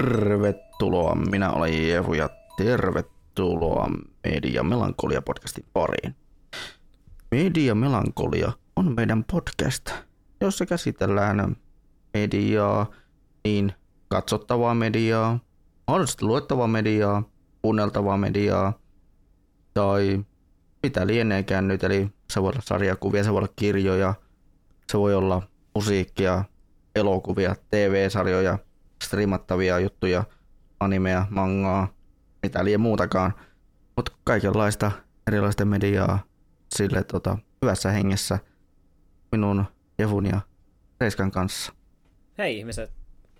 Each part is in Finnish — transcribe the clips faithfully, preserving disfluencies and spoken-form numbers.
Tervetuloa, minä olen Jefu ja tervetuloa Media Melankolia podcastin pariin. Media Melankolia on meidän podcast, jossa käsitellään mediaa, niin katsottavaa mediaa, mahdollisesti luettavaa mediaa, kuunneltavaa mediaa tai mitä lieneekään nyt, eli se voi olla sarjakuvia, se voi olla kirjoja, se voi olla musiikkia, elokuvia, T V-sarjoja, striimattavia juttuja, animea, mangaa, mitä liian muutakaan, mutta kaikenlaista erilaista mediaa sille tota, hyvässä hengessä minun, Jefun ja Reiskan kanssa. Hei ihmiset!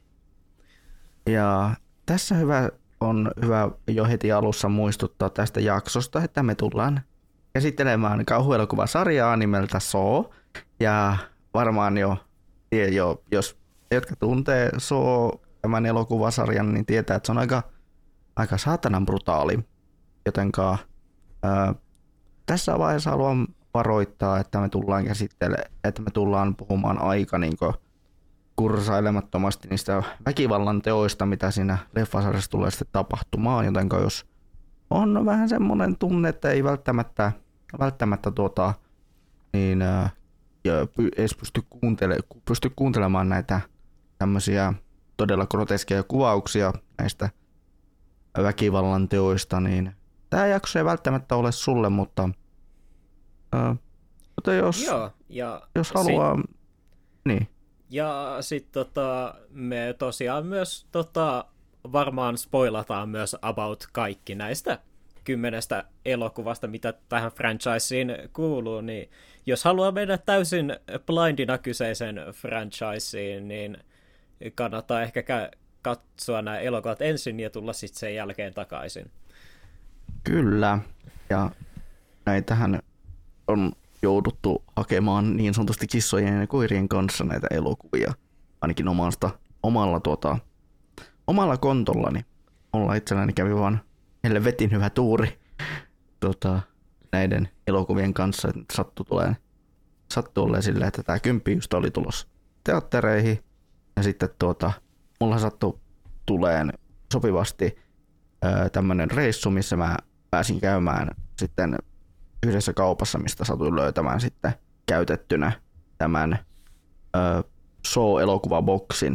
Ja tässä hyvä on hyvä jo heti alussa muistuttaa tästä jaksosta, että me tullaan käsittelemään kauhuelokuvasarjaa nimeltä Saw. Ja varmaan jo, jo jos jotka tuntee Saw tämän elokuvasarjan, niin tietää, että se on aika, aika saatanan brutaali. Jotenka ää, tässä vaiheessa haluan varoittaa, että me tullaan käsittelemään, että me tullaan puhumaan aika niin kuin kursailemattomasti niistä väkivallan teoista, mitä siinä leffasarjassa tulee sitten tapahtumaan, jotenka jos on vähän semmoinen tunne, että ei välttämättä, välttämättä tuota, niin, ää, ja edes pysty, kuuntele, pysty kuuntelemaan näitä tämmöisiä todella groteskeja kuvauksia näistä väkivallan teoista, niin tämä jakso ei välttämättä ole sulle, mutta, ää, mutta jos, Joo, ja jos haluaa, sit, niin. Ja sitten tota, me tosiaan myös tota, varmaan spoilataan myös about kaikki näistä kymmenestä elokuvasta, mitä tähän franchiseen kuuluu, niin jos haluaa mennä täysin blindina kyseisen franchiseen, niin kannattaa ehkä katsoa nämä elokuvat ensin ja tulla sitten sen jälkeen takaisin. Kyllä, ja näitähän on jouduttu hakemaan niin sanotusti kissojen ja koirien kanssa näitä elokuvia, ainakin omasta, omalla, tuota, omalla kontollani. Mulla itselläni kävi vaan helvetin hyvä tuuri tuota, näiden elokuvien kanssa, että sattui tulemaan, sattui olemaan silleen, että tämä kymppi just oli tulossa teattereihin, ja sitten tuota, mulla sattui tuleen sopivasti ää, tämmönen reissu, missä mä pääsin käymään sitten yhdessä kaupassa, mistä satuin löytämään sitten käytettynä tämän ää, Saw-elokuvaboksin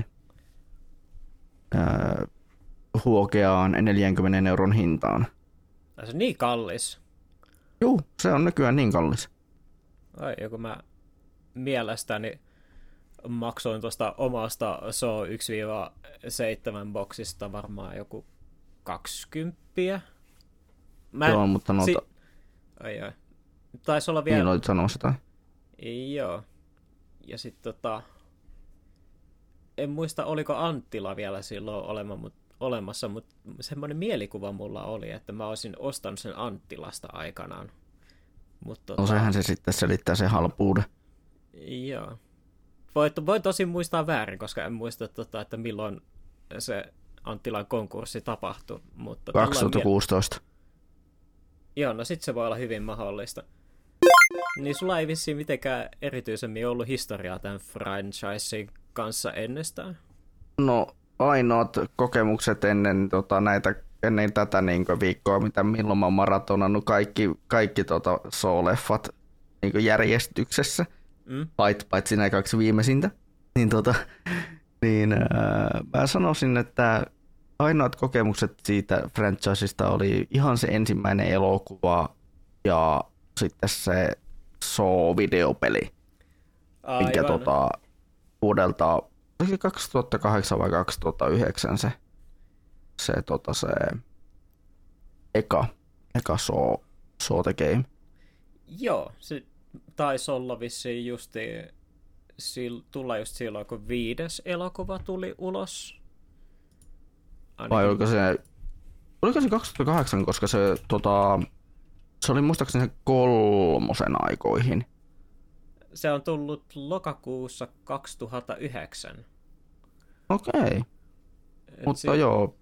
ää, huokeaan neljänkymmenen euron hintaan. Se on niin kallis. Juu, se on nykyään niin kallis. Ai, joku mä mielestäni maksoin tuosta omasta Saw yksi seitsemän boksista varmaan joku kaksikymppiä. Mä Joo, mutta noita... Si- ai ai. Taisi olla vielä... Niin olit sanomassa jotain. Joo. Ja sitten tota... En muista, oliko Anttila vielä silloin olema, mut, olemassa, mutta semmoinen mielikuva mulla oli, että mä olisin ostanut sen Anttilasta aikanaan. Mut, tota... No sehän se sitten selittää se halpuuden. Joo. Voi, voi tosi muistaa väärin, koska en muista, tota, että milloin se Anttilan konkurssi tapahtui. Mutta kaksituhattakuusitoista. Miel... Joo, no sit se voi olla hyvin mahdollista. Niin sulla ei vissiin mitenkään erityisemmin ollut historiaa tämän franchisein kanssa ennestään? No ainoat kokemukset ennen, tota, näitä, ennen tätä niin kuin, viikkoa, mitä milloin mä oon maratonannut kaikki, kaikki tota, Saw-leffat niin järjestyksessä, mm. paitsi, paitsi nämä kaksi viimeisintä, niin, tota, niin ää, mä sanoisin, että ainoat kokemukset siitä franchisesta oli ihan se ensimmäinen elokuva ja sitten se Saw-videopeli, Aivan. minkä tota, vuodelta kaksituhattakahdeksan vai kaksituhattayhdeksän se, se, tota, se eka, eka Saw, Saw the Game. Joo, se taisi olla vissiin justi tulla just silloin, kun viides elokuva tuli ulos. Ainakin. Vai oliko se, oliko se kaksituhattakahdeksan, koska se, tota, se oli muistaakseni se kolmosen aikoihin. Se on tullut lokakuussa kaksituhattayhdeksän. Okei. Okay. Mutta si- joo.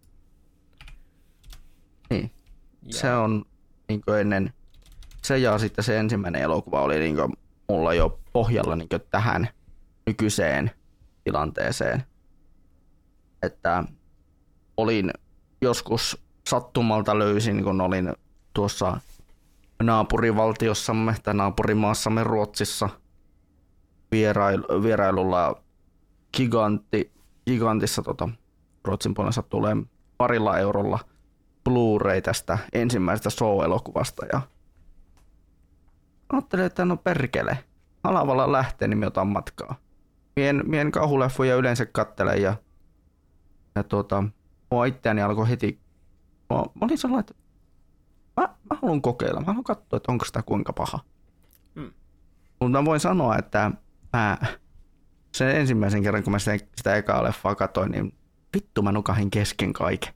Niin. Ja. Se on niin ennen, se ja sitten se ensimmäinen elokuva oli niin mulla jo pohjalla niin tähän nykyiseen tilanteeseen. Että olin joskus sattumalta löysin, kun olin tuossa naapurivaltiossamme tai naapurimaassamme Ruotsissa vierailu, vierailulla gigantti, gigantissa tota, Ruotsin puolella tulee parilla eurolla Blu-ray tästä ensimmäisestä Saw-elokuvasta ja ajattelin, että no perkele, halavalla lähtee, niin me otan matkaa. Mien, mien kauhuleffoja yleensä kattelen ja, ja tuota, mua itseäni alkoi heti, mä, mä olin sellainen, että mä, mä haluan kokeilla, mä haluan katsoa, että onko sitä kuinka paha. Mm. Mutta mä voin sanoa, että mä sen ensimmäisen kerran, kun mä sitä, sitä ekaa leffaa katsoin, niin vittu mä nukahin kesken kaiken.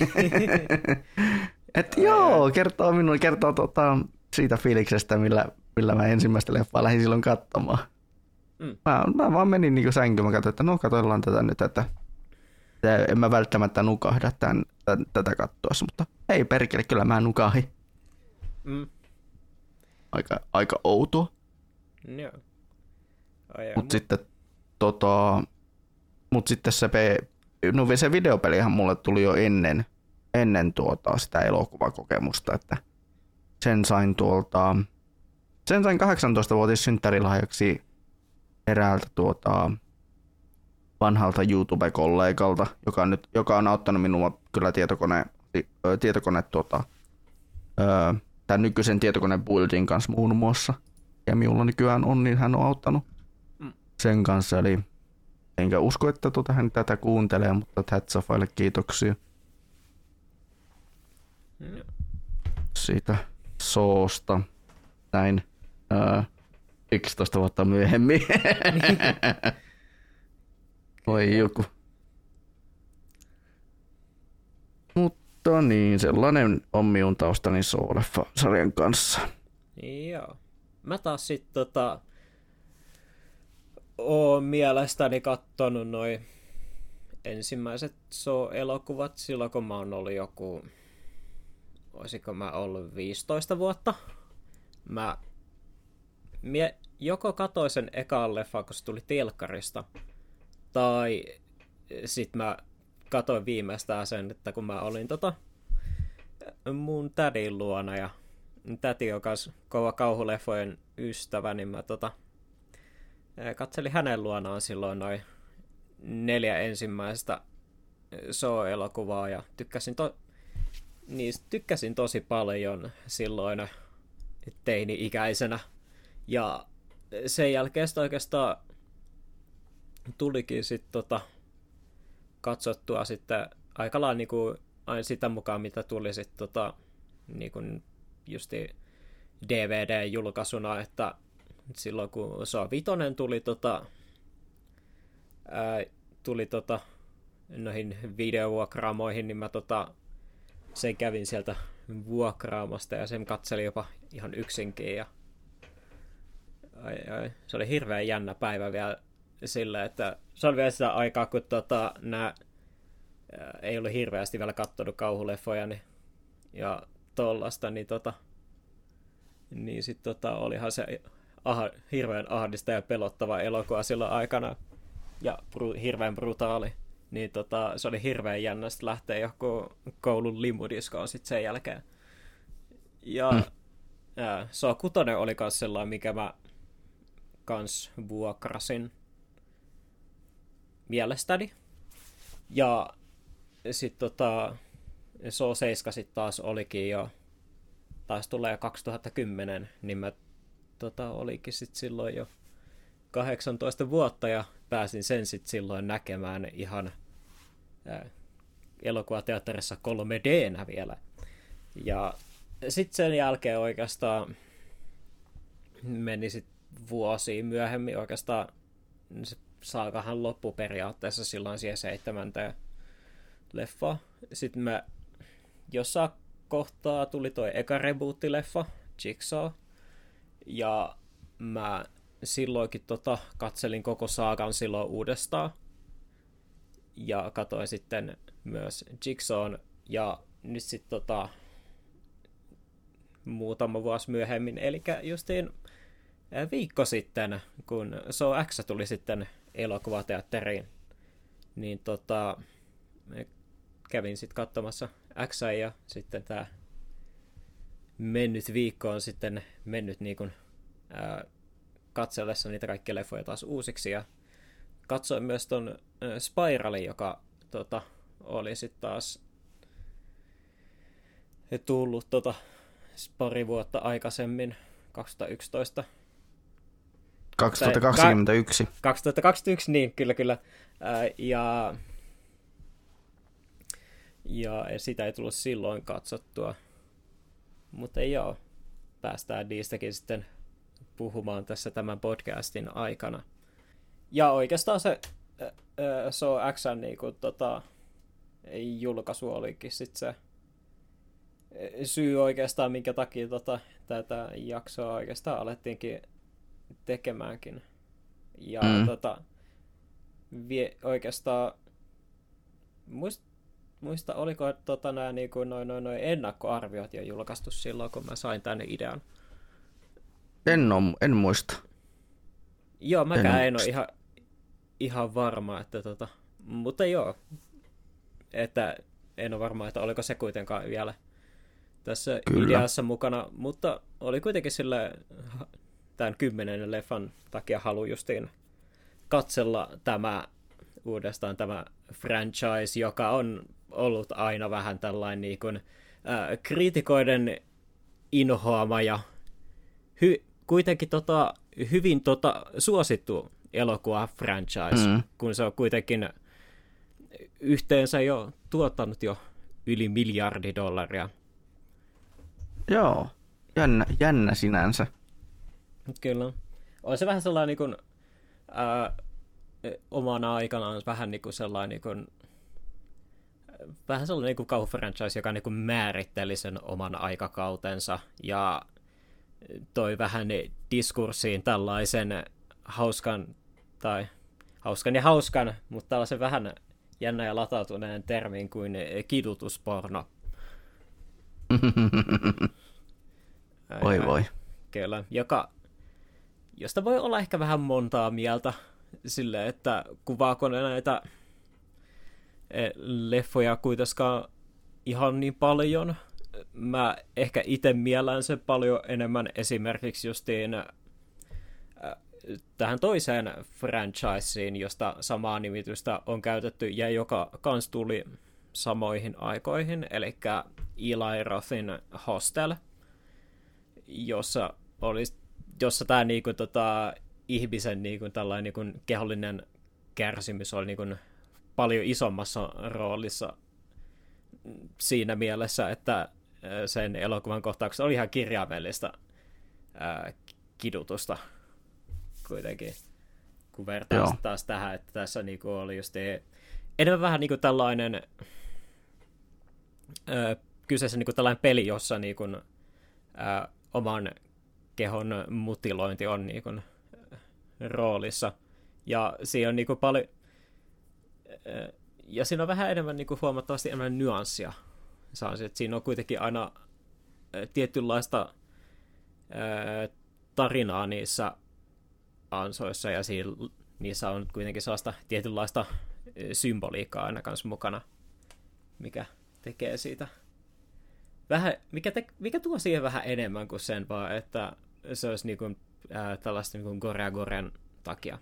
Että joo, kertoo minulle, kertoo tota, siitä fiiliksestä, millä, millä mä ensimmäistä leffaa lähdin silloin katsomaan. Mm. Mä, mä vaan menin niin sänkyyn, mä katsoin, että no katsoillaan tätä nyt, että en mä välttämättä nukahda tämän, tämän, tätä kattoessa, mutta hei perkele, kyllä mä nukahin. Mm. Aika, aika outoa. Joo. Mut sitten tota, mut sitten se, pe, no se videopelihan mulle tuli jo ennen, ennen tuota sitä elokuvakokemusta, että sen sain tuolta, sen sain kahdeksantoistavuotis synttärilahjaksi eräältä tuota vanhalta YouTube-kollegalta, joka, nyt, joka on auttanut minua kyllä tietokone, tietokone tuota, tämän nykyisen tietokoneen buildin kanssa muun muassa. Ja minulla nykyään on, niin hän on auttanut mm. sen kanssa. Eli enkä usko, että tuota hän tätä kuuntelee, mutta Tatsafaille kiitoksia. Mm. Siitä soosta. Näin ää, yksitoista vuotta myöhemmin. Oi joku. Mutta niin, sellainen on minun taustani Saw-leffa-sarjan kanssa. Joo. Mä taas sit tota oon mielestäni kattonut noi ensimmäiset Saw-elokuvat silloin, kun mä oon ollut joku, olisiko mä ollut viisitoista vuotta. Mä mie, joko katoin sen ekan leffan, kun se tuli telkkarista, tai sit mä katoin viimeistään sen, että kun mä olin tota mun tädin luona ja täti, joka on kova kauhuleffojen ystävä, niin mä tota, katselin hänen luonaan silloin noin neljä ensimmäistä Saw-elokuvaa ja tykkäsin, to- niistä tykkäsin tosi paljon silloin teini-ikäisenä. Ja sen jälkeen sitä oikeastaan tulikin sitten tota, katsottua sitten aika lailla niinku, aina sitä mukaan, mitä tuli sitten tota, niinku, justi D V D-julkaisuna, että silloin kun Saw vitonen tuli, tota, ää, tuli tota, noihin videovuokraamoihin, niin mä tota, sen kävin sieltä vuokraamasta ja sen katselin jopa ihan yksinkin. Ja, ai, ai, se oli hirveän jännä päivä vielä sillä, että se oli vielä sitä aikaa, kun tota, nää, ää, ei ollut hirveästi vielä katsonut kauhuleffoja niin, ja tollasta, niin tota, niin sit tota, olihan se aha, hirveän ahdista ja pelottava elokuva silloin aikana ja bru, hirveän brutaali. Niin tota, se oli hirveän jännä sitten lähteä joku koulun limudiskoon sitten sen jälkeen. Ja mm. ää, Saw kutonen oli kans sellainen, mikä mä kans vuokrasin mielestäni. Ja sit tota, Saw seitsemän sit taas olikin jo, taas tulee kaksituhattakymmenen, niin mä tota, olikin sit silloin jo kahdeksantoista vuotta ja pääsin sen sit silloin näkemään ihan ää, elokuvateatterissa kolme D-nä vielä. Ja sitten sen jälkeen oikeastaan meni sit vuosia myöhemmin oikeastaan se saakahan loppu periaatteessa silloin siihen seitsemänteen leffa. Sitten mä jossain kohtaa tuli toi eka rebootti-leffa, Jigsaw, ja mä silloinkin tota, katselin koko saagan silloin uudestaan. Ja katsoin sitten myös Jigsawn. Ja nyt sitten tota, muutama vuosi myöhemmin, eli justiin viikko sitten, kun Saw X tuli sitten elokuvateatteriin, niin tota, kävin sitten katsomassa X ja sitten tämä mennyt viikko on sitten mennyt niin kuin, ää, katsellessa niitä kaikkia leffoja taas uusiksi ja katsoin myös ton ää, Spiralin, joka tota, oli sitten taas tullut tota, pari vuotta aikaisemmin, kaksituhattayksitoista. kaksituhattakaksikymmentäyksi. kaksituhattakaksikymmentäyksi, niin kyllä kyllä. Ää, ja, ja sitä ei tullut silloin katsottua. Mutta joo, päästään niistäkin sitten puhumaan tässä tämän podcastin aikana. Ja oikeastaan se ää, se on Xn niinku, tota, julkaisu olikin sitten se syy oikeastaan, minkä takia tota, tätä jaksoa oikeastaan alettiinkin tekemäänkin. Ja mm. tota, vie, oikeastaan muist, muista, oliko tota, nämä niinku, noin noi, noi ennakkoarviot jo julkaistu silloin, kun mä sain tänne idean? En, ole, en muista. Joo, mäkään en, en ole ihan, ihan varma, että tota, mutta joo, että en ole varma, että oliko se kuitenkaan vielä tässä Kyllä. ideassa mukana, mutta oli kuitenkin sille tämän kymmenen leffan takia halu justiin katsella tämä uudestaan tämä franchise, joka on ollut aina vähän tällainen niin kuin, ää, kriitikoiden inhoama ja hy- kuitenkin tota, hyvin tota, suosittu elokuva franchise, mm. kun se on kuitenkin yhteensä jo tuottanut jo yli miljardi dollaria. Joo, jännä, jännä sinänsä. Kyllä. On se vähän sellainen niin kuin, ää, omana aikanaan vähän niin kuin sellainen niin kuin, vähän sellainen niin kuin kauhufranchise, joka niin kuin määritteli sen oman aikakautensa ja toi vähän diskurssiin tällaisen hauskan, tai hauskan ja hauskan, mutta tällaisen vähän jännä ja latautuneen termin kuin kidutusporno. Voi voi. Kyllä, joka, josta voi olla ehkä vähän montaa mieltä silleen, että kuvaako ne näitä leffoja kuitenkaan ihan niin paljon. Mä ehkä itse miellän sen paljon enemmän esimerkiksi justiin tähän toiseen franchiseen, josta samaa nimitystä on käytetty ja joka kans tuli samoihin aikoihin, eli Eli Rothin Hostel, jossa, oli, jossa tämä niinku, tota, ihmisen niinku, tällainen niinku, kehollinen kärsimys oli niinku, paljon isommassa roolissa siinä mielessä, että sen elokuvan kohtauksessa oli ihan kirjaimellista ää, kidutusta kuitenkin, kun vertaa taas tähän, että tässä niinku, oli just enemmän vähän niinku, tällainen ää, kyseessä niinku, tällainen peli, jossa niinku, ää, oman kehon mutilointi on niinku, roolissa. Ja siinä on niinku, paljon ää, ja siinä on vähän enemmän niinku, huomattavasti enemmän nyanssia. Sanoisin, että siinä on kuitenkin aina ää, tietynlaista ää, tarinaa niissä ansoissa, ja siinä, niissä on kuitenkin sellaista tietynlaista symboliikkaa aina kanssa mukana, mikä tekee siitä vähän, mikä, te, mikä tuo siihen vähän enemmän kuin sen vaan, että se olisi niin kuin, ää, tällaista niin kuin Gorea Goren takia.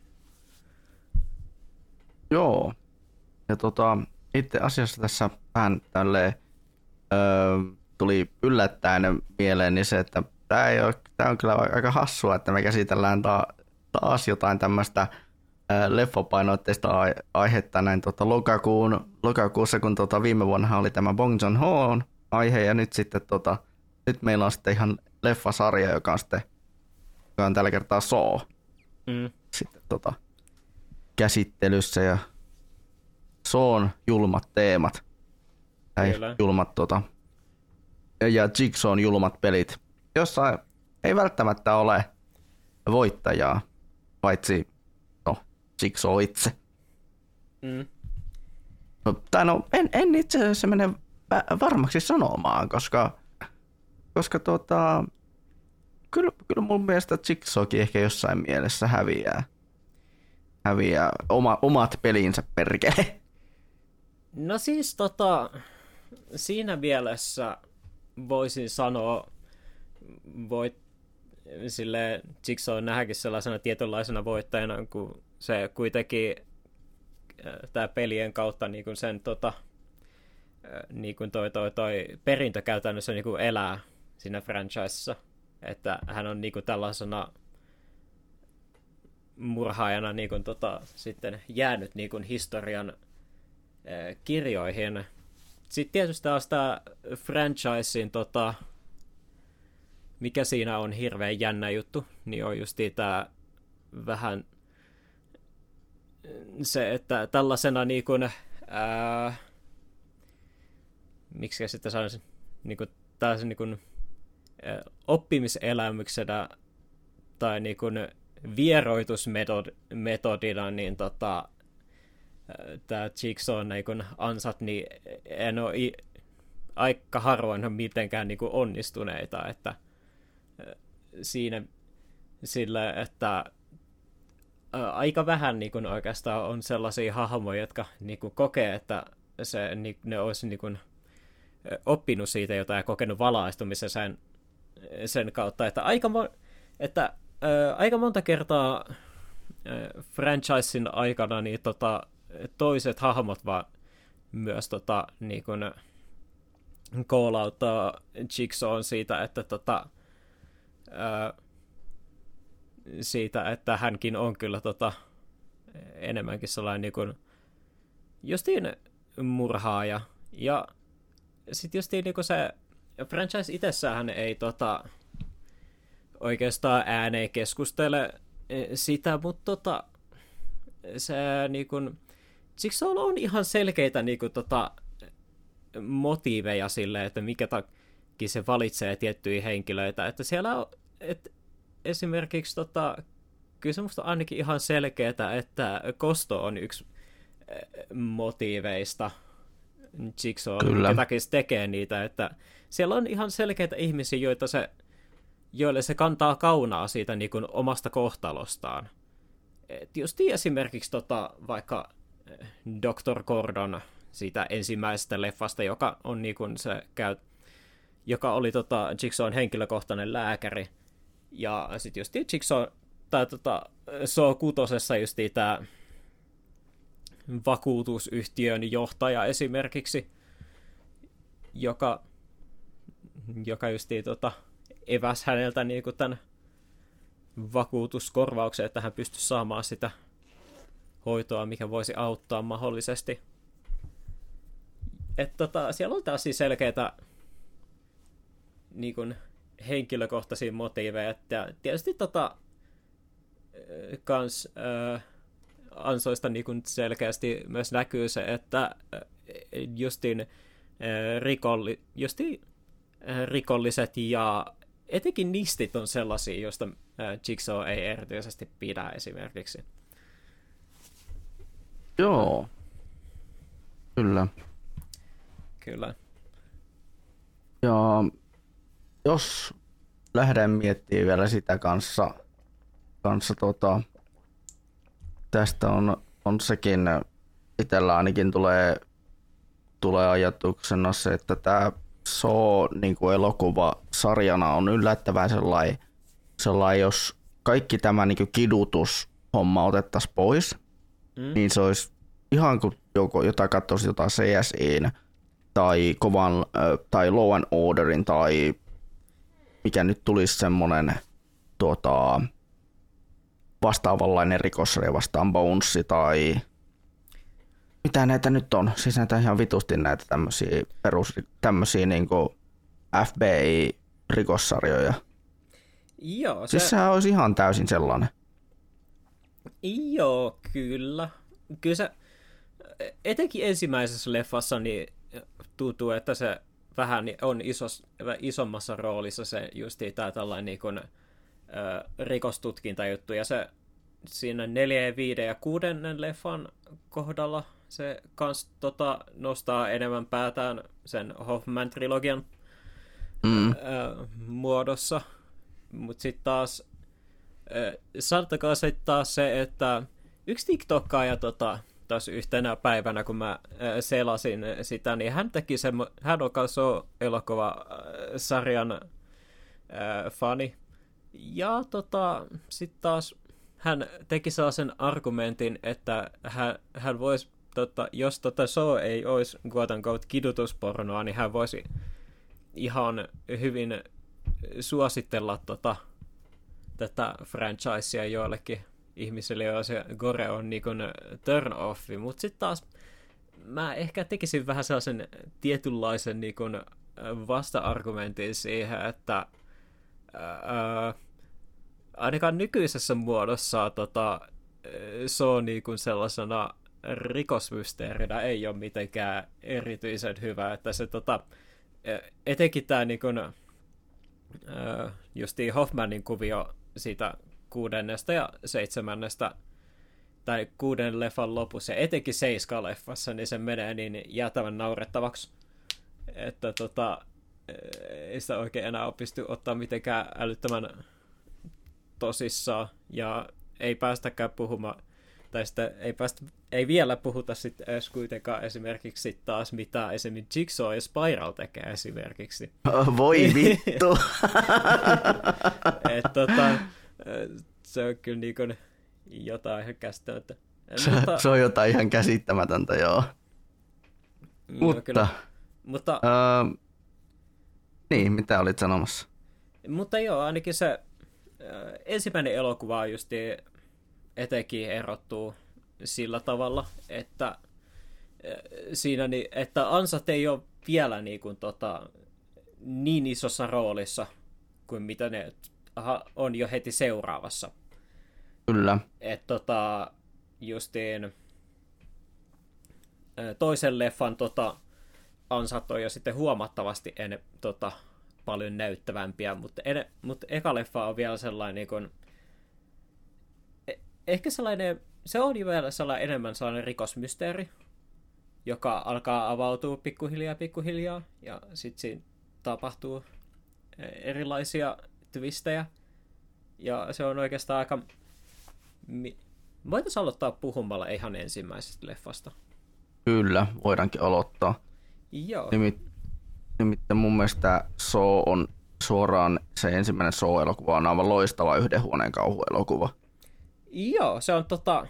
Joo. Ja tota, itse asiassa tässä vähän tälleen öö, tuli yllättäen mieleeni se, että tämä, ei ole, tämä on kyllä aika hassua, että me käsitellään ta- taas jotain tämmöistä öö, leffopainoitteista aihetta näin tota, lokakuun, lokakuussa, kun tota, viime vuonna oli tämä Bong Joon-hoon aihe, ja nyt sitten tota, nyt meillä on sitten ihan leffasarja, joka on sitten joka on tällä kertaa Saw mm. sitten tota, käsittelyssä, ja Sawn julmat teemat, tai julmat tota, ja Jigsawn julmat pelit, jossa ei välttämättä ole voittajaa, paitsi no, Jigsaw itse. Mm. No, tai no, en, en itse asiassa mene varmaksi sanomaan, koska, koska tota, kyllä, kyllä mun mielestä Jigsawkin ehkä jossain mielessä häviää, häviää oma, omat pelinsä perkele. No siis tota, siinä mielessä voisin sanoa, voit, sille Jigsaw nähdäkin sellaisena tietynlaisena voittajana, kun se kuitenkin tämä pelien kautta niin kuin sen tota, niin kuin toi, toi, toi perintö käytännössä niin kuin elää siinä franchisessa, että hän on niin kuin tällaisena murhaajana niin kuin, tota, sitten jäänyt niin kuin historian äh, kirjoihin. Sitten tietysti taas tämä franchisein, tota, mikä siinä on hirveän jännä juttu, niin on just tämä vähän se, että tällaisena niin kuin, äh, miksi sitten sanoisin, niin kuin, tällaisen niin kuin, äh, oppimiselämyksenä tai niin kuin, vieroitusmetodina, niin tota, tämä Jigsaw niin kun ansat, niin en ole i- aika harvoin mitenkään niin kun onnistuneita, että siinä sillä, että ä, aika vähän niin kun oikeastaan on sellaisia hahmoja, jotka niin kun kokee, että se, niin, ne olisi niin kun oppinut siitä jotain ja kokenut valaistumisen sen, sen kautta, että aika mo- että Ö, aika monta kertaa ö, franchisein aikana niin tota, toiset hahmot vaan myös tota, niin kun, call-outtaa Jigsawn siitä, että tota, ö, siitä, että hänkin on kyllä tota, enemmänkin sellainen niin kun, justiin murhaaja. Ja sitten justiin niin kun se franchise itsessään ei tota, oikeastaan ääneen keskustele sitä, mutta tota, se niin kun, Jigsaw on ihan selkeitä niin kun, tota, motiiveja sille, että mikä takia se valitsee tiettyjä henkilöitä, että siellä on, et, esimerkiksi tota, kyllä se musta on ainakin ihan selkeää, että kosto on yksi motiiveista Jigsaw, mikä takia se tekee niitä, että siellä on ihan selkeitä ihmisiä, joita se joille se kantaa kaunaa siitä niin kuin omasta kohtalostaan. Et just esimerkiksi tota, vaikka doktor Gordon siitä ensimmäisestä leffasta, joka on niin kuin se käy, joka oli tota, Jigsawn henkilökohtainen lääkäri. Ja sitten just Jigsaw, tai tota, Saw kutosessa just tämä vakuutusyhtiön johtaja esimerkiksi, joka, joka just tota, eväs häneltä niin kuin tämän vakuutuskorvauksen, että hän pystyisi saamaan sitä hoitoa, mikä voisi auttaa mahdollisesti. Että tota, siellä on taas siis selkeitä niin kuin henkilökohtaisia motiiveja, että tietysti tota, kans äh, ansoista niin kuin selkeästi myös näkyy se, että justiin, äh, rikolli, justiin äh, rikolliset ja etenkin nistit on sellaisia, joista äh, Jigsaw ei erityisesti pidä esimerkiksi. Joo, kyllä. Kyllä. Ja jos lähden miettimään vielä sitä kanssa, kanssa tota, tästä on, on sekin, itsellä ainakin tulee, tulee ajatuksena se, että tämä Saw niin kuin elokuva sarjana on yllättävän sellainen, sellainen jos kaikki tämä niin kuin kidutushomma otettaisiin pois, mm. niin se olisi ihan kuin joko, jota katsoisi jotain C S I:n tai kovan tai Law and Orderin tai mikä nyt tulisi semmoinen tuota, vastaavanlainen rikossarja vastaan Bones tai mitä näitä nyt on? Siis näitä ihan vitusti näitä tämmöisiä perus tämmöisiä niinku F B I-rikossarjoja. Joo, se... Siis sehän olisi ihan täysin sellainen. Joo, kyllä. Kyllä se, etenkin ensimmäisessä leffassa niin tuntuu, että se vähän on isos, isommassa roolissa se justiin tää tällainen niin kuin, ö, rikostutkintajuttu, ja se siinä neljä, viiden ja kuudennen leffan kohdalla se kans tota, nostaa enemmän päätään sen Hoffman-trilogian mm. ö, muodossa, mutta sitten taas sanotakaan sitten taas se, että yksi TikTokkaaja tota, taas yhtenä päivänä, kun mä selasin sitä, niin hän teki semmo, hän on kanssa elokuva-sarjan äh, fani. Ja tota, sitten taas hän teki sellaisen argumentin, että hän, hän voisi, tota, jos tota Saw ei olisi quote unquote kidutuspornoa, niin hän voisi ihan hyvin suositella tota, tätä franchisea joillekin ihmisille, joilla se gore on niin kuin turn offi, mutta sitten taas mä ehkä tekisin vähän sellaisen tietynlaisen niin kuin vasta-argumentin siihen, että ää, ainakaan nykyisessä muodossa tota, se on niin kuin sellaisena rikosmysteerinä ei ole mitenkään erityisen hyvä, että se tota, etenkin tämä niin kuin, justiin Hoffmanin kuvio siitä kuudennesta ja seitsemännestä tai kuuden leffan lopussa, ja etenkin seiska-leffassa, niin se menee niin jäätävän naurettavaksi, että tota, ei sitä oikein enää pysty ottaa mitenkään älyttömän tosissaan, ja ei päästäkään puhumaan, tai sitten ei, päästä, ei vielä puhuta sitten edes kuitenkaan esimerkiksi taas mitä esimerkiksi Jigsaw ja Spiral tekee esimerkiksi. Oh, voi vittu! Et, tota, se on kyllä niin kuin jotain ihan käsittämättä. Se, mutta, se on jotain ihan käsittämätöntä, joo. joo mutta, kyllä. mutta öö, niin, mitä olit sanomassa? Mutta joo, ainakin se äh, ensimmäinen elokuva just etenkin erottuu sillä tavalla, että äh, siinä, niin, että ansat ei ole vielä niin, kuin, tota, niin isossa roolissa kuin mitä ne aha, on jo heti seuraavassa. Kyllä. Että tota, justiin toisen leffan tota, ansat on jo sitten huomattavasti en, tota, paljon näyttävämpiä, mutta, en, mutta eka leffa on vielä sellainen niin kuin, ehkä sellainen, se on jo vielä sellainen enemmän sellainen rikosmysteeri, joka alkaa avautua pikkuhiljaa pikkuhiljaa, ja sitten siinä tapahtuu erilaisia twistejä, ja se on oikeastaan aika... Voitaisiin aloittaa puhumalla ihan ensimmäisestä leffasta. Kyllä, voidaankin aloittaa. Joo. Nimit, nimittäin mun mielestä Saw on suoraan, se ensimmäinen Saw-elokuva on aivan loistava yhden huoneen kauhuelokuva. Joo, se on tota...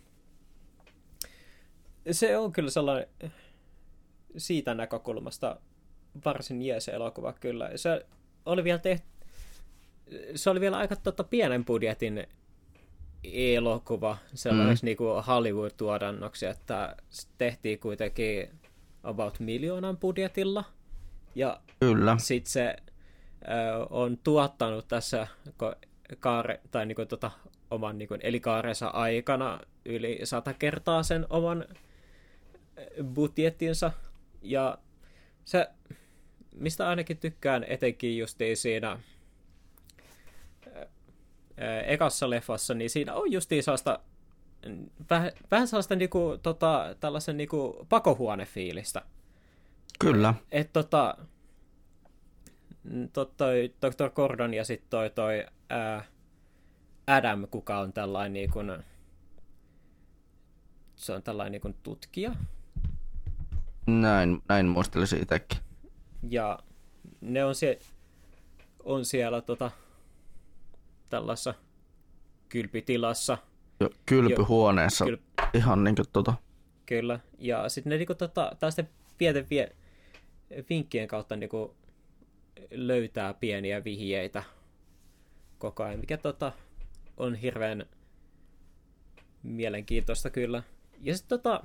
Se on kyllä sellainen siitä näkökulmasta varsin jees elokuva kyllä. Se oli vielä tehty... Se oli vielä aika tota, pienen budjetin elokuva sellaiseksi mm. niin kuin Hollywood-tuotannoksi, että tehtiin kuitenkin about miljoonan budjetilla. Ja kyllä. Sitten se ö, on tuottanut tässä kaare, tai niin kuin, tota, oman niin kuin elikaarensa aikana yli sata kertaa sen oman budjettinsa. Ja se, mistä ainakin tykkään etenkin justiin siinä ekassa leffassa, niin siinä on justiin sellaista vähän, vähän sellaista niinku, tota, tällaisen niinku pakohuonefiilistä. Kyllä. Että tota, to, toi doktor Gordon ja sitten toi, toi ää, Adam, kuka on tällainen niinku, se on tällainen niinku tutkija. Näin, näin muistelisin itsekin. Ja ne on, sie, on siellä tota, tällaisessa kylpytilassa. Jo, kylpyhuoneessa. Jo, kyl... Ihan niin kuin tota. Kyllä. Ja sitten ne niinku tota, tällaisten pienten vie, vinkkien kautta niinku löytää pieniä vihjeitä koko ajan, mikä tota, on hirveän mielenkiintoista kyllä. Ja sitten tota,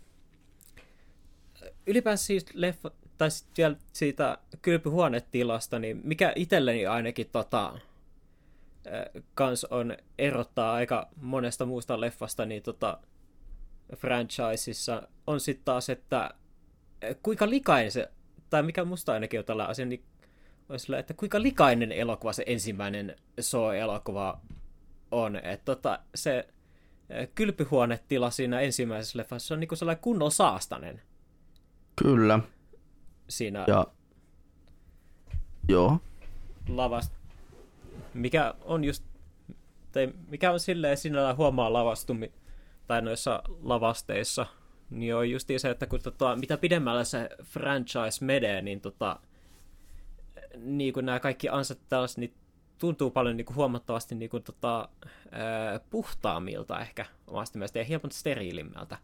ylipäänsä siis leffa, tai sitten vielä siitä kylpyhuonetilasta, niin mikä itselleni ainakin tota, kans on erottaa aika monesta muusta leffasta, niin tota, franchisessa on sitten taas, että kuinka likainen se, tai mikä musta ainakin on tällä asia, niin on sillä, että kuinka likainen elokuva se ensimmäinen Saw-elokuva on. Että tota, se kylpyhuonetila siinä ensimmäisessä leffassa on niinku sellainen kunnon saastainen. Kyllä. Siinä ja joo. Lavasta. Mikä on just, tai mikä on silleen sinällään huomaa lavastumi, tai noissa lavasteissa, niin on justiin se, että kun tota, mitä pidemmällä se franchise menee, niin, tota, niin kun nämä kaikki ansat tällaiset, niin tuntuu paljon niin kuin huomattavasti niin kuin, tota, ää, puhtaammilta ehkä omasta mielestä ja hieman steriilimmältä.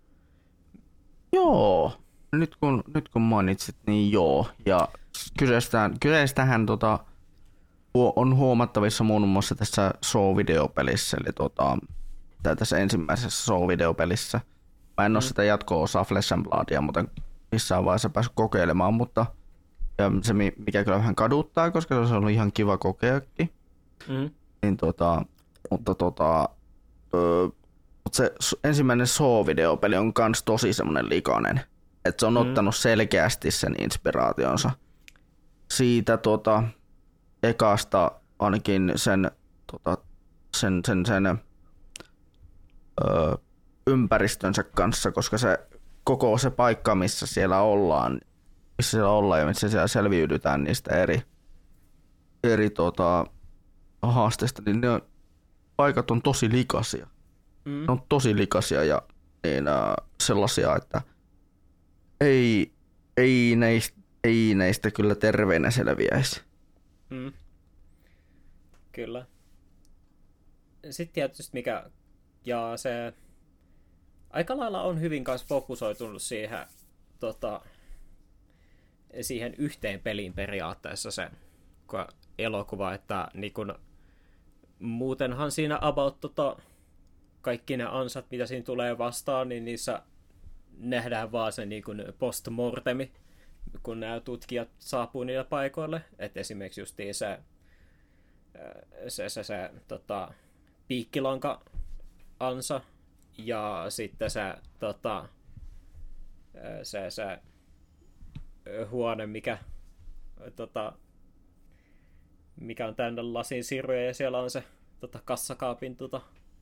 Joo, nyt kun, nyt kun mainitsit, niin joo. Ja kyseistähän, kyseistähän tota, on huomattavissa muun muassa tässä Saw-videopelissä, eli tota, tässä ensimmäisessä Saw-videopelissä. Mä en ole mm. sitä jatko-osaa Flesh and Bloodia, mutta missään vaiheessa päässyt kokeilemaan, mutta ja se mikä kyllä vähän kaduttaa, koska se on ollut ihan kiva kokeakin. Mm. Niin tota, mutta tota, öö, se ensimmäinen Saw-videopeli on kans tosi semmonen likainen. Että se on mm. ottanut selkeästi sen inspiraationsa siitä tota, ekasta ainakin sen, tota, sen, sen, sen öö, ympäristönsä kanssa, koska se koko se paikka, missä siellä ollaan, missä siellä ollaan ja missä siellä selviydytään niistä eri, eri tota, haasteista, niin ne on, paikat on tosi likaisia. Mm. Ne on tosi likaisia ja niin, äh, sellaisia, että ei, ei, neistä, ei neistä kyllä terveinä selviäisi. Mm. Kyllä. Sitten tietysti mikä, ja se aika lailla on hyvin kanssa fokusoitunut siihen, tota, siihen yhteen peliin periaatteessa se elokuva, että niin kun, muutenhan siinä about tota, kaikki ne ansat, mitä siinä tulee vastaan, niin niissä nähdään vaan se niin kun post-mortemi, kun nämä tutkijat saapuu niille paikoille. Et esimerkiksi justiin se, se, se, se tota, piikkilanka-ansa ja sitten se, tota, se, se huone, mikä, tota, mikä on täynnä lasin siruja ja siellä on se tota, kassakaapin tota,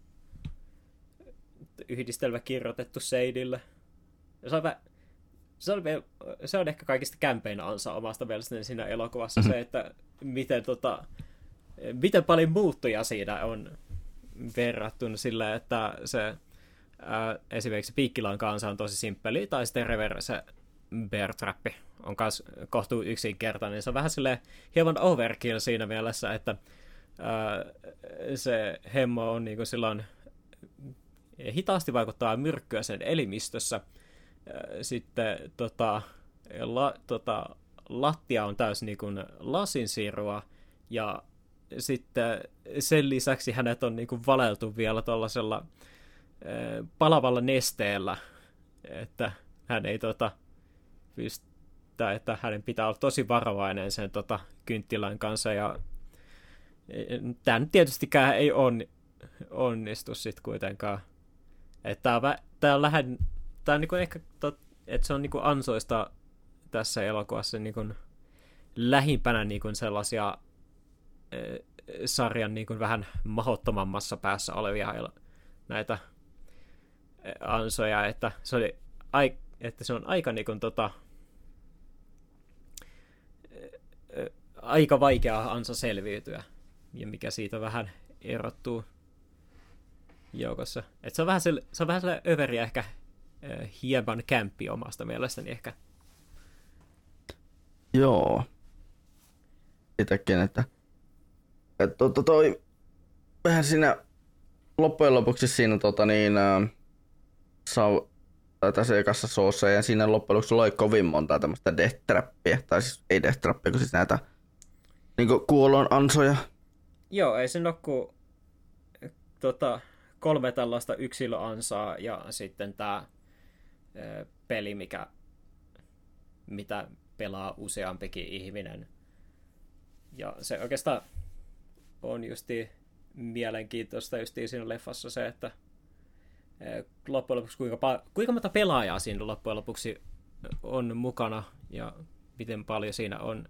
yhdistelmä kirjoitettu seidille. Se on, se, on, se on ehkä kaikista kämpein ansa omasta mielestäni siinä elokuvassa mm-hmm. se, että miten, tota, miten paljon muuttuja siinä on verrattuna sillä, että se ää, esimerkiksi piikkilanka ansa on tosi simppeli, tai sitten reverse bear trappi on myös kohtuu yksinkertainen. Se on vähän silleen hieman overkill siinä mielessä, että ää, se hemmo on niinku silloin hitaasti vaikuttavaa myrkkyä sen elimistössä. Sitten tota, la, tota, lattia on täysin niin kuin lasinsirua ja sitten sen lisäksi hänet on niin kuin valeltu vielä tuollaisella äh, palavalla nesteellä, että hän ei tota, pystytä, että hänen pitää olla tosi varovainen sen tota, kynttilän kanssa ja tämä nyt tietystikään ei on, onnistu sitten kuitenkaan. Että tämä on lähden Tämä on niinku ehkä, tot, että se on niinku ansoista tässä elokuvassa niinku lähimpänä niinku sellaisia e, sarjan niinku vähän mahdottomammassa päässä olevia näitä ansoja, että se, oli, ai, että se on aika niinku tota, e, aika vaikea ansa selviytyä, ja mikä siitä vähän erottuu joukossa. Että se on vähän se, se on vähän sellainen överiä ehkä hieman kämppi omasta mielestäni ehkä. Joo. Sitäkin, että, että to, toi vähän siinä loppujen lopuksi siinä tota niin äh, saa, tai tässä ekassa soossa ja siinä loppujen lopuksi loi kovin monta tämmöistä death trappia, tai siis ei death trappia, kun siis näitä niinku kuolon ansoja. Joo, ei se ole kuin tota, kolme tällaista yksilöansaa ja sitten tää peli, mikä, mitä pelaa useampikin ihminen. Ja se oikeastaan on justi mielenkiintoista justi siinä leffassa se, että loppujen lopuksi kuinka, kuinka monta pelaajaa siinä loppujen lopuksi on mukana ja miten paljon siinä on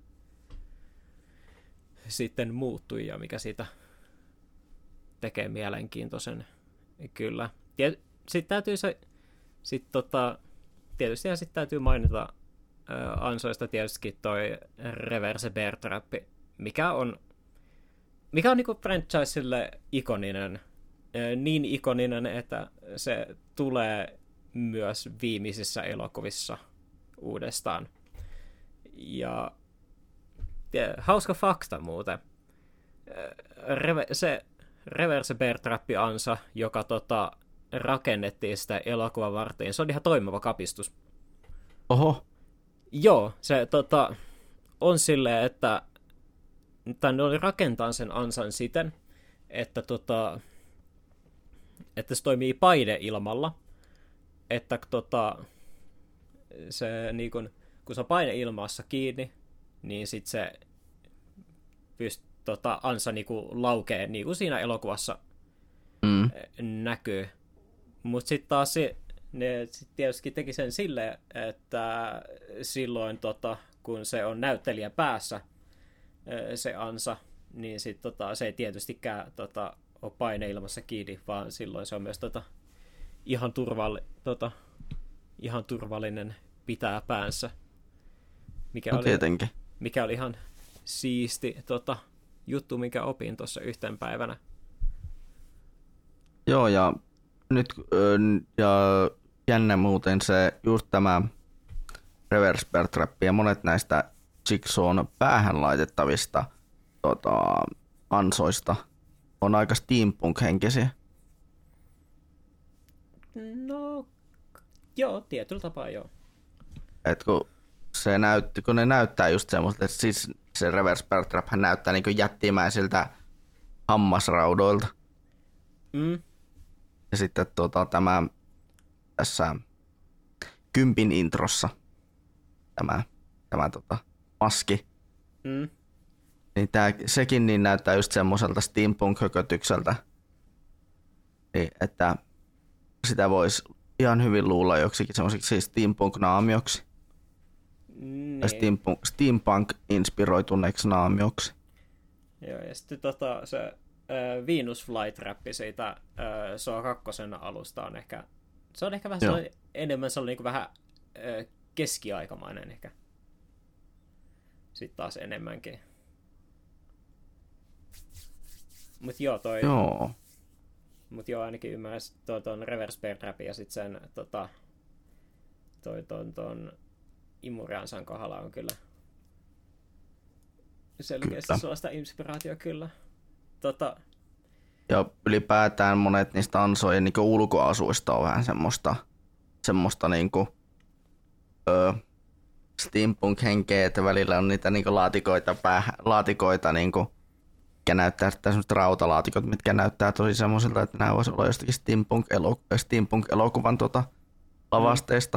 sitten muuttujia, mikä siitä tekee mielenkiintoisen. Kyllä. Sitten täytyy se Sitten tota, tietysti ja sitten täytyy mainita ää, ansoista tietysti toi Reverse Bear Trap, mikä on, mikä on niinku franchiselle ikoninen niin ikoninen, että se tulee myös viimeisissä elokuvissa uudestaan. Ja, ja hauska fakta muuten. Reve, se Reverse Bear Trap-ansa, joka tota, rakennettiin sitä elokuvaa varten, se on ihan toimiva kapistus. Oho. Joo, se tota, on silleen, että tai ne oli rakentaa sen ansan siten, että, tota, että se toimii paineilmalla, että tota, se, niin kun, kun se on paineilmassa kiinni, niin sitten se pyst, tota, ansa niin kuin laukee, niin kuin siinä elokuvassa mm. näkyy. Mutta sitten taas se, ne sit tietysti teki sen silleen, että silloin tota, kun se on näyttelijä päässä, se ansa, niin sit, tota, se ei tietystikään tota, ole paineilmassa kiinni, vaan silloin se on myös tota, ihan, turvalli, tota, ihan turvallinen pitää päänsä. Mikä, no, oli, tietenkin. mikä oli ihan siisti tota, juttu, minkä opin tuossa yhten päivänä. Joo, ja nyt ja jännä muuten se just tämä Reverse Bear Trap ja monet näistä Jigsawn päähän laitettavista tota, ansoista on aika steampunk-henkisiä. No, joo, tietyllä tapaa joo. Et kun, se näytti, kun ne näyttää just semmoista, että siis se Reverse Bear Trap hän näyttää niin kuin jättimäisiltä hammasraudoilta. Mm. Ja sitten tota, tämä tässä kympin introssa tämä, tämä tota, maski, mm. niin tää, sekin niin näyttää just semmoiselta steampunk-hökötykseltä, niin, että sitä voisi ihan hyvin luulla joksikin semmoisiksi steampunk-naamioksi. Niin. Steampunk, steampunk-inspiroituneeksi naamioksi. Joo, ja sitten tota, se äh, Venus Flytrap siitä äh, S O kakkosen alusta on ehkä, se on ehkä vähän sellainen, enemmän sellainen niin vähän äh, keskiaikamainen ehkä. Sitten taas enemmänkin. Mut joo, toi... Joo. Mut joo, ainakin ymmärrän toi ton Reverse Bear Trapin ja sit sen tota... Toi ton ton Imuriansan kohdalla on kyllä selkeästi sellaista inspiraatio kyllä. Tota... Ja ylipäätään monet niistä ansojen niin ulkoasuista on vähän semmoista, semmoista niinku, ö, steampunk-henkeä, että välillä on niitä niinku laatikoita, pää, laatikoita niinku, mitkä näyttää semmoiset rautalaatikot, mitkä näyttää tosi semmoisilta, että nämä voisi olla jostakin steampunk-elokuvan, steampunk-elokuvan tota, lavasteista,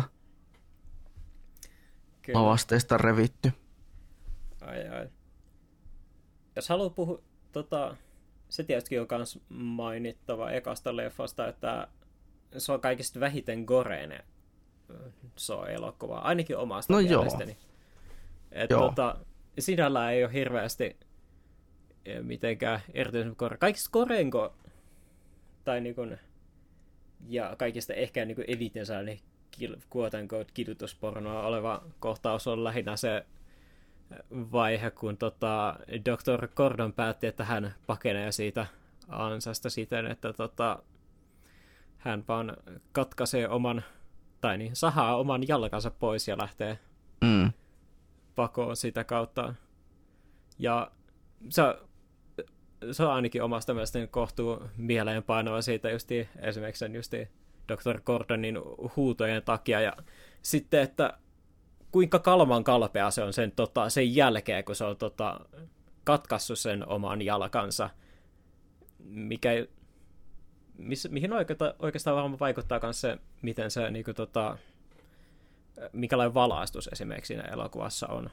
Kyllä. lavasteista revitty. Ai ai. Jos haluaa puhua, tota, se tietysti on myös mainittava ekasta leffasta, että se on kaikista vähiten goreinen se on elokuva, ainakin omasta no mielestäni. Et joo. Tota, sinällään ei ole hirveästi mitenkään erityisen gore. Kaikista koreinko, tai niin kuin, ja kaikista ehkä niin kuin eniten sellainen quote-unquote kidutuspornoa oleva kohtaus on lähinnä se vaihe, kun tota, doktor Gordon päätti, että hän pakenee siitä ansasta siten, että tota, hän vaan katkaisee oman, tai niin, sahaa oman jalkansa pois ja lähtee mm. pakoon sitä kautta. Ja se, se on ainakin omasta mielestäni kohtuu mieleenpainoa siitä justi, esimerkiksi sen justi doktor Gordonin huutojen takia. Ja sitten, että kuinka kalman kalpea se on sen, tota, sen jälkeen, kun se on tota, katkaissut sen oman jalkansa, mikä, miss, mihin oikeastaan, oikeastaan varmaan vaikuttaa myös se, miten se, niin kuin, tota, minkälainen valaistus esimerkiksi siinä elokuvassa on.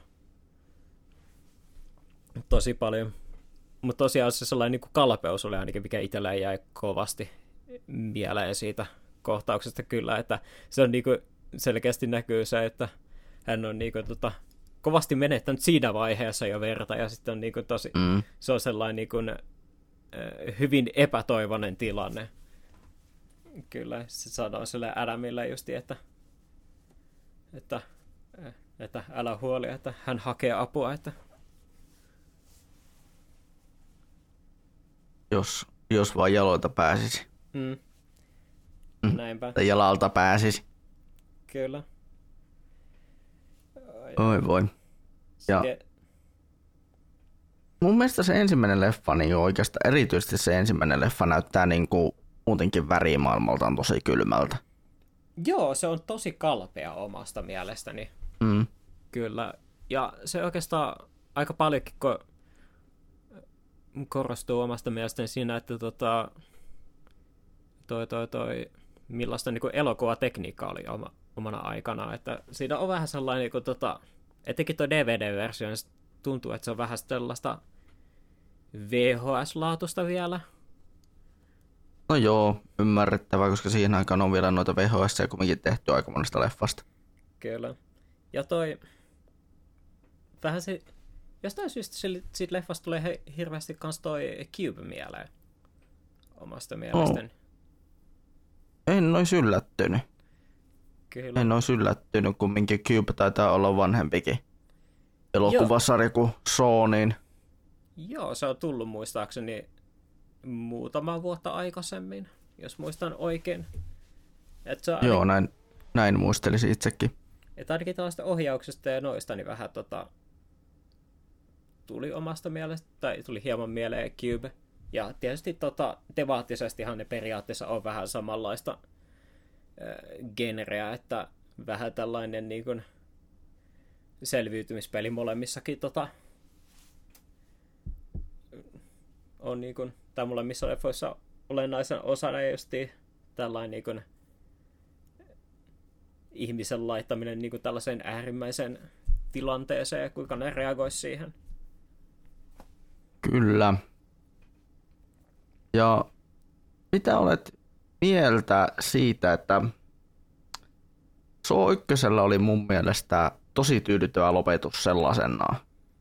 Tosi paljon. Mutta tosiaan se sellainen niin kuin kalpeus oli ainakin, mikä itselleen jäi kovasti mieleen siitä kohtauksesta kyllä, että se on niin kuin, selkeästi näkyy se, että hän on niin kuin, tota, kovasti menettänyt siinä vaiheessa jo verta, ja sitten on niin kuin, tosi, mm. se on sellainen niin kuin, hyvin epätoivoinen tilanne. Kyllä, se sanoo sille Adamille justi, että, että, että älä huoli, että hän hakee apua, että Jos, jos vaan jaloilta pääsisi. Mm. Mm. Näinpä. Tai jalalta pääsisi. Kyllä. Oi voi. Ja Sitten... mun mielestä se ensimmäinen leffa, niin oikeastaan erityisesti se ensimmäinen leffa näyttää niin kuin muutenkin värimaailmaltaan tosi kylmältä. Joo, se on tosi kalpea omasta mielestäni. Mm. Kyllä. Ja se oikeastaan aika paljonkin ko- korostuu omasta mielestäni siinä, että tota, toi, toi, toi, millaista niin kuin elokuvatekniikka oli oma, omana aikana. Että siinä on vähän sellainen, niin kuin, tota, etenkin tuo D V D-versio, niin tuntuu, että se on vähän sellaista V H S-laatusta vielä. No joo, ymmärrettävää, koska siihen aikaan on vielä noita V H S kumminkin tehty aika monesta leffasta. Kyllä. Ja toi, vähän se, jostain syystä siitä leffasta tulee he, hirveästi kans toi Cube mieleen. Omasta mielestäni. Oh. En ois yllättynyt. Kyllä. En ois yllättynyt, kumminkin Cube taitaa olla vanhempikin elokuvasarja kuin Saw, niin... Joo, se on tullut muistaakseni muutama vuotta aikaisemmin, jos muistan oikein. Et se on Joo, ainakin, näin, näin muistelisin itsekin. että ainakin tällaista ohjauksesta ja noista niin vähän tota, tuli omasta mielestä, tai tuli hieman mieleen Cube. Ja tietysti tota, temaattisestihan ne periaatteessa on vähän samanlaista äh, genreä, että vähän tällainen niin kuin selviytymispeli molemmissakin tota, on niin kuin, tai molemmissa leffoissa olennaisen osana justiin tällainen niin kuin ihmisen laittaminen niin kuin tällaiseen äärimmäiseen tilanteeseen ja kuinka ne reagoisi siihen. Kyllä. Ja mitä olet mieltä siitä, että Saw ykkösellä oli mun mielestä tosi tyydyttävä lopetus sellaisenaan?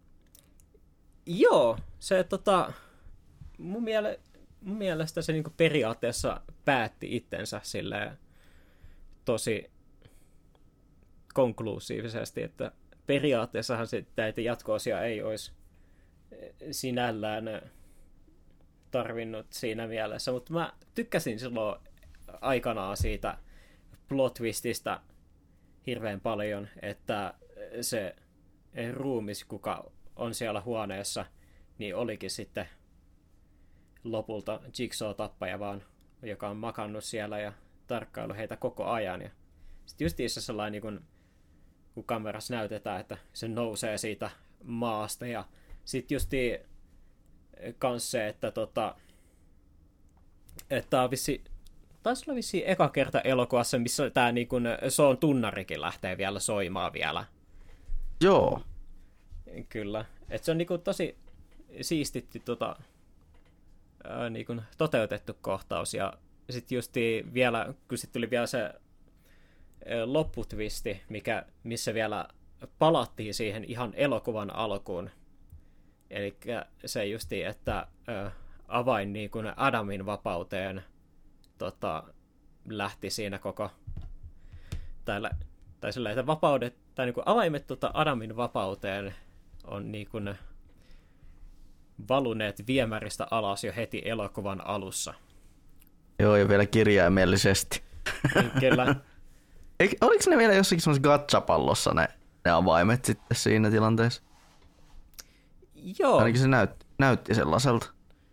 Joo, se tota, mun, miele, mun mielestä se niinku periaatteessa päätti itsensä silleen tosi konklusiivisesti, että periaatteessahan sitten että jatko-osia ei olisi sinällään tarvinnut siinä mielessä, mutta mä tykkäsin silloin aikanaan siitä plot twististä hirveän paljon, että se ruumis, kuka on siellä huoneessa, niin olikin sitten lopulta Jigsaw-tappaja vaan, joka on makannut siellä ja tarkkailu heitä koko ajan. Ja sitten justiinsa sellainen, niin kun, kun kamerassa näytetään, että se nousee siitä maasta. Ja sitten justiin kans se, että tota, että on vissi, taisi olla vissiin eka kerta elokuvassa, missä tämä niin kun, Sawn tunnarikin lähtee vielä soimaan vielä. Joo. Kyllä. Että se on niin kun, tosi siistitti tota, ää, niin kun, toteutettu kohtaus. Ja sitten justiin vielä, kun sitten tuli vielä se lopputvisti, mikä, missä vielä palattiin siihen ihan elokuvan alkuun. Eli se justiin, että ö, avain niin kuin Adamin vapauteen tota, lähti siinä koko, tai, tai sillä, että vapaudet, tai niin kuin avaimet tota Adamin vapauteen on niin kuin valuneet viemäristä alas jo heti elokuvan alussa. Joo, ja vielä kirjaimellisesti. Kyllä. Eik, oliko ne vielä jossakin semmoisessa gacha-pallossa ne, ne avaimet sitten siinä tilanteessa? Joo. Ainakin se näytti, näytti sellaiselta.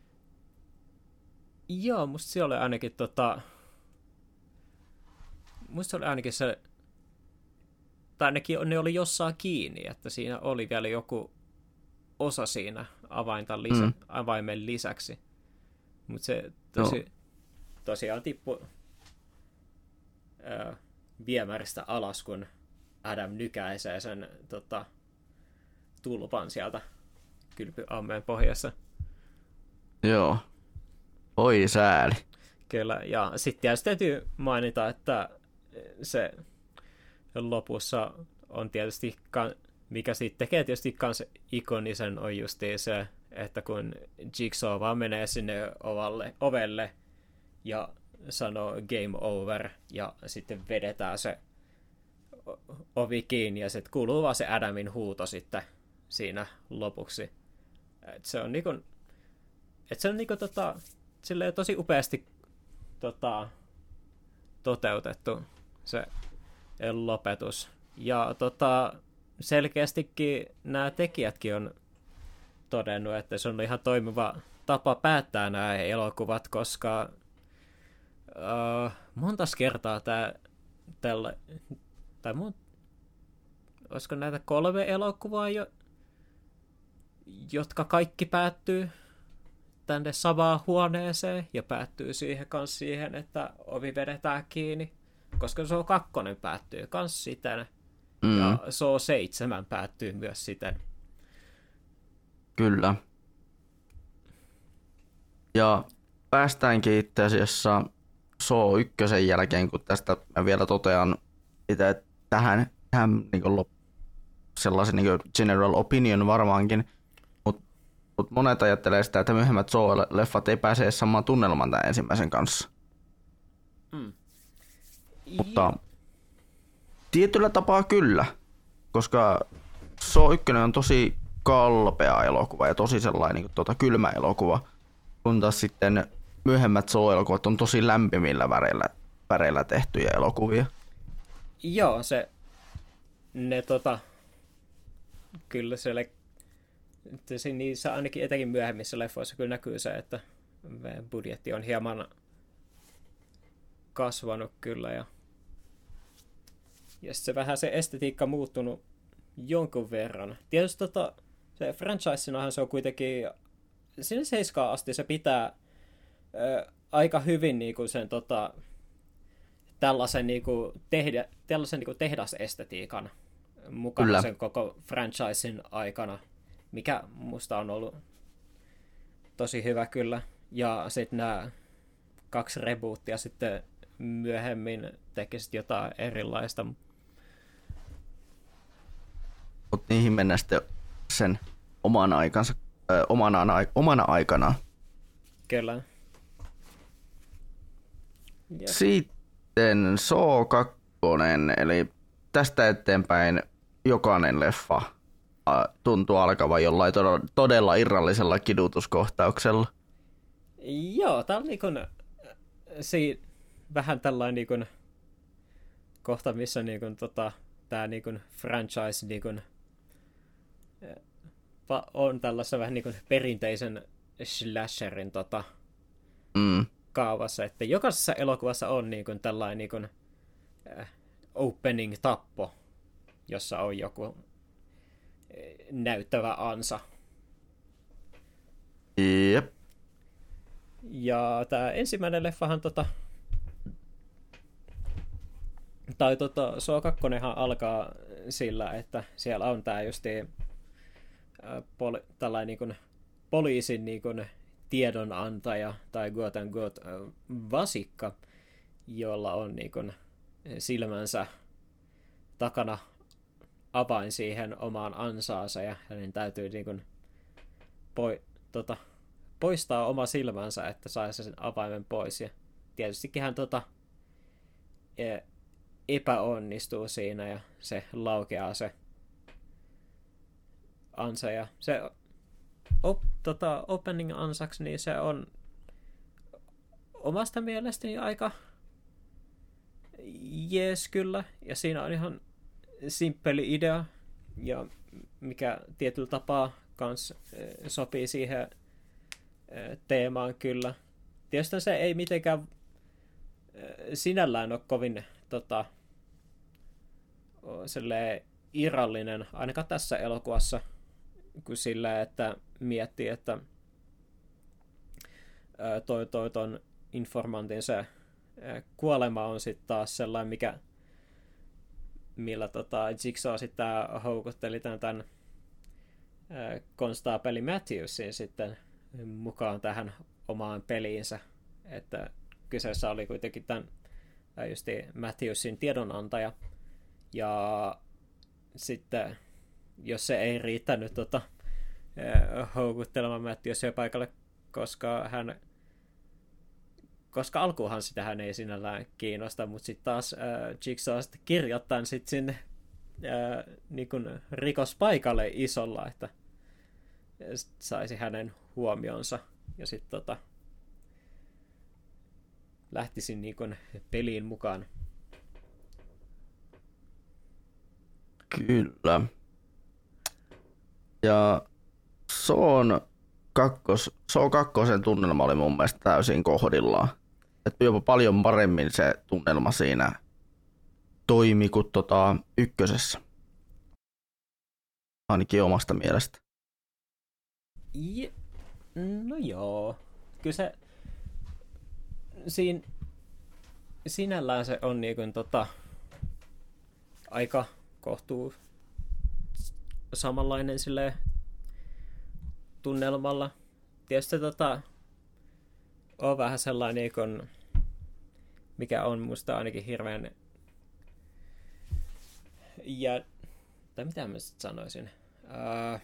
Joo, musta se oli ainakin tota... Musta se oli ainakin se... Tai ainakin ne oli jossain kiinni, että siinä oli vielä joku osa siinä avainta lisä, mm. avaimen lisäksi. Mutta se tosi, no. tosiaan tippui ää, viemäristä alas, kun Adam nykäisee sen tota, tulpan sieltä kylpyammeen pohjassa. Joo. Oi sääli. Kyllä, ja sitten tietysti täytyy mainita, että se lopussa on tietysti, mikä siitä tekee tietysti kans ikonisen, on justiin se, että kun Jigsaw vaan menee sinne ovalle, ovelle ja sanoo game over, ja sitten vedetään se ovi kiinni, ja sitten kuuluu vaan se Adamin huuto sitten siinä lopuksi. Et se on niinku, et se on niinku tota, silleen tosi upeasti tota, toteutettu se lopetus. Ja tota, selkeästikin nämä tekijätkin on todennut, että se on ihan toimiva tapa päättää nämä elokuvat, koska uh, montas kertaa tämä tällä, tai mun, olisiko näitä kolme elokuvaa, jo, jotka kaikki päättyy tänne samaan huoneeseen ja päättyy siihen kanssa siihen, että ovi vedetään kiinni, koska se on kakkonen päättyy kans siten. Mm. Ja se on seitsemän päättyy myös siten. Kyllä. Ja päästäänkin itse asiassa Saw ykkösen jälkeen, kun tästä mä vielä totean itse, että tähän, tähän niin kuin sellaisen niin kuin general opinion varmaankin, mutta mut monet ajattelee sitä, että myöhemmät Saw-leffat ei pääse edes samaan tunnelmaan tämän ensimmäisen kanssa. Mm. Mutta tietyllä tapaa kyllä, koska Saw ykkönen on tosi kalpea elokuva ja tosi sellainen niin kuin, tuota, kylmä elokuva, kun taas sitten myöhemmät Saw-elokuvat on tosi lämpimillä väreillä, väreillä tehtyjä elokuvia. Joo, se ne tota kyllä siellä niissä ainakin etenkin myöhemmissä leffoissa kyllä näkyy se, että budjetti on hieman kasvanut kyllä ja ja se vähän se estetiikka muuttunut jonkun verran. Tietysti tota, se franchisinahan se on kuitenkin sinne seiskaan asti se pitää ö, aika hyvin niinku sen tota, tällaisen, niinku, tehdä, tällaisen niinku tehdasestetiikan mukana Kyllä. sen koko franchisin aikana, mikä musta on ollut tosi hyvä kyllä. Ja sitten nämä kaksi rebootia sitten myöhemmin tekisit jotain erilaista. Mutta niihin mennään sitten sen oman aikansa, ö, omana, omana aikana. Kyllä. Ja. Sitten Saw kaksi, eli tästä eteenpäin jokainen leffa tuntuu alkavan jollain todella, todella irrallisella kidutuskohtauksella. Joo, tää on niin kuin, si- vähän tällainen niin kuin, kohta, missä niin kuin, tota, tämä niin kuin, franchise niin kuin, on tällaisen vähän niin kuin, perinteisen slasherin tota, mm. kaavassa, että jokaisessa elokuvassa on niin kuin, tällainen niin kuin, äh, opening-tappo, jossa on joku näyttävä ansa. Jep. Ja tämä ensimmäinen leffahan tota, tai tota, Saw kaksi alkaa sillä, että siellä on tää justi äh, poli, tällainen niin kuin, poliisin niin kuin, tiedonantaja tai god and god äh, vasikka, jolla on niin kuin, silmänsä takana avain siihen omaan ansaansa ja hänen täytyy niin kuin, poi, tota, poistaa oma silmänsä, että saisi sen avaimen pois. Ja tietystikin hän tota, epäonnistuu siinä ja se laukeaa se ansa. Ja se op, tota, opening ansaksi, niin se on omasta mielestäni aika jees kyllä. Ja siinä on ihan simppeli idea, ja mikä tietyllä tapaa kans sopii siihen teemaan kyllä. Tietysti se ei mitenkään sinällään ole kovin tota, irrallinen, ainakaan tässä elokuvassa, kuin sillä, että miettii, että toi, toi ton informantin se kuolema on sitten taas sellainen, mikä millä tota, Jigsaw sitten houkutteli tämän, tämän konstaapeli Matthewsin sitten mukaan tähän omaan peliinsä, että kyseessä oli kuitenkin tämän justi Matthewsin tiedonantaja, ja sitten jos se ei riittänyt tota, houkuttelemaan Matthewsia paikalle, koska hän koska alkuunhan sitä hän ei sinällään kiinnosta, mutta sitten taas äh, Jigsaw sitten kirjoittaa sit sinne äh, niin kun rikospaikalle isolla, että saisi hänen huomionsa. Ja sitten tota, lähtisin niin kuin peliin mukaan. Kyllä. Ja Soon kakkos, Soo kakkosen tunnelma oli mun mielestä täysin kohdillaan. Että jopa paljon paremmin se tunnelma siinä toimi kuin tota ykkösessä. Ainakin omasta mielestä. Je- no joo. Kyllä se siinä sinällään se on niin kuin tota aika kohtuu samanlainen sille tunnelmalla. Tietysti tota on vähän sellainen niin kuin, mikä on musta ainakin hirveän ja tai mitä mä sitten sanoisin. Uh,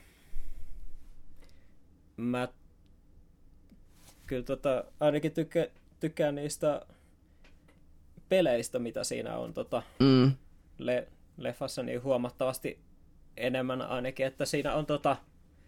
mä kyllä tota, ainakin tykkään, tykkään niistä peleistä, mitä siinä on tota, Mm. le, leffassa niin huomattavasti enemmän ainakin, että siinä on tota,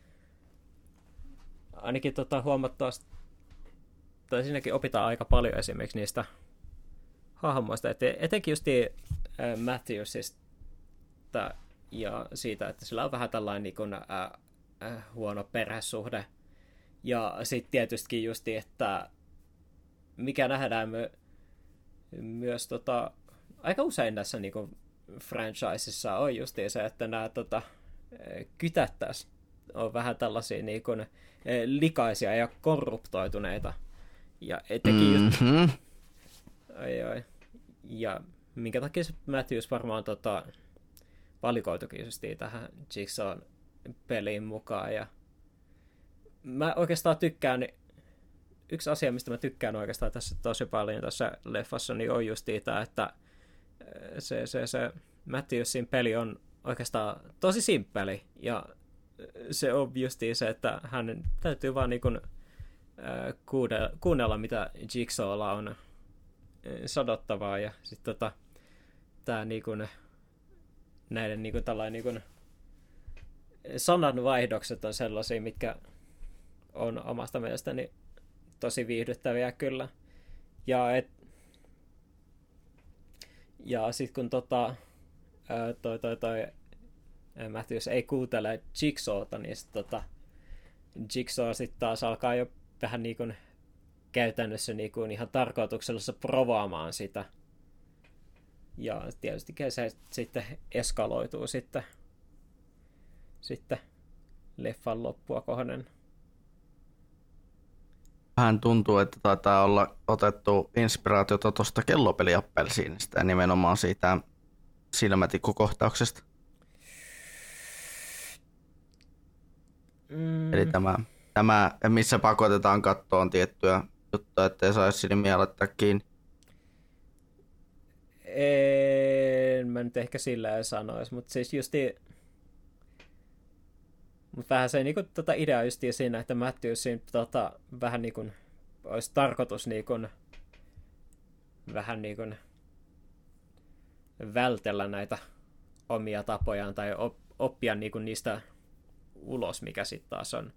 ainakin tota huomattavasti, tai siinäkin opitaan aika paljon esimerkiksi niistä hahmoista, et, etenkin just äh, Matthewsista ja siitä, että sillä on vähän tällainen niin kuin, äh, äh, huono perhesuhde. Ja sitten tietysti just, että mikä nähdään my, myös tota, aika usein tässä niin kuin franchisessa on just se, että nämä tota, kytät tässä on vähän tällaisia niin kuin, likaisia ja korruptoituneita. Ja etenkin mm-hmm. just, ai, ai. Ja minkä takia se Matthews varmaan tota, valikoitukin just tähän Jigsawn peliin mukaan. Ja mä oikeastaan tykkään, yksi asia, mistä mä tykkään oikeastaan tässä tosi paljon tässä leffassa, niin on just tämä, että se, se, se Matthewsin peli on oikeastaan tosi simppeli. Ja se on just se, että hänen täytyy vaan niin kuin, äh, kuunnella, kuunnella, mitä Jigsawlla on sanottavaa. Ja sitten tota, tää niin kuin, näiden niin kuin, tällainen niin kuin, sananvaihdokset on sellaisia, mitkä on omasta mielestäni tosi viihdyttäviä kyllä. Ja, et, ja sitten kun tota, toi, toi, toi Matthews ei kuuntele Jigsawta, niin sit, tota, Jigsaw sitten taas alkaa jo vähän niin kuin käytännössä niin kuin ihan tarkoituksella provaamaan sitä. Ja tietysti se sitten eskaloituu sitten, sitten leffan loppua kohden. Vähän tuntuu, että taitaa olla otettu inspiraatiota tuosta kellopeliappelsiinista ja nimenomaan siitä silmätikkukohtauksesta. Mm. Eli tämä, tämä, missä pakotetaan kattoon tiettyä juttua, ettei saisi silmiä laittaa kiinni. En mä nyt ehkä sillä ei sanoisi, mutta siis justi mutta vähän se niinku tota idea justiin siinä, että Matthewsin tota vähän niinku olisi tarkoitus niinku vähän niinku vältellä näitä omia tapojaan tai oppia niinku niistä ulos, mikä sitten taas on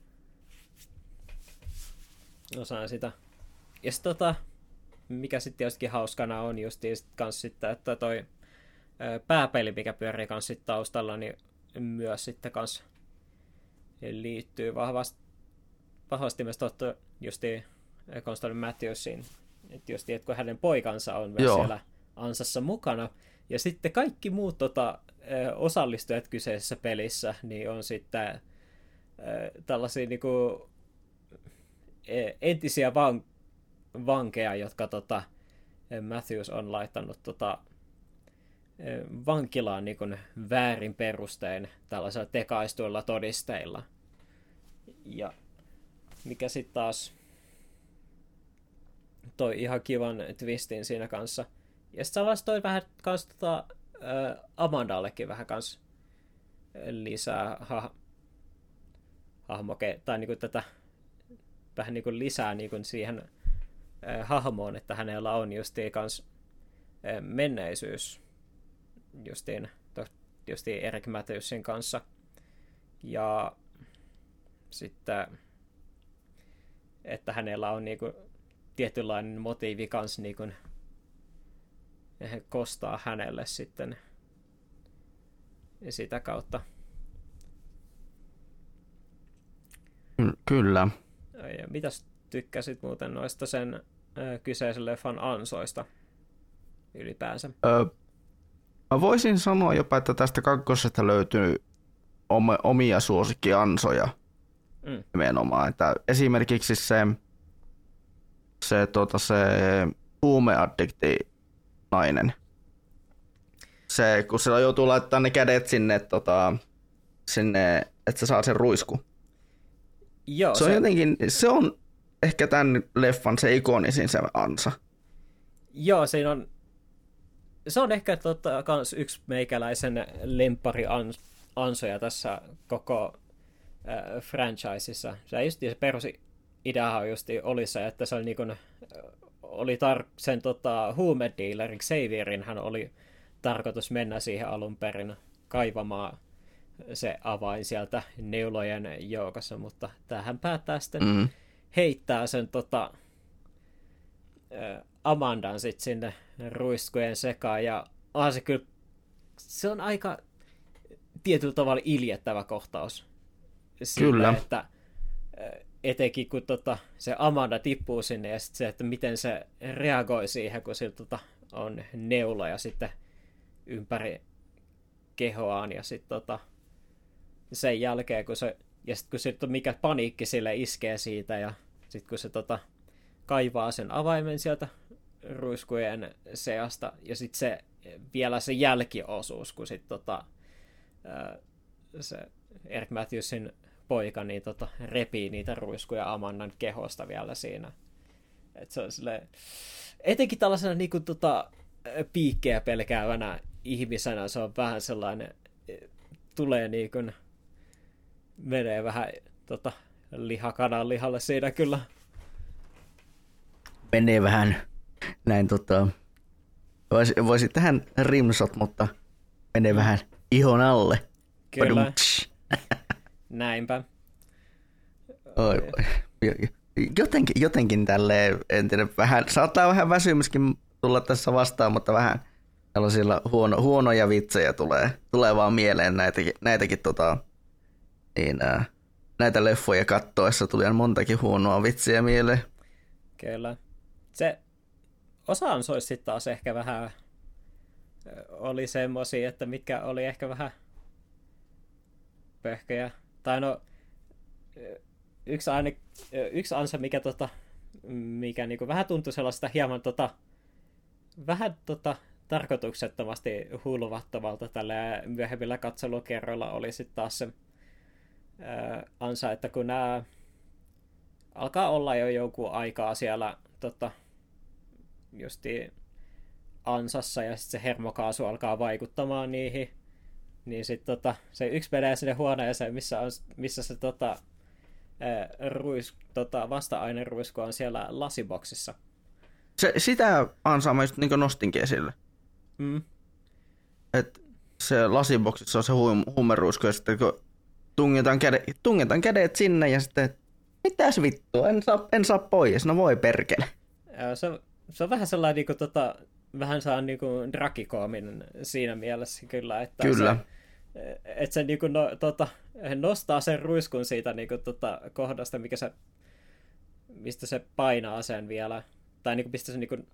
osaan sitä. Ja sitten tota, mikä sitten tietystikin hauskana on justiin sit kans sitten, että toi pääpeli, mikä pyörii kans sit taustalla, niin myös sitten kans liittyy vahvasti, vahvasti myös totta justiin Constable Matthewsiin, että justiin, että kun hänen poikansa on myös Joo. siellä ansassa mukana, ja sitten kaikki muut tota, osallistujat kyseisessä pelissä, niin on sitten tällaisia niinku, entisiä van, vankeja, jotka tota, Matthews on laittanut tota, vankilaan niin kuin väärin perustein tällaisilla tekaistuilla todisteilla. Ja mikä sitten taas toi ihan kivan twistin siinä kanssa. Ja sitten sellaista toi vähän kans tota, ä, Amandallekin vähän kans lisää ha- hahmoke, tai niinku tätä vähän niinku lisää niinku siihen ä, hahmoon, että hänellä on justiin kans ä, menneisyys justiin, to, justiin Eric Matthewsin kanssa. Ja sitten, että hänellä on niinku tietynlainen motiivi kans niin kuin kostaa hänelle sitten sitä kautta. Kyllä. Ja mitäs tykkäsit muuten noista sen ö, kyseisen leffan ansoista ylipäänsä? Öö, mä voisin sanoa jopa, että tästä kakkosesta löytyy om- omia suosikkiansoja mm. nimenomaan. Että esimerkiksi se, se, tota, se huumeaddikti nainen. Se, kun sillä joutuu laittamaan ne kädet sinne, tota, sinne että se saa sen ruisku. Joo, se, on se... Jotenkin, se on ehkä tämän leffan se ikonisin se ansa. Joo, siinä on, se on ehkä tota, kans yksi meikäläisen lemppari ans, ansoja tässä koko äh, franchiseissa. Se, just, se perusideahan justi oli se, että se oli, niin kun, oli tar- sen tota, huumedealeri Xavierin hän oli tarkoitus mennä siihen alun perin kaivamaan se avain sieltä neulojen joukossa, mutta tämähän päättää sitten mm. heittää sen tota, ä, Amandan sitten sinne ruiskujen sekaan, ja ah, se kyllä, se on aika tietyllä tavalla iljettävä kohtaus. Sillä, kyllä. Että ä, etenkin kun tota, se Amanda tippuu sinne, ja sitten se, että miten se reagoi siihen, kun sillä tota, on neuloja sitten ympäri kehoaan, ja sitten tota, sen jälkeen, kun se, ja sitten kun se, mikä paniikki sille iskee siitä, ja sitten kun se tota, kaivaa sen avaimen sieltä ruiskujen seasta, ja sitten se, vielä se jälkiosuus, kun sitten tota, se Eric Matthewsin poika niin tota, repii niitä ruiskuja Amandan kehosta vielä siinä. Et se on silleen, etenkin tällaisena niin kuin, tota, piikkejä pelkäävänä ihmisenä se on vähän sellainen, tulee niin kuin, menee vähän tota, lihakanan lihalle siinä kyllä. Menee vähän näin tota, voisi, voisi tähän rimsot, mutta menee vähän ihon alle. Kyllä. Näinpä. Oi, jotenkin, jotenkin tälleen, en tiedä, vähän, saattaa vähän väsymyskin tulla tässä vastaan, mutta vähän tällaisilla huono, huonoja vitsejä tulee, tulee vaan mieleen näitäkin, näitäkin tota, niin, ää, näitä leffoja kattoessa tuli montakin huonoa vitsiä mieleen. Kyllä. Se osaan se olisi sitten taas ehkä vähän, oli semmosia, että mitkä oli ehkä vähän pöhköjä. Tai no, yksi, aine, yksi ansa, mikä, tota, mikä niinku vähän tuntui sellaista hieman tota, vähän tota, tarkoituksettomasti hulvattomalta tällä myöhemmillä katselukerroilla oli sitten taas se ää, ansa, että kun nämä alkaa olla jo joku aikaa siellä tota, justi ansassa ja sitten se hermokaasu alkaa vaikuttamaan niihin, niin sitten tota, se yksi menee sinne huoneeseen, missä, on, missä se tota, ää, ruis, tota, vasta-aineruisku on siellä lasiboksissa. Se, sitä ansaa mä just niin nostinkin esille. Mm. Että se lasiboksissa on se hu- huumeruisku ja sitten kun tungetaan, käde, tungetaan kädet sinne ja sitten mitäs vittua, en saa, en saa pois, no voi perkele. Ja se, se on vähän sellainen, niin kuin, tota, vähän saa niin kuin drakikoominen siinä mielessä kyllä, että kyllä. se, että se niin kuin, no, tota, nostaa sen ruiskun siitä niin kuin, tota, kohdasta, mikä se, mistä se painaa sen vielä, tai niin kuin, mistä se niin kuin,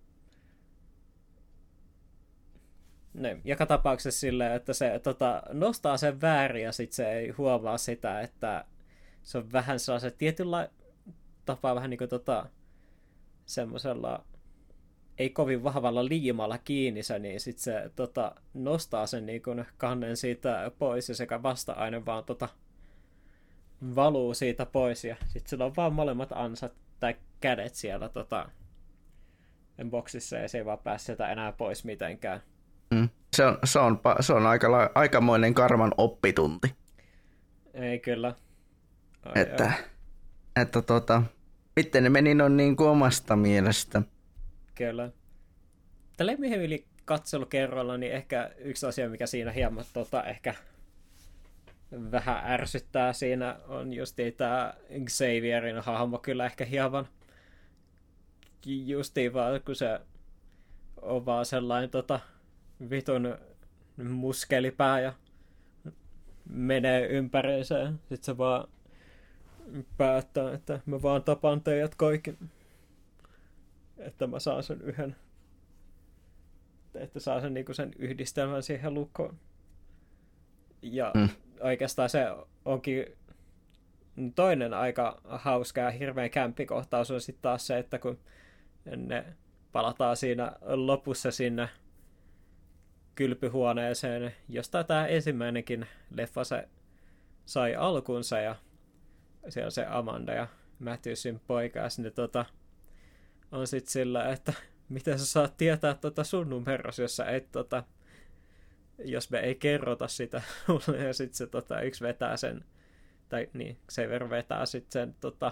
ne, joka tapauksessa silleen, että se tota, nostaa sen väärin ja sitten se ei huomaa sitä, että se on vähän sellaisen tietyllä tapaa vähän niin kuin tota, semmoisella ei kovin vahvalla liimalla kiinni se, niin sitten se tota, nostaa sen niin kuin kannen siitä pois ja sekä vasta-aine vaan tota, valuu siitä pois ja sitten sillä on vaan molemmat ansat tai kädet siellä tota, boksissa ja se ei vaan pääse sieltä enää pois mitenkään. Mm. Se on, se on, se on aika, aikamoinen karman oppitunti. Ei kyllä. Ai että, ai. että tota, miten ne meni noin niin kuin omasta mielestä. Kyllä. Tällä myöhemmin katselukerralla, niin ehkä yksi asia, mikä siinä hieman tota, ehkä vähän ärsyttää siinä, on just tämä Xavierin hahmo kyllä ehkä hieman justiin vaan, kun se on vaan sellainen tota, vitun muskelipää ja menee ympäriinsä. Sitten se vaan päättää, että mä vaan tapan teidät kaikki. Että mä saan sen yhden. Että saa sen, niinku sen yhdistelmän siihen lukkoon. Ja mm. oikeastaan se onkin toinen aika hauska ja hirveän kämppikohtaus on sitten taas se, että kun ne palataan siinä lopussa sinne kylpyhuoneeseen, josta tämä ensimmäinenkin leffa se sai alkunsa, ja siellä se Amanda ja Matthewsin poika, ja sinne tota, on sitten sillä, että miten sä saat tietää tota sun numeros, jos sä et tota, jos me ei kerrota sitä sulle, ja sitten se tota, yksi vetää sen, tai niin, Xavier vetää sitten sen tota,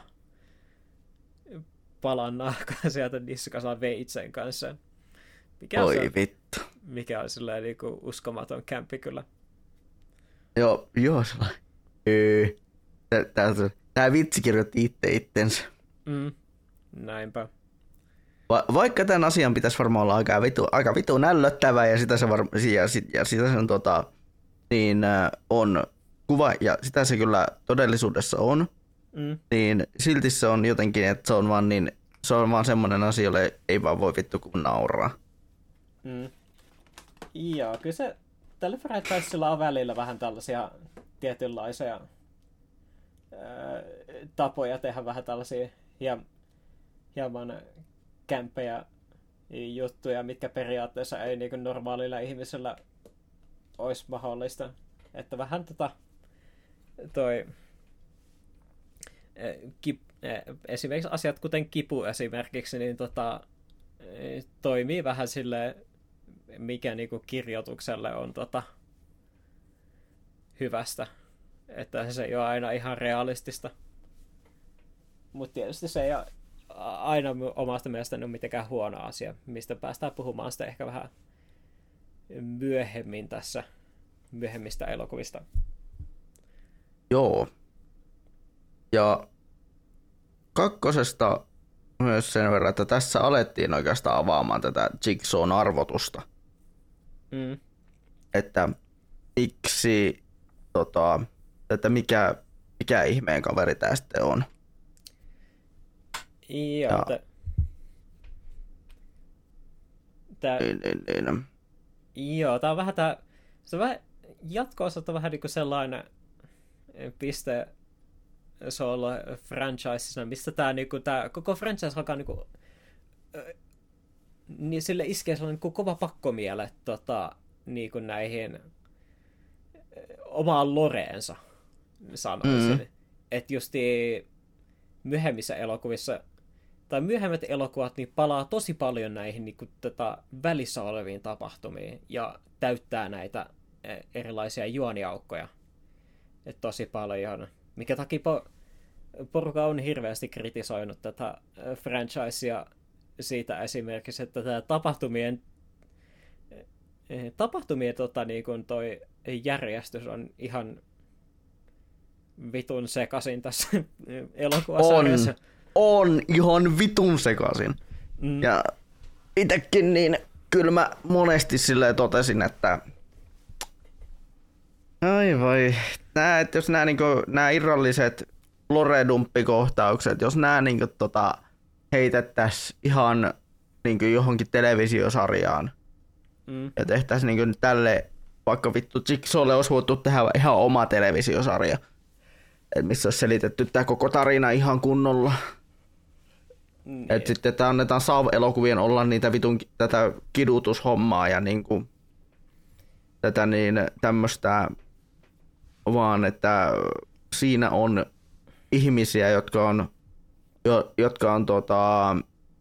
palan nahkaa sieltä niskassa veitsen kanssa. Mikä Oi on, vittu. mikä on silleen niinku uskomaton kämpi kyllä. Joo, joo sellainen. Öö. Tää vitsi kirjoitti itse itsensä. Mm, näinpä. Va- vaikka tämän asian pitäisi varmaan olla aika vitu, aika vitu nällöttävä ja sitä se, var- ja sit, ja sitä se on, tota, niin, äh, on kuva ja sitä se kyllä todellisuudessa on, Mm. niin silti se on jotenkin, että se on vaan, niin, se on vaan semmoinen asia, jolle ei vaan voi vittu kuin nauraa. Mm. Joo, kyllä se tällä franchisella on välillä vähän tällaisia tietynlaisia ää, tapoja tehdä vähän tällaisia hiem, hieman kämpejä juttuja, mitkä periaatteessa ei niin normaalilla ihmisellä olisi mahdollista. Että vähän tota, toi, kip, esimerkiksi asiat kuten kipu esimerkiksi, niin tota, toimii vähän silleen, mikä niinku kirjoitukselle on tota, hyvästä. Että se ei ole aina ihan realistista. Mutta tietysti se ei ole aina omasta mielestäni ole mitenkään huono asia, mistä päästään puhumaan sitten ehkä vähän myöhemmin tässä, myöhemmistä elokuvista. Joo. Ja kakkosesta myös sen verran, että tässä alettiin oikeastaan avaamaan tätä Jigsawn arvotusta. Mm. Että miksi, tota, että mikä, mikä ihmeen kaveri tää sitten on. Joo, ja, tä... Tää... Niin, niin, niin. Joo, tää on vähän tää, se on vähän jatko-osat on vähän niinku sellainen piste solo franchisena, mistä tää niinku tää koko franchise alkaa niinku niin sille iskee sellainen niinku kova pakkomiele tota niinku näihin omaan loreensa sanoisin. Mm. Että justi myöhemmissä elokuvissa tai myöhemmät elokuvat niin palaa tosi paljon näihin niin kuin, tota, välissä oleviin tapahtumiin ja täyttää näitä erilaisia juoniaukkoja. Et tosi paljon. Mikä takia po- porukka on hirveästi kritisoinut tätä franchisea siitä esimerkiksi, että tämä tapahtumien tapahtumien tota, niin kuin toi järjestys on ihan vitun sekasin tässä elokuvasarjassa. On, on ihan vitun sekasin. Mm. Ja itekin niin kyllä mä monesti silleen totesin, että ai vai, nää, että jos nämä niinku, nää irralliset lore-dumppikohtaukset, jos nämä niinku, tota, heitettäisiin ihan niinku, johonkin televisiosarjaan mm. ja tehtäisiin niinku, tälle, vaikka vittu Jigsawlle olisi voitu tehdä ihan oma televisiosarja. Et missä olisi selitetty tämä koko tarina ihan kunnolla. Mm. Että sitten että annetaan Saw-elokuvien olla niitä vitun tätä kidutushommaa ja niinku, tätä niin tämmöistä vaan, että siinä on ihmisiä, jotka on, jo, jotka on tota,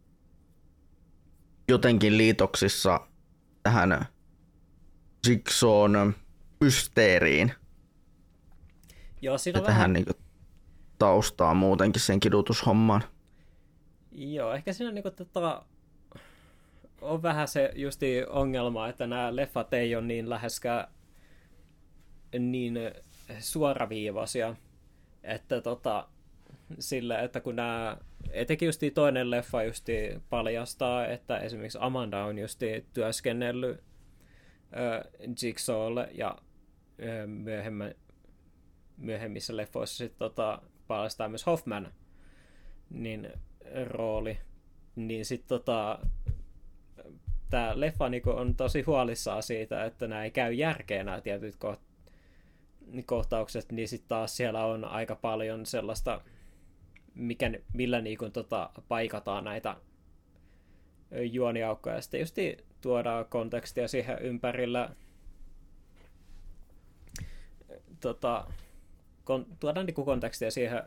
jotenkin liitoksissa tähän Jigsawn mysteeriin. Joo, siinä on tähän vähän... niinku taustaa muutenkin sen kidutushommaan. Joo, ehkä siinä niinku tota, on vähän se justi ongelma, että nämä leffat ei ole niin läheskään niin suoraviivaisia, että tota, sille, että kun nämä etenkin just toinen leffa just paljastaa, että esimerkiksi Amanda on just työskennellyt äh, Jigsawlle ja äh, myöhemmä, myöhemmissä leffoissa sitten tota, paljastaa myös Hoffman niin rooli. Niin sitten tota, tämä leffa niinku on tosi huolissaan siitä, että nämä ei käy järkeen nämä tietyt ko- kohtaukset, niin sitten taas siellä on aika paljon sellaista, mikä, millä niinku tota, paikataan näitä juoniaukkoja. Ja sitten just tuodaan kontekstia siihen ympärillä, tota, kon, tuodaan niinku kontekstia siihen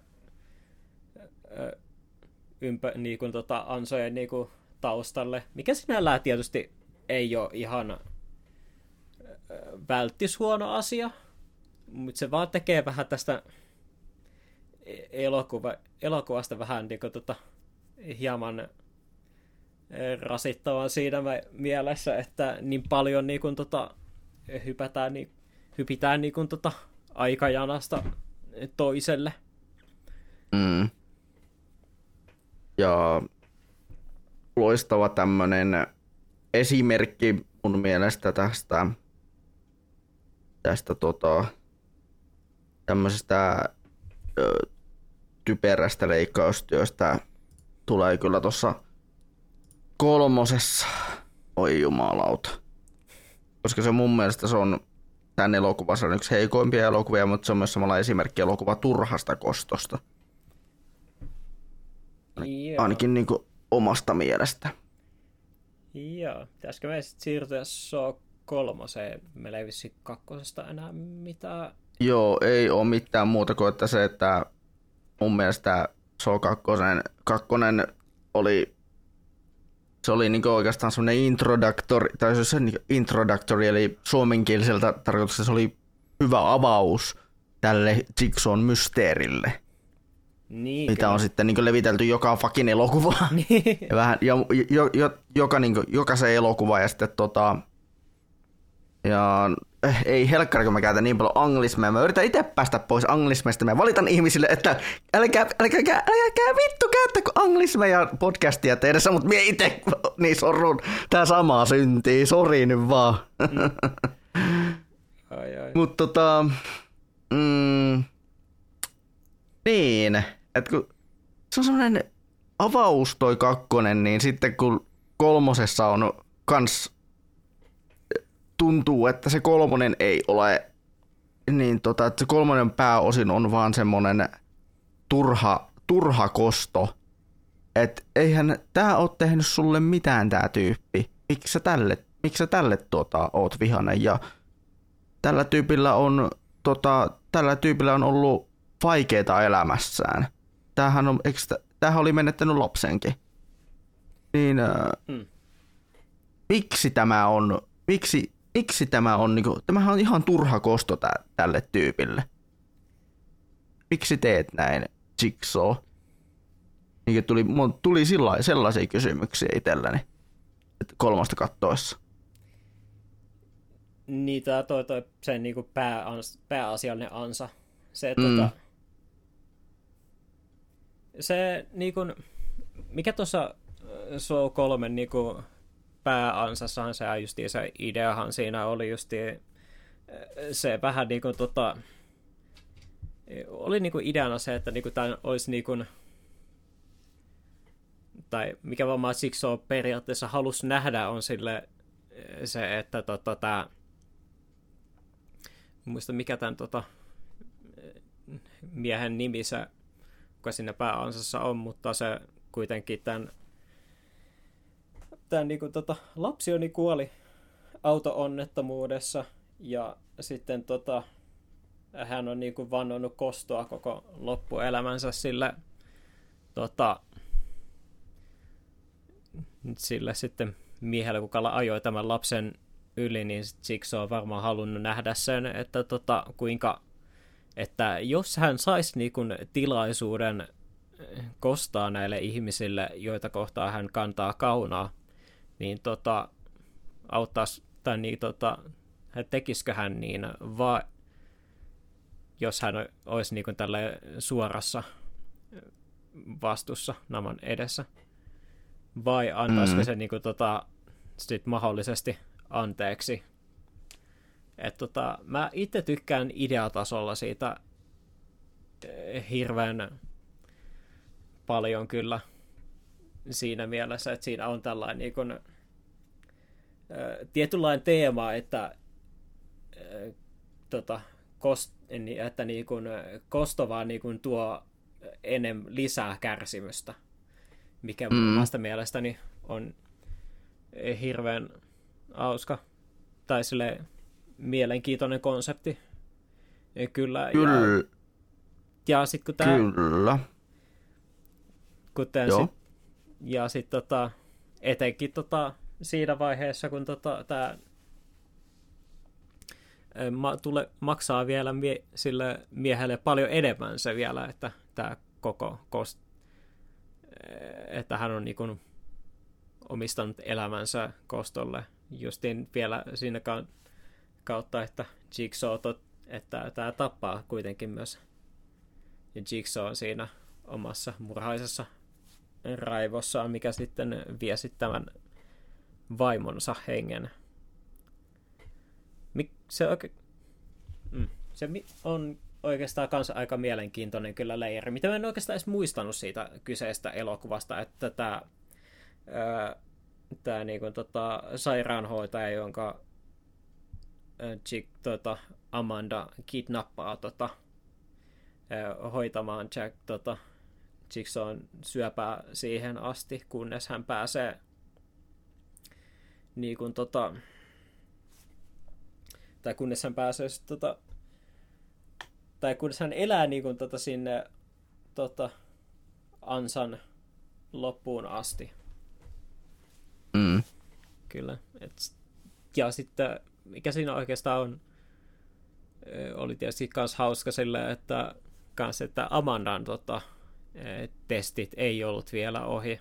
ympä, niinku, tota, ansojen niinku, taustalle, mikä sinällään tietysti ei ole ihan välttis huono asia, mutta se vaan tekee vähän tästä elokuva, elokuvasta vähän niin kuin, tota, hieman rasittavan siinä mielessä, että niin paljon niin kuin, tota, hypätään, niin, hypitään niin kuin, tota, aikajanasta toiselle. Mm. Ja loistava tämmönen esimerkki mun mielestä tästä tästä tota tämmöisestä ö, typerästä leikkaustyöstä tulee kyllä tossa kolmosessa. Oi jumalauta. Koska se mun mielestä se on tän elokuvassa on yksi heikoimpia elokuvia, mutta se on myös samalla esimerkki elokuva turhasta kostosta. Joo. Ainakin niinku omasta mielestä. Joo, pitäisikö me sitten siirtyä Saw kolmoseen? Meillä ei vissi kakkosesta enää mitään. Joo, ei ole mitään muuta kuin että se, että mun mielestä Saw kakkonen, kakkonen oli, se oli niinku oikeastaan semmoinen introductory, tai se niinku introductory, eli suomenkieliseltä tarkoituksessa se oli hyvä avaus tälle Jigsawn mysteerille. Niin, mitä kyllä. on sitten niin levitelty joka fucking elokuva. ja vähän, ja, jo, jo, joka, niin kuin, jokaisen elokuva ja sitten tota... Ja eh, ei helkkari, kun mä käytän niin paljon anglismeja. Mä yritän itse päästä pois anglismeista. Mä valitan ihmisille, että älkää, älkää, älkää, älkää vittu käyttäkö anglismeja podcastia tehdessä, mutta mie itse niin sorrun tää samaa syntiä. Sori nyt vaan. Mm. Ai, ai. Mut tota... Mm, niin, että kun se on semmoinen avaus toi kakkonen, niin sitten kun kolmosessa on kans tuntuu, että se kolmonen ei ole, niin tota, että se kolmonen pääosin on vaan semmoinen turha, turha kosto. Että eihän tää oo tehnyt sulle mitään tää tyyppi. Miksi sä tälle, miksi sä tälle tota, oot vihainen? Ja tällä tyypillä on, tota, tällä tyypillä on ollut vaikeita elämässään. Tämähän, on, eikö, tämähän oli menettänyt lapsenkin. Niin äh, hmm. miksi tämä on, miksi, miksi tämä on, niinku, tämähän on ihan turha kosto tä, tälle tyypille. Miksi teet näin, Jigsaw? Niin tuli, tuli sillä, sellaisia kysymyksiä itselläni kolmasta kattoessa. Niin, tämä toi, toi sen niinku pääans, pääasiallinen ansa. Se, mm. tota, se niinku, mikä tuossa Saw kolmen niinku pääansassahan se justiin se ideahan siinä oli justiin se vähän niinku tota, oli niinku ideana se, että niinku tämän olisi niinku, tai mikä varmaan Jigsaw periaatteessa halusi nähdä on sille se, että tota tää, muista mikä tämän tota miehen nimi se, kuka siinä pääansassa on, mutta se kuitenkin tämän, tämän niin kuin, tota, lapsioni kuoli auto-onnettomuudessa ja sitten tota, hän on niin kuin, vannonut kostoa koko loppuelämänsä sille, tota, sille sitten miehelle, kuka ajoi tämän lapsen yli, niin Jigsaw on varmaan halunnut nähdä sen, että tota, kuinka että jos hän saisi niin kuin tilaisuuden kostaa näille ihmisille, joita kohtaa hän kantaa kaunaa, niin tota, auttaisi, tai niin, tota, tekisikö hän niin, vai jos hän olisi niin kuin tällä suorassa vastuussa naman edessä. Vai antaisiko mm. se niin kuin, tota, sit mahdollisesti anteeksi. Et, tota, mä itse tykkään ideatasolla siitä hirveän paljon kyllä siinä mielessä, että siinä on tällainen niin kuin, ä, tietynlainen teema, että, ä, tota, kost, että niin kuin, kosto vaan niin kuin tuo enemmän lisää kärsimystä, mikä mm. omasta mielestäni on hirveän hauska tai silleen mielenkiintoinen konsepti. Ja kyllä. Kyllä. Ja, ja sitten kun tää, Kyllä. Kuten sit, ja sitten tota, etenkin tota, siinä vaiheessa, kun tota, tämä ma, tule, maksaa vielä mie, sille miehelle paljon enemmän se vielä, että tämä koko kost, että hän on niin kuin omistanut elämänsä kostolle justiin vielä siinä kautta, että Jigsaw, tot, että tämä tappaa kuitenkin myös. Ja Jigsaw on siinä omassa murhaisessa raivossaan, mikä sitten vie sitten tämän vaimonsa hengen. Mik, se, oike, mm, se on oikeastaan kanssa aika mielenkiintoinen kyllä leijeri, mitä mä en oikeastaan edes muistanut siitä kyseistä elokuvasta, että tämä tämä niinku tota, sairaanhoitaja, jonka ää, chick, tota, Amanda kidnappaa tota, ää, hoitamaan Jack tota, Jigsawn syöpää siihen asti, kunnes hän pääsee niin kuin, tota, tai kunnes hän pääsee tota, tai kunnes hän elää niin kuin, tota, sinne tota, ansan loppuun asti. Mm. Kyllä. Et, ja sitten, mikä siinä oikeastaan on, oli tietysti myös hauska silleen, että, kans, että Amandan tota, testit ei ollut vielä ohi.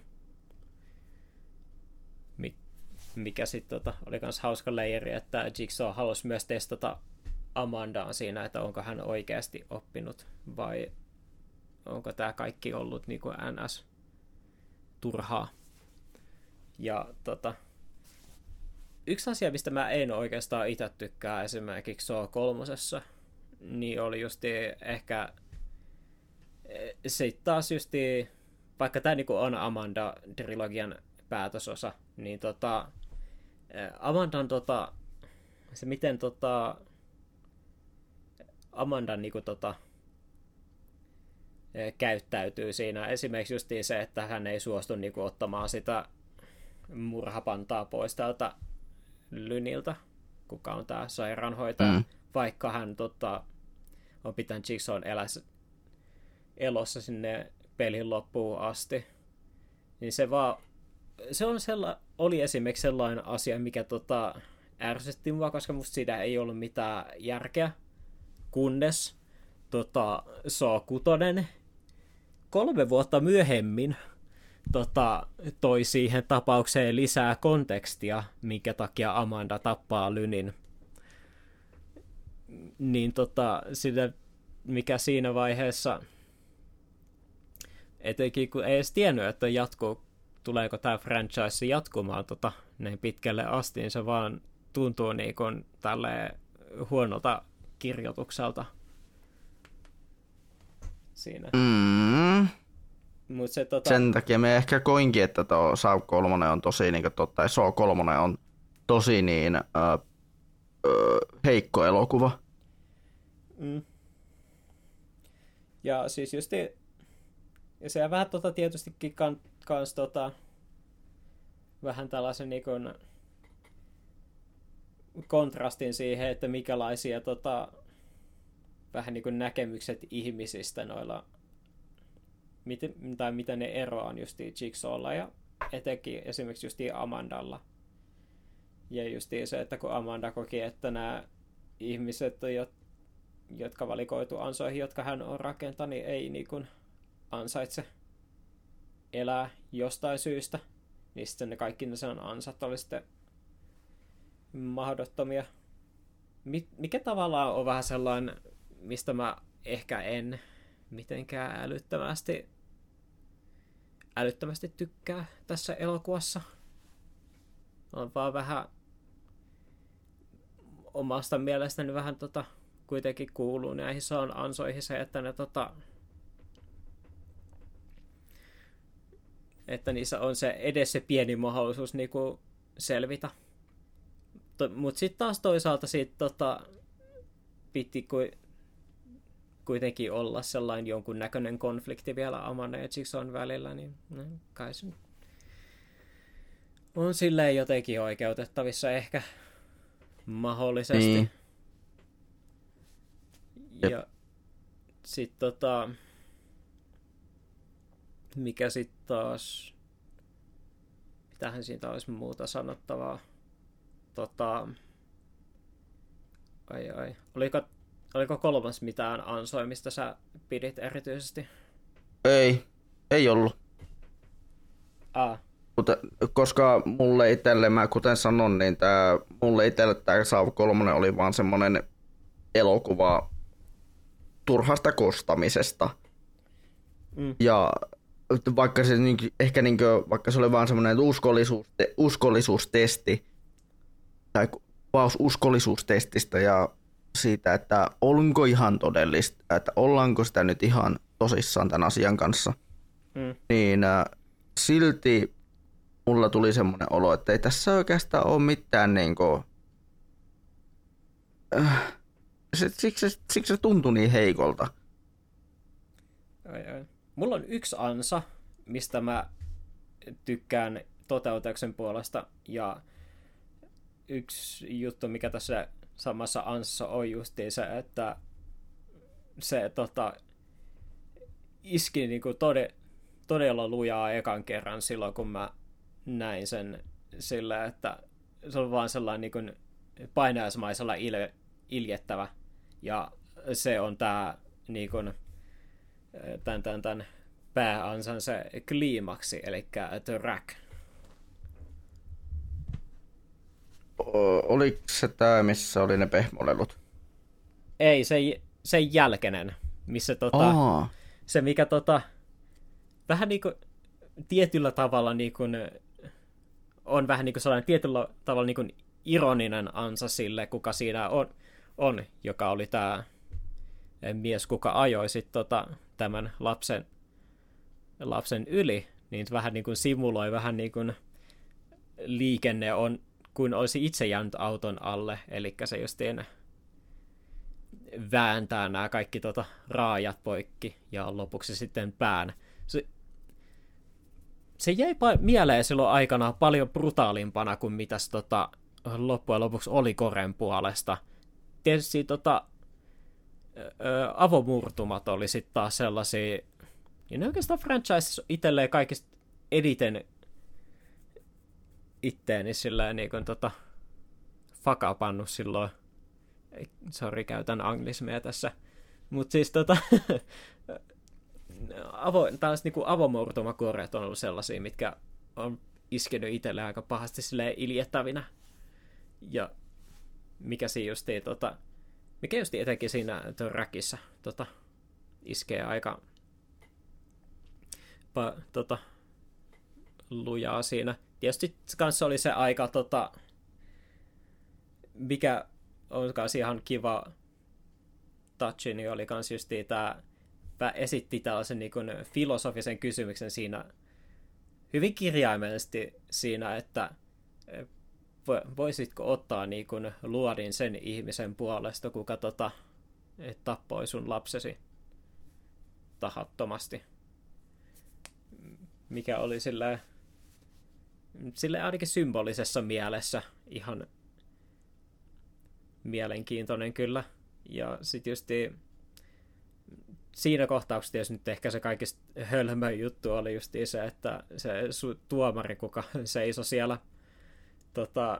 Mikä sitten tota, oli myös hauska leijeri, että Jigsaw halusi myös testata Amandaan siinä, että onko hän oikeasti oppinut vai onko tämä kaikki ollut niin kuin N S turhaa. Ja tota, yksi asia, mistä mä en oikeastaan itse tykkää esimerkiksi Saw kolmosessa, niin oli justi ehkä se taas justi, vaikka tämä niinku on Amanda-trilogian päätösosa, niin tota, Amandan tota, se miten tota, Amandan niinku tota, käyttäytyy siinä. Esimerkiksi justiin se, että hän ei suostu niinku ottamaan sitä murhapantaa pois tältä Lyniltä, kuka on tämä sairaanhoitaja, mm. vaikka hän tota, on pitänyt Jigsawn elässä, elossa sinne pelin loppuun asti. Niin se vaan, se on sella, oli esimerkiksi sellainen asia, mikä tota, ärsytti mua, koska musta siitä ei ollut mitään järkeä, kunnes tota, Saw kutonen kolme vuotta myöhemmin tota, toi siihen tapaukseen lisää kontekstia, minkä takia Amanda tappaa Lynin. Niin tota, sitä, mikä siinä vaiheessa, etenkin kun ei edes tiennyt, että jatkuu, tuleeko tämä franchise jatkumaan tota, näin pitkälle asti, niin se vaan tuntuu niin kuin tälleen huonolta kirjoitukselta siinä. Mm. Mut se, tota... Sen takia me ehkä koinkin, että tuo Saw kolme on tosi, niin kuin, tai Saw kolme on tosi niin äh, äh, heikko elokuva. Mm. Ja siis just ja se vähän tota, tietystikin kan, kans tota, vähän tällaisen niin kun, kontrastin siihen, että mikälaisia tota, vähän niin kuin näkemykset ihmisistä noilla, miten, tai miten ne eroaa justiin Jigsawlla ja etenkin esimerkiksi justiin Amandalla. Ja justiin se, että kun Amanda koki, että nämä ihmiset, jotka valikoitu ansoihin, jotka hän on rakentanut, niin ei niin kuin ansaitse elää jostain syystä, niin sitten ne kaikki ne sen ansat oli sitten mahdottomia. Mikä tavallaan on vähän sellainen, mistä mä ehkä en mitenkään älyttömästi älyttömästi tykkää tässä elokuvassa. On vaan vähän omasta mielestäni vähän tota, kuitenkin kuuluu näihin saan ansoihin se, että ne tota, että niissä on se edes se pieni mahdollisuus niinku selvitä. Mutta sitten taas toisaalta siitä tota, piti ku, kuitenkin olla sellainen jonkunnäköinen konflikti vielä Amanda ja Jigsawn välillä, niin no, kai se on silleen jotenkin oikeutettavissa ehkä mahdollisesti. Niin. Ja sitten tota, mikä sitten taas, mitähän siitä olisi muuta sanottavaa. Tota, ai ai, oliko, oliko kolmas mitään ansoi, mistä sä pidit erityisesti? Ei, ei ollut. Ah. Kuten, koska mulle itselle, mä kuten sanon, niin tää, mulle itselle tämä Saw kolme oli vaan semmonen elokuva turhasta kostamisesta. Mm. Ja vaikka se, ehkä niin kuin, vaikka se oli vaan semmoinen uskollisuus, uskollisuustesti, tai kuvaus uskollisuustestistä ja siitä, että onko ihan todellista, että ollaanko sitä nyt ihan tosissaan tämän asian kanssa, mm. niin äh, silti mulla tuli semmoinen olo, että ei tässä oikeastaan ole mitään niin kuin, äh, se, siksi, se, siksi se tuntui niin heikolta. Ai, ai. Mulla on yksi ansa, mistä mä tykkään toteutuksen puolesta, ja yksi juttu, mikä tässä samassa ansassa on justiin se, että se tota, iski niinku tode, todella lujaa ekan kerran silloin, kun mä näin sen sillä, että se on vaan sellainen niinku painajaismaisella il- iljettävä, ja se on tää niinku, tän, tän, tän pääansan se kliimaksi, eli The Rack. Oliko se tämä, missä oli ne pehmolelut? Ei, se, sen jälkeinen, missä tota, oh. se mikä tota, vähän niinku tietyllä tavalla niinku, on vähän niinku sellainen tietyllä tavalla niinku ironinen ansa sille, kuka siinä on, on joka oli tämä mies, kuka ajoi sit tota, tämän lapsen, lapsen yli, niin vähän niin kuin simuloi vähän niin kuin liikenne on, kun olisi itse jäänyt auton alle, eli se justiin vääntää nämä kaikki tota, raajat poikki ja lopuksi sitten pään. Se, se jäi pa- mieleen silloin aikanaan paljon brutaalimpana kuin mitäs tota, loppujen lopuksi oli Koren puolesta. Tietysti tota, ö, avomurtumat oli sitten taas sellaisia, ja ne oikeastaan franchise itselleen kaikista eniten itteeni silleen niin kuin tota fakapannut silloin. Sori, käytän anglismia tässä. Mutta siis tota avo, tällaiset niinku avomurtumakuoreet on ollut sellaisia, mitkä on iskenyt itselle aika pahasti silleen iljettävinä. Ja mikä siinä justiin tota, mikä justiin etenkin siinä The Rackissa tota, iskee aika pa, tota, lujaa siinä. Tietysti kanssa oli se aika, tota, mikä on kans ihan kiva touchi, niin oli kans justiin tää, esitti tällaisen niin kuin filosofisen kysymyksen siinä hyvin kirjaimellisesti siinä, että voisitko ottaa niin kuin luodin sen ihmisen puolesta, kuka tota, tappoi sun lapsesi tahattomasti. Mikä oli silleen, silleen ainakin symbolisessa mielessä ihan mielenkiintoinen kyllä. Ja sit justiin siinä kohtauksessa jos nyt ehkä se kaikista hölmöin juttu oli justiin se, että se tuomari, kuka seisoi siellä tota,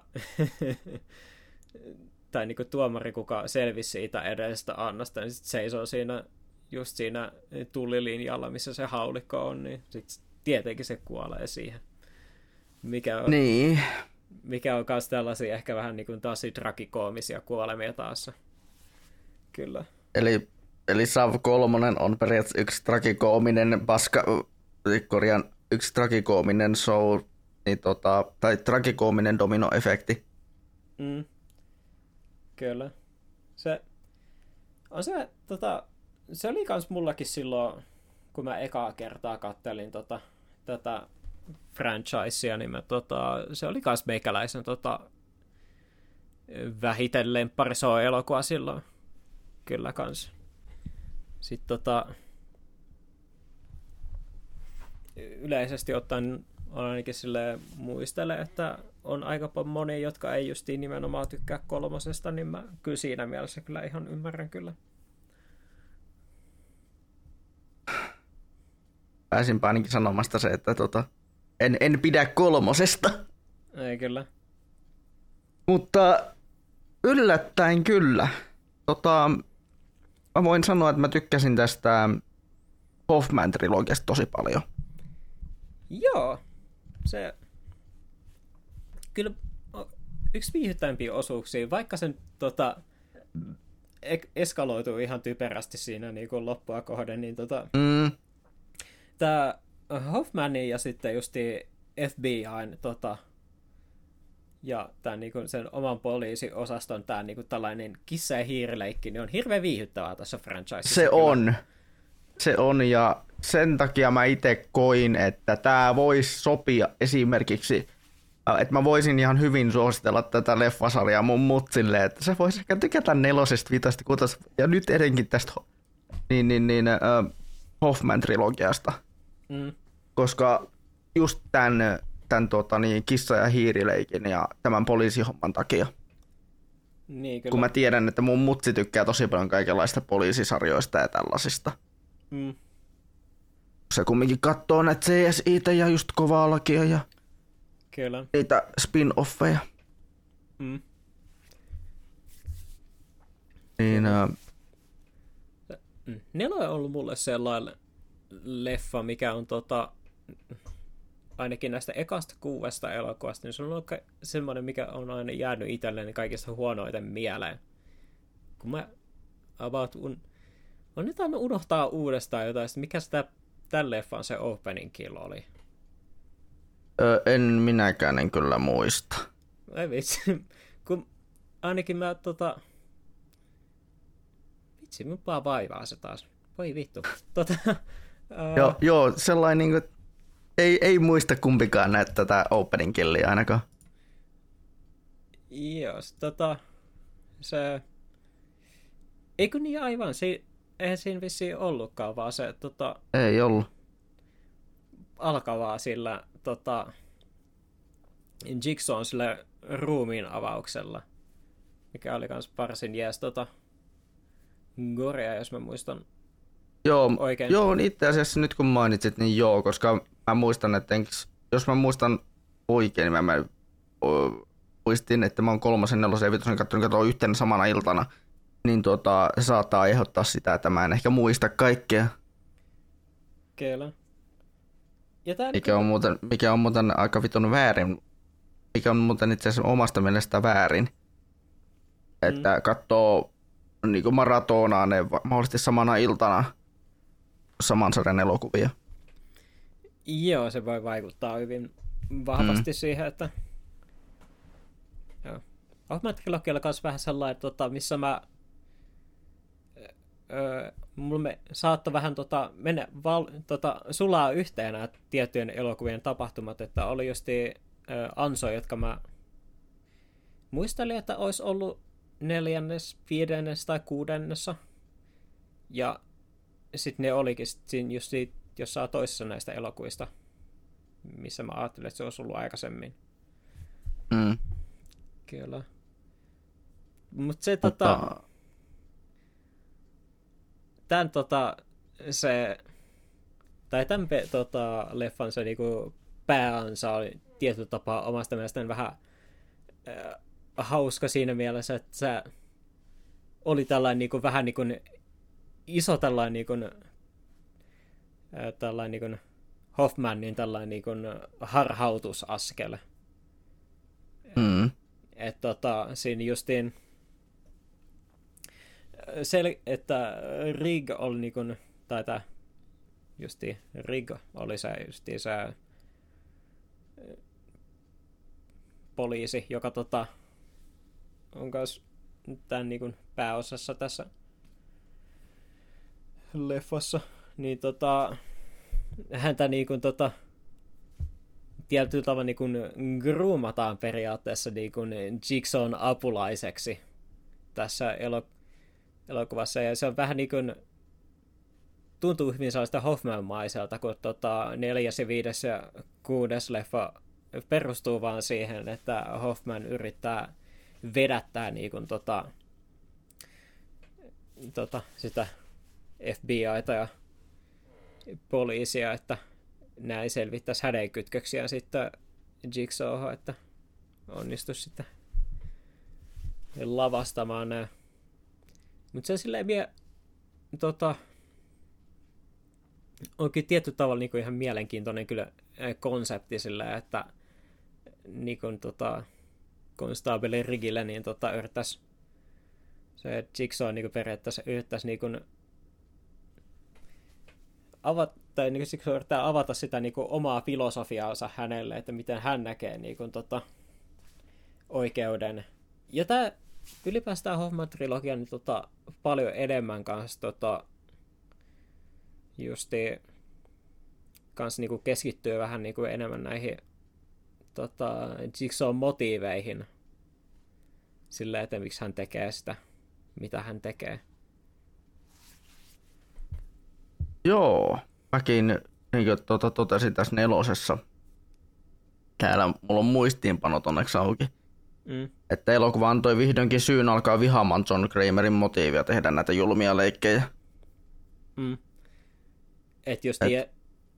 tai niinku tuomari, kuka selvisi siitä edestä Annasta, niin sit seisoo siinä just siinä tullilinjalla, missä se haulikko on, niin sit tietenkin se kuolee siihen. Mikä on, niin. mikä on myös tällaisia ehkä vähän niin kuin tosi trakikoomisia kuolemia taas. Kyllä. Eli, eli Saw kolmonen on periaatteessa yksi trakikoominen paska, korjan yksi tragikoominen show, niin tota, tai tragikoominen dominoefekti. Mm. Kyllä. Se, on se, tota, se oli kans mullakin silloin, kun mä ekaa kertaa kattelin tota, tätä franchisea, niin mä, tota, se oli kans meikäläisen tota, vähiten lempparisoa elokuva silloin. Kyllä kans. Sitten tota, yleisesti ottaen on ainakin silleen muistele, että on aika paljon monia, jotka ei justiin nimenomaan tykkää kolmosesta, niin mä kyllä siinä mielessä kyllä ihan ymmärrän kyllä. Pääsinpä ainakin sanomasta se, että tota, en, en pidä kolmosesta. Ei kyllä. Mutta yllättäen kyllä. Tota, mä voin sanoa, että mä tykkäsin tästä Hoffman-trilogiasta tosi paljon. Joo. Se kyllä yksi viihdyttävimpiä osuuksia, vaikka sen tota, eskaloituu ihan typerästi siinä niin kuin loppua kohden, niin tota, Mm. tämä Hoffmanin ja sitten justi F B I:n tota, ja tämän, niin kuin sen oman poliisiosaston tämä niin kuin tällainen kissa- ja hiirileikki, niin on hirveän viihdyttävää tässä franchisessa. Se kyllä. on. Se on, ja sen takia mä itse koin, että tämä voisi sopia esimerkiksi, että mä voisin ihan hyvin suositella tätä leffasarjaa mun mutsille, että se voisi ehkä tykätä nelosesta, vitasta, kutosesta, ja nyt edenkin tästä niin, niin, niin, uh, Hoffman-trilogiasta. Mm. Koska just tämän, tämän tota, niin, kissa- ja hiirileikin ja tämän poliisihomman takia. Niin, kyllä. Kun mä tiedän, että mun mutsi tykkää tosi paljon kaikenlaista poliisisarjoista ja tällaisista. Mm. Se kumminkin katsoo näitä C S I:tä ja just kovaa lakia ja Kyllä. niitä spin-offeja. Mm. Niin, ä, Mm. Nelo on ollut mulle sellainen leffa, mikä on tota, ainakin näistä ekasta kuudesta elokuvasta, niin se on ollut semmoinen, mikä on aina jäänyt itselleni kaikista huonoiten mieleen. Kun mä about un... on nyt aina unohtaa uudestaan jotain, mikä sitä tämän leffan se opening kill oli. ö, en minäkään en kyllä muista. Ei vitsi, kun ainakin mä tota... Vitsi, minua vaivaa se taas. Voi vittu. Tota, ää... Joo, joo, sellainen niinku, ei, ei muista kumpikaan näitä tätä opening killia ainakaan. Joo, tota, se... Eikö niin aivan, si... eihän siinä vissiin ollutkaan, vaan se tota, Ei ollut. alkavaa sillä tota, Jigsawn sillä ruumiin avauksella, mikä oli kans varsin jees tota, gorea, jos mä muistan Joo, oikein. joo, itse asiassa nyt kun mainitsit, niin joo, koska mä muistan, että enks, jos mä muistan oikein, niin mä, mä o, muistin, että mä oon kolmosen, nelosen ja vitosen kattonut katoa yhtenä samana iltana, niin tuota, se saattaa aiheuttaa sitä, että mä en ehkä muista kaikkea. Kyllä. Ja tää Mikä on muuten, mikä on muuten aika vitun väärin, mikä on muuten itse asiassa omasta mielestä väärin, että mm. katsoo niin kuin maratonaa ne mahdollisesti samana iltana saman sarjan elokuvia. Joo, se voi vaikuttaa hyvin vahvasti mm. siihen, että joo. Hoffman-trilogia oli myös vähän sellainen, tota, missä mä öö, mulla me saattoi vähän tota, mennä val, tota, sulaa yhteen nämä tiettyjen elokuvien tapahtumat, että oli justi öö, ansoja, jotka mä muistelin, että olisi ollut neljännes, viidennes tai kuudennessa. Ja sitten ne olikin siinä just siitä, jossain toisessa näistä elokuvista, missä mä ajattelin, että se olisi ollut aikaisemmin. Mm. Kyllä. Mut se Mutta... tota... Tän tota... Se... Tai tän pe, tota, leffan se niinku pääansa oli tietyllä tapaa omasta mielestään vähän äh, hauska siinä mielessä, että se oli tällainen niinku, vähän niinku iso tällainen niinku, äh, tällainen niinku Hoffmanin tällainen niinku harhautusaskel. Mm. Että tota, siinä justiin sel- että Rig oli niinku, tai tää justi Rig oli se justi se poliisi, joka tota, on myös tämän niin kuin pääosassa tässä leffassa, niin tota, häntä niin kuin, tota, tietyllä tavalla niin kuin groomataan periaatteessa niin kuin Jigsawn apulaiseksi tässä elo- elokuvassa, ja se on vähän niin kuin tuntuu hyvin sellaista Hoffman-maiselta, kun tota, neljäs ja viides ja kuudes leffa perustuu vaan siihen, että Hoffman yrittää vedättää niin kuin, tota, tota, sitä F B I:ta ja poliisia, että näin selvittäisi hänen kytköksiään sitten Jigsawhon, että onnistuisi sitten lavastamaan nämä. Mutta se silleen vie, tota, onkin tietyllä tavalla niin kuin ihan mielenkiintoinen kyllä konsepti silleen, että niin kuin, tota, konstaabeli Rigille niin tota, yrittäisi se Jigsaw niin kuin periaatteessa yrittäisi niin kuin avata, tai niin kuin yrittää avata sitä niin kuin omaa filosofiaansa hänelle, että miten hän näkee niin kuin, tota, oikeuden. Ja tämä ylipäätään Hoffman-trilogia niin, tota, paljon enemmän kanssa tota, justi kans niinku keskittyy vähän niinku enemmän näihin tota, Jigsawn motiiveihin sillä, että miksi hän tekee sitä, mitä hän tekee. Joo, mäkin niin kuin tuota, totesin tässä nelosessa. Täällä mulla on muistiinpanot onneksi auki. Mm. Että elokuva antoi vihdoinkin syyn alkaa vihaamaan John Kramerin motiivia tehdä näitä julmia leikkejä. Mm. Et just Et...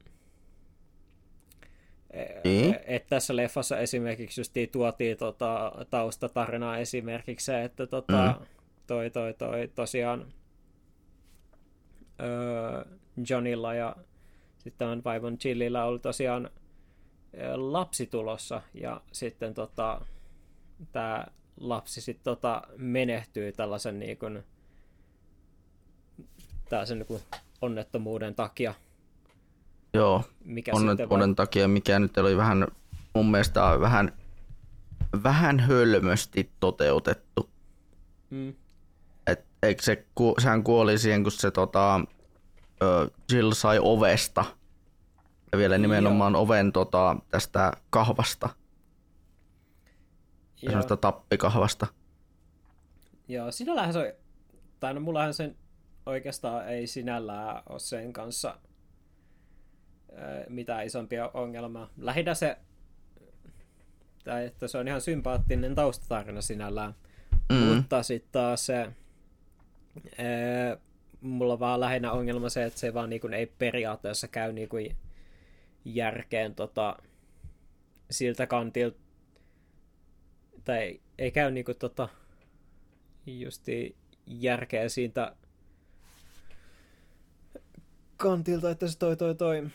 Niin. Et tässä leffassa esimerkiksi just tuotiin tota, taustatarinaa esimerkiksi se, että tota, mm. toi, toi, toi tosiaan öö, Johnilla ja sitten on vaimon Jillillä oli tosiaan lapsi tulossa ja sitten tota, tämä lapsi sitten tota, menehtyy tällaisen niin kuin, tällaisen niin kuin onnettomuuden takia. Joo, mikä onnettomuuden vai... takia, mikä nyt oli vähän, mun mielestä vähän, vähän hölmösti toteutettu. Mm. Et, eikö se, sehän kuoli siihen, kun se tota, Jill sai ovesta. Ja vielä nimenomaan Joo. oven tota, tästä kahvasta. Ja semmoista tappikahvasta. Joo, sinällähän se on, tai no mullahan sen oikeastaan ei sinällään ole sen kanssa mitään isompia ongelmaa. Lähinnä se, tai että se on ihan sympaattinen taustatarina sinällään, mm. mutta sitten taas se, ää, mulla on vaan lähinnä ongelma se, että se vaan niin kuin ei periaatteessa käy niin kuin järkeen tota, siltä kantilta, tai ei, ei käy niin kuin tota, justi järkeä siitä kantilta, että se toi toi toi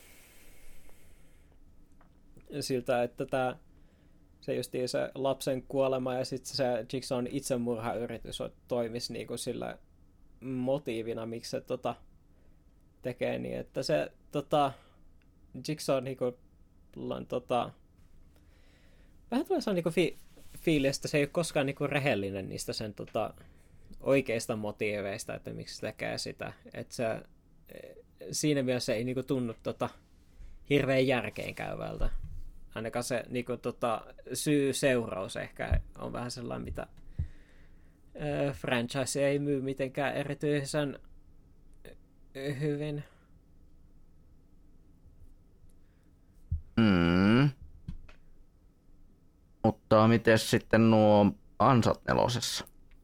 siltä, että tää se justiin se lapsen kuolema ja sitten se Jigsawn itsemurhayritys toimisi niinku sillä motiivina, miksi se tota, tekee niin, että se tota, Jigsaw niinku tota, vähän tulee saa niinku fi, fiilis, että se ei ole koskaan niinku rehellinen niistä sen tota, oikeista motiiveista, että miksi se tekee sitä, että se siinä mielessä ei niinku tunnu tota, hirveän järkeenkäyvältä. Ainakaan se niinku, tota, syy-seuraus ehkä on vähän sellainen, mitä ö, franchise ei myy mitenkään erityisen hyvin. Mm. Mutta miten sitten nuo ansat nelosessa?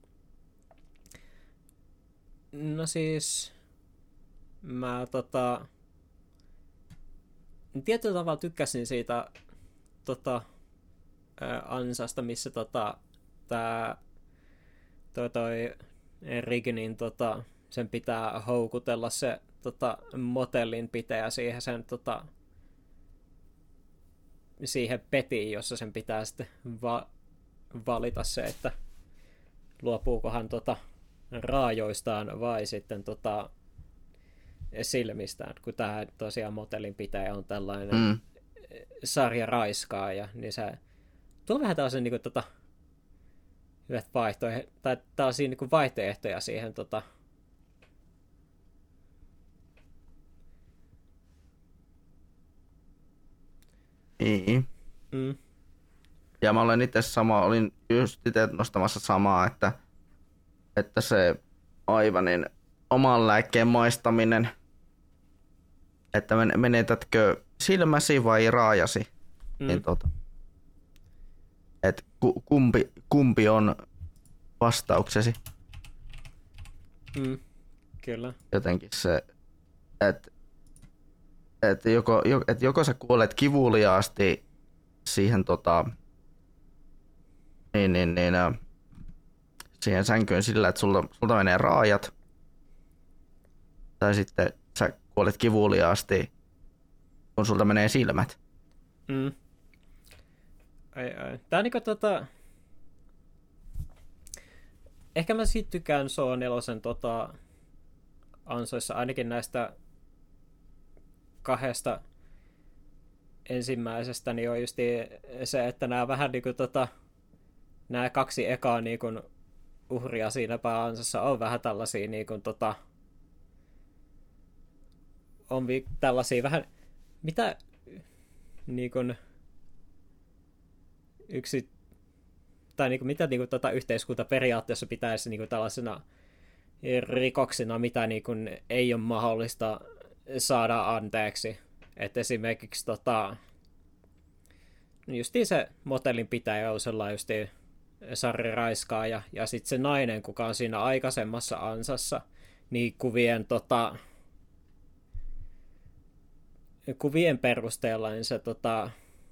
No siis mä tota tietyllä tavalla tykkäsin siitä tota ää, ansasta, missä tota tää toi toi Rignin tota sen pitää houkutella se tota motellin pitäjä siihen sen tota siihen petiin, jossa sen pitää sitten va- valita se, että luopuuko hän tota raajoistaan vai sitten tota silmistään, kun tämä tosiaan motelin pitäjä on tällainen Mm. sarjaraiskaaja, niin se tuo vähän tällaisen niin kuin, tota, hyvät vaihtoehtoja, tai tällaisia niin kuin vaihtoehtoja siihen tota, Niin. mm. Ja mä olen itse sama, olin just itse nostamassa samaa, että, että se Aivanin oman lääkkeen maistaminen, että men- menetätkö silmäsi vai raajasi, Mm. niin tota, että ku- kumpi, kumpi on vastauksesi. Mm. Kyllä. Jotenkin se, että et joko, jo, et joko sä kuolet kivuliaasti siihen tota, niin, niin, niin, äh, siihen sänkyyn sillä, että sulta, sulta menee raajat, tai sitten sä kuolet kivuliaasti, kun sulta menee silmät. Mm. Ai, ai. Tää on niinku tota... Ehkä mä sit tykään Saw nelosen tota... ansoissa ainakin näistä kahdesta ensimmäisestä, niin on just se, että nämä vähän niinku tota... nämä kaksi ekaa niinku uhria siinä pääansassa on vähän tällaisia niinku tota... on vi- tällaisia vähän... Mitä... Niinku... yksi... Tai niinku, mitä niinku tota yhteiskunta periaatteessa pitäisi niinku tällaisena rikoksina, mitä niinku ei ole mahdollista saada anteeksi. Että esimerkiksi tota... justiin se motelin pitäjä on sellainen justiin sarriraiskaaja, ja sitten se nainen, kuka on siinä aikaisemmassa ansassa, niin kuvien tota... kuvien perusteella, niin se tota...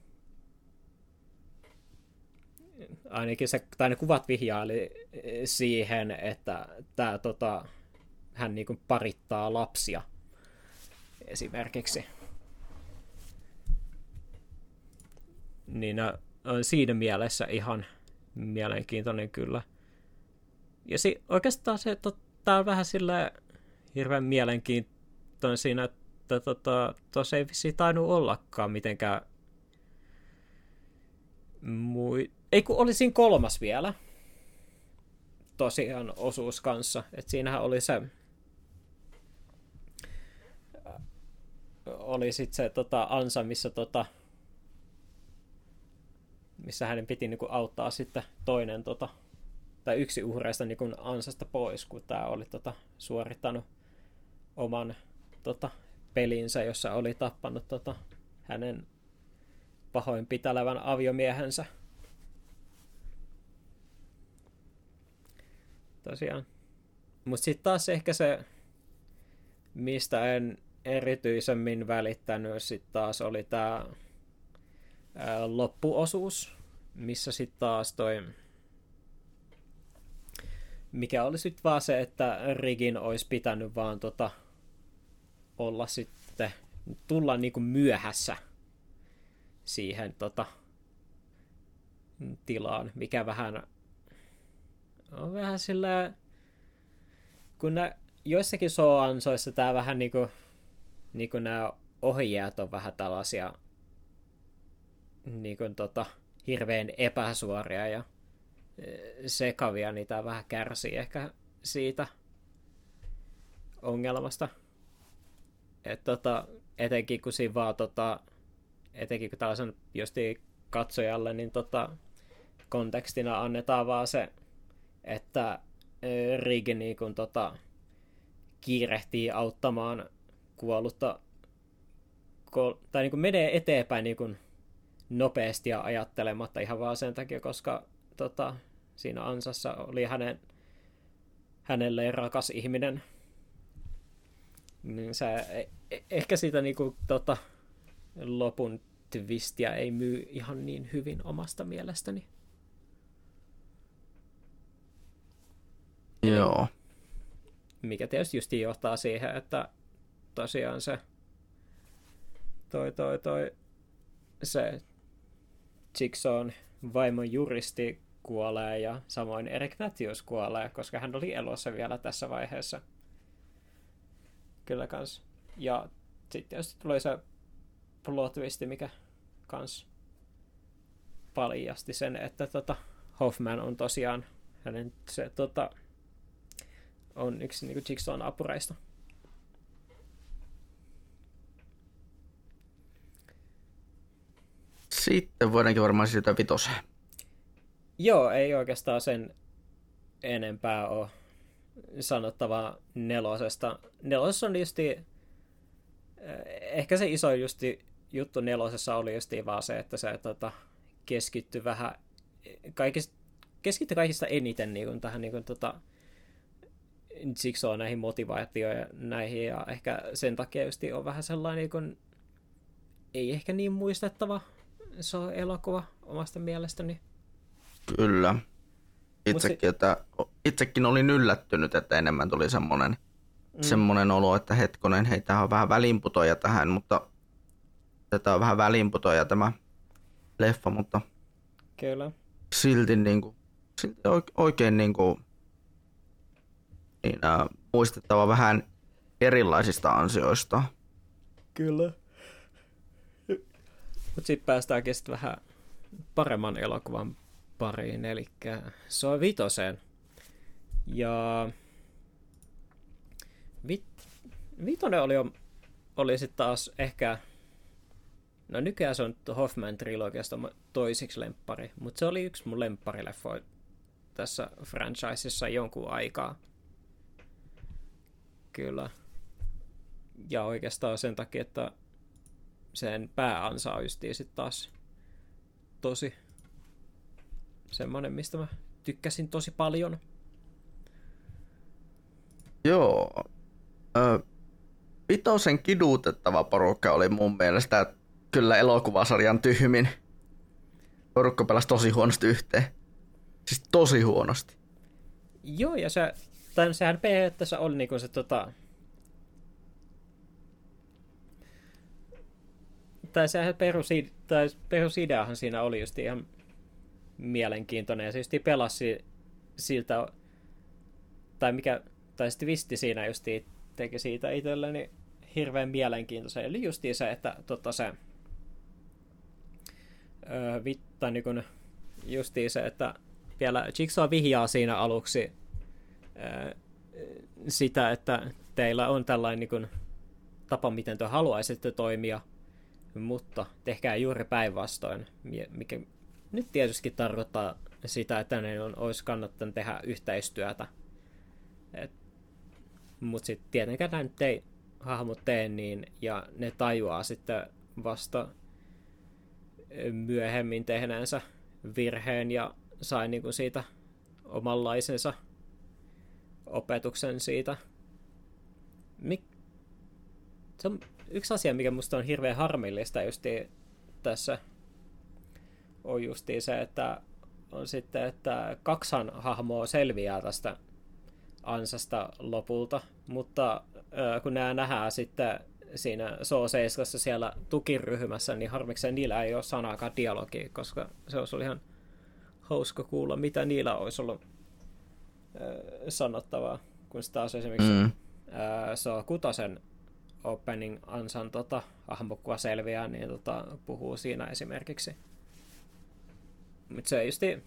ainakin se, tai ne kuvat vihjaili siihen, että tää, tota, hän niinku parittaa lapsia esimerkiksi. Niin on siinä mielessä ihan mielenkiintoinen kyllä. Ja si- oikeastaan se, että tää on vähän sillä hirveän mielenkiintoinen siinä, että tota, tuossa ei vissiin tainnut ollakaan mitenkään mui... Ei kun oli siinä kolmas vielä tosiaan osuus kanssa. Et siinähän oli se oli sit se tota, ansa, missä tota, missä hänen piti niinku auttaa sitten toinen tota, tai yksi uhreista niinku ansasta pois, kun tää oli tota, suorittanut oman tota, pelinsä, jossa oli tappanut tota, hänen pahoinpitelevän aviomiehensä. Tosiaan. Mutta sitten taas ehkä se, mistä en erityisemmin välittänyt, sitten taas oli tämä loppuosuus, missä sitten taas toi, mikä oli sitten vaan se, että Rigin olisi pitänyt vaan tota, olla sitten, tulla niinku myöhässä siihen tota, tilaan, mikä vähän on vähän sillä, kun nää, joissakin show-ansoissa tää vähän niinku, niinku nämä ohjeet on vähän tällaisia niinku tota, hirveän epäsuoria ja sekavia, niin tää vähän kärsii ehkä siitä ongelmasta. Et tota, etenkin kun siinä vaan tota, etenkin kun tällaisen justiin katsojalle, niin tota, kontekstina annetaan vaan se, että Rig niin kun, tota, kiirehtii auttamaan kuollutta, ko- tai niin kun menee eteenpäin niin kun nopeasti ja ajattelematta ihan vaan sen takia, koska tota, siinä ansassa oli hänen, hänelle rakas ihminen. Niin se, eh- ehkä siitä niin kun, tota, lopun twistiä ei myy ihan niin hyvin omasta mielestäni. Joo. Mikä tietysti just johtaa siihen, että tosiaan se toi toi toi se Jigsawn vaimon juristi kuolee ja samoin Eric Matthews kuolee, koska hän oli elossa vielä tässä vaiheessa. Kyllä kans. Ja sitten tietysti tulee se plot twisti, mikä kans paljasti sen, että tota, Hoffman on tosiaan hänen se tota, on yksi niinku Jigsawn apureista. Sitten voidaankin varmaan siirtyä vitoseen. Joo, ei oikeastaan sen enempää ole sanottavaa nelosesta. Nelosessa on justi, ehkä se iso justi, juttu nelosessa oli justi vaan se, että se tota, keskittyi vähän, kaikista, keskittyi kaikista eniten niin kuin, tähän niin kuin, tota, Jigsaw näihin motivaatioihin ja näihin, ja ehkä sen takia justi on vähän sellainen, niin kuin, ei ehkä niin muistettava se on elokuva omasta mielestäni. Kyllä. Itsekin, se... että, itsekin olin yllättynyt, että enemmän tuli semmoinen, mm. semmoinen olo, että hetkonen, hei, tämä on vähän väliinputoja tähän, mutta tätä on vähän väliinputoja tämä leffa, mutta Kyllä. silti, niin kuin, silti oikein niin kuin, niin, äh, muistettava vähän erilaisista ansioista. Kyllä. Mutta sitten päästäänkin sitten vähän paremman elokuvan pariin, eli se on vitoseen. Ja vit, vitonen oli, oli sitten taas ehkä, no nykyään se on Hoffman-trilogiasta toisiksi lemppari, mutta se oli yksi mun lempparileffoja tässä franchiseissa jonkun aikaa. Kyllä. Ja oikeastaan sen takia, että sen pääansa on justiin sitten taas tosi semmoinen, mistä mä tykkäsin tosi paljon. Joo. Ö, vitosen kidutettava porukka oli mun mielestä kyllä elokuvasarjan tyhmin. Porukka pelasi tosi huonosti yhteen. Siis tosi huonosti. Joo, ja se, tai sehän periaatteessa oli niinku se tota... Tai sehän perusid, tai perusideahan siinä oli just ihan mielenkiintoinen, ja se just pelasi siltä, tai mikä, tai sitten twisti siinä just teki siitä itselleni hirveän mielenkiintoisen, eli just se, että tota se, öö, vitta, niin kun, justiin se, että vielä Jigsaw vihjaa siinä aluksi öö, sitä, että teillä on tällainen niin kun, tapa, miten te haluaisitte toimia, mutta tehkää juuri päinvastoin, mikä nyt tietysti tarkoittaa sitä, että ne on, olisi kannattanut tehdä yhteistyötä. Mutta sitten tietenkään näin ei hahmot tee niin, ja ne tajuaa sitten vasta myöhemmin tehneensä virheen ja sai niinku siitä omanlaisensa opetuksen siitä. Mik- Se on yksi asia, mikä musta on hirveän harmillista justi tässä, on justiin se, että on sitten, että kaksihan hahmoa selviää tästä ansasta lopulta, mutta äh, kun nämä nähdään sitten siinä Saw seitsemän siellä tukiryhmässä, niin harmikseen niillä ei ole sanaakaan dialogia, koska se olisi ollut ihan hauska kuulla, mitä niillä olisi ollut äh, sanottavaa, kun sitä taas esimerkiksi mm. äh, Saw kuusi opening ansan tota, hahmokuva selviää, niin tota, puhuu siinä esimerkiksi. Mutta se justi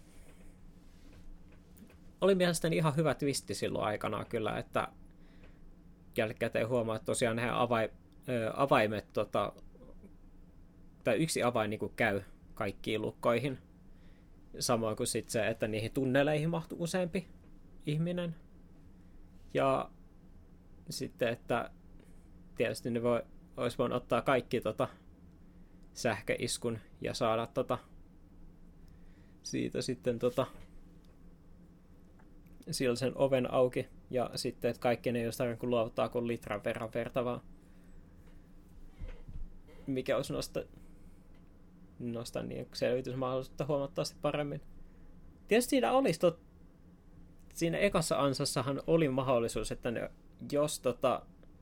oli mielestäni ihan hyvä twisti silloin aikana kyllä, että jälkikäteen huomaa, että tosiaan ne avai, ö, avaimet, tota, tai yksi avain niin kuin käy kaikkiin lukkoihin. Samoin kuin sit se, että niihin tunneleihin mahtuu useampi ihminen. Ja sitten, että tietysti ne voi, olisi voinut ottaa kaikki tota, sähköiskun ja saada tota, siitä sitten tota, sillä sen oven auki, ja sitten, että kaikki ne ei olisi tarvinnut luovuttaa kuin litran verran verta vaan. Mikä olisi nostaa, nostaa niin selvitysmahdollisuutta huomattavasti paremmin. Tietysti siinä olisi tot, siinä ekassa ansassahan oli mahdollisuus, että ne, jos tota,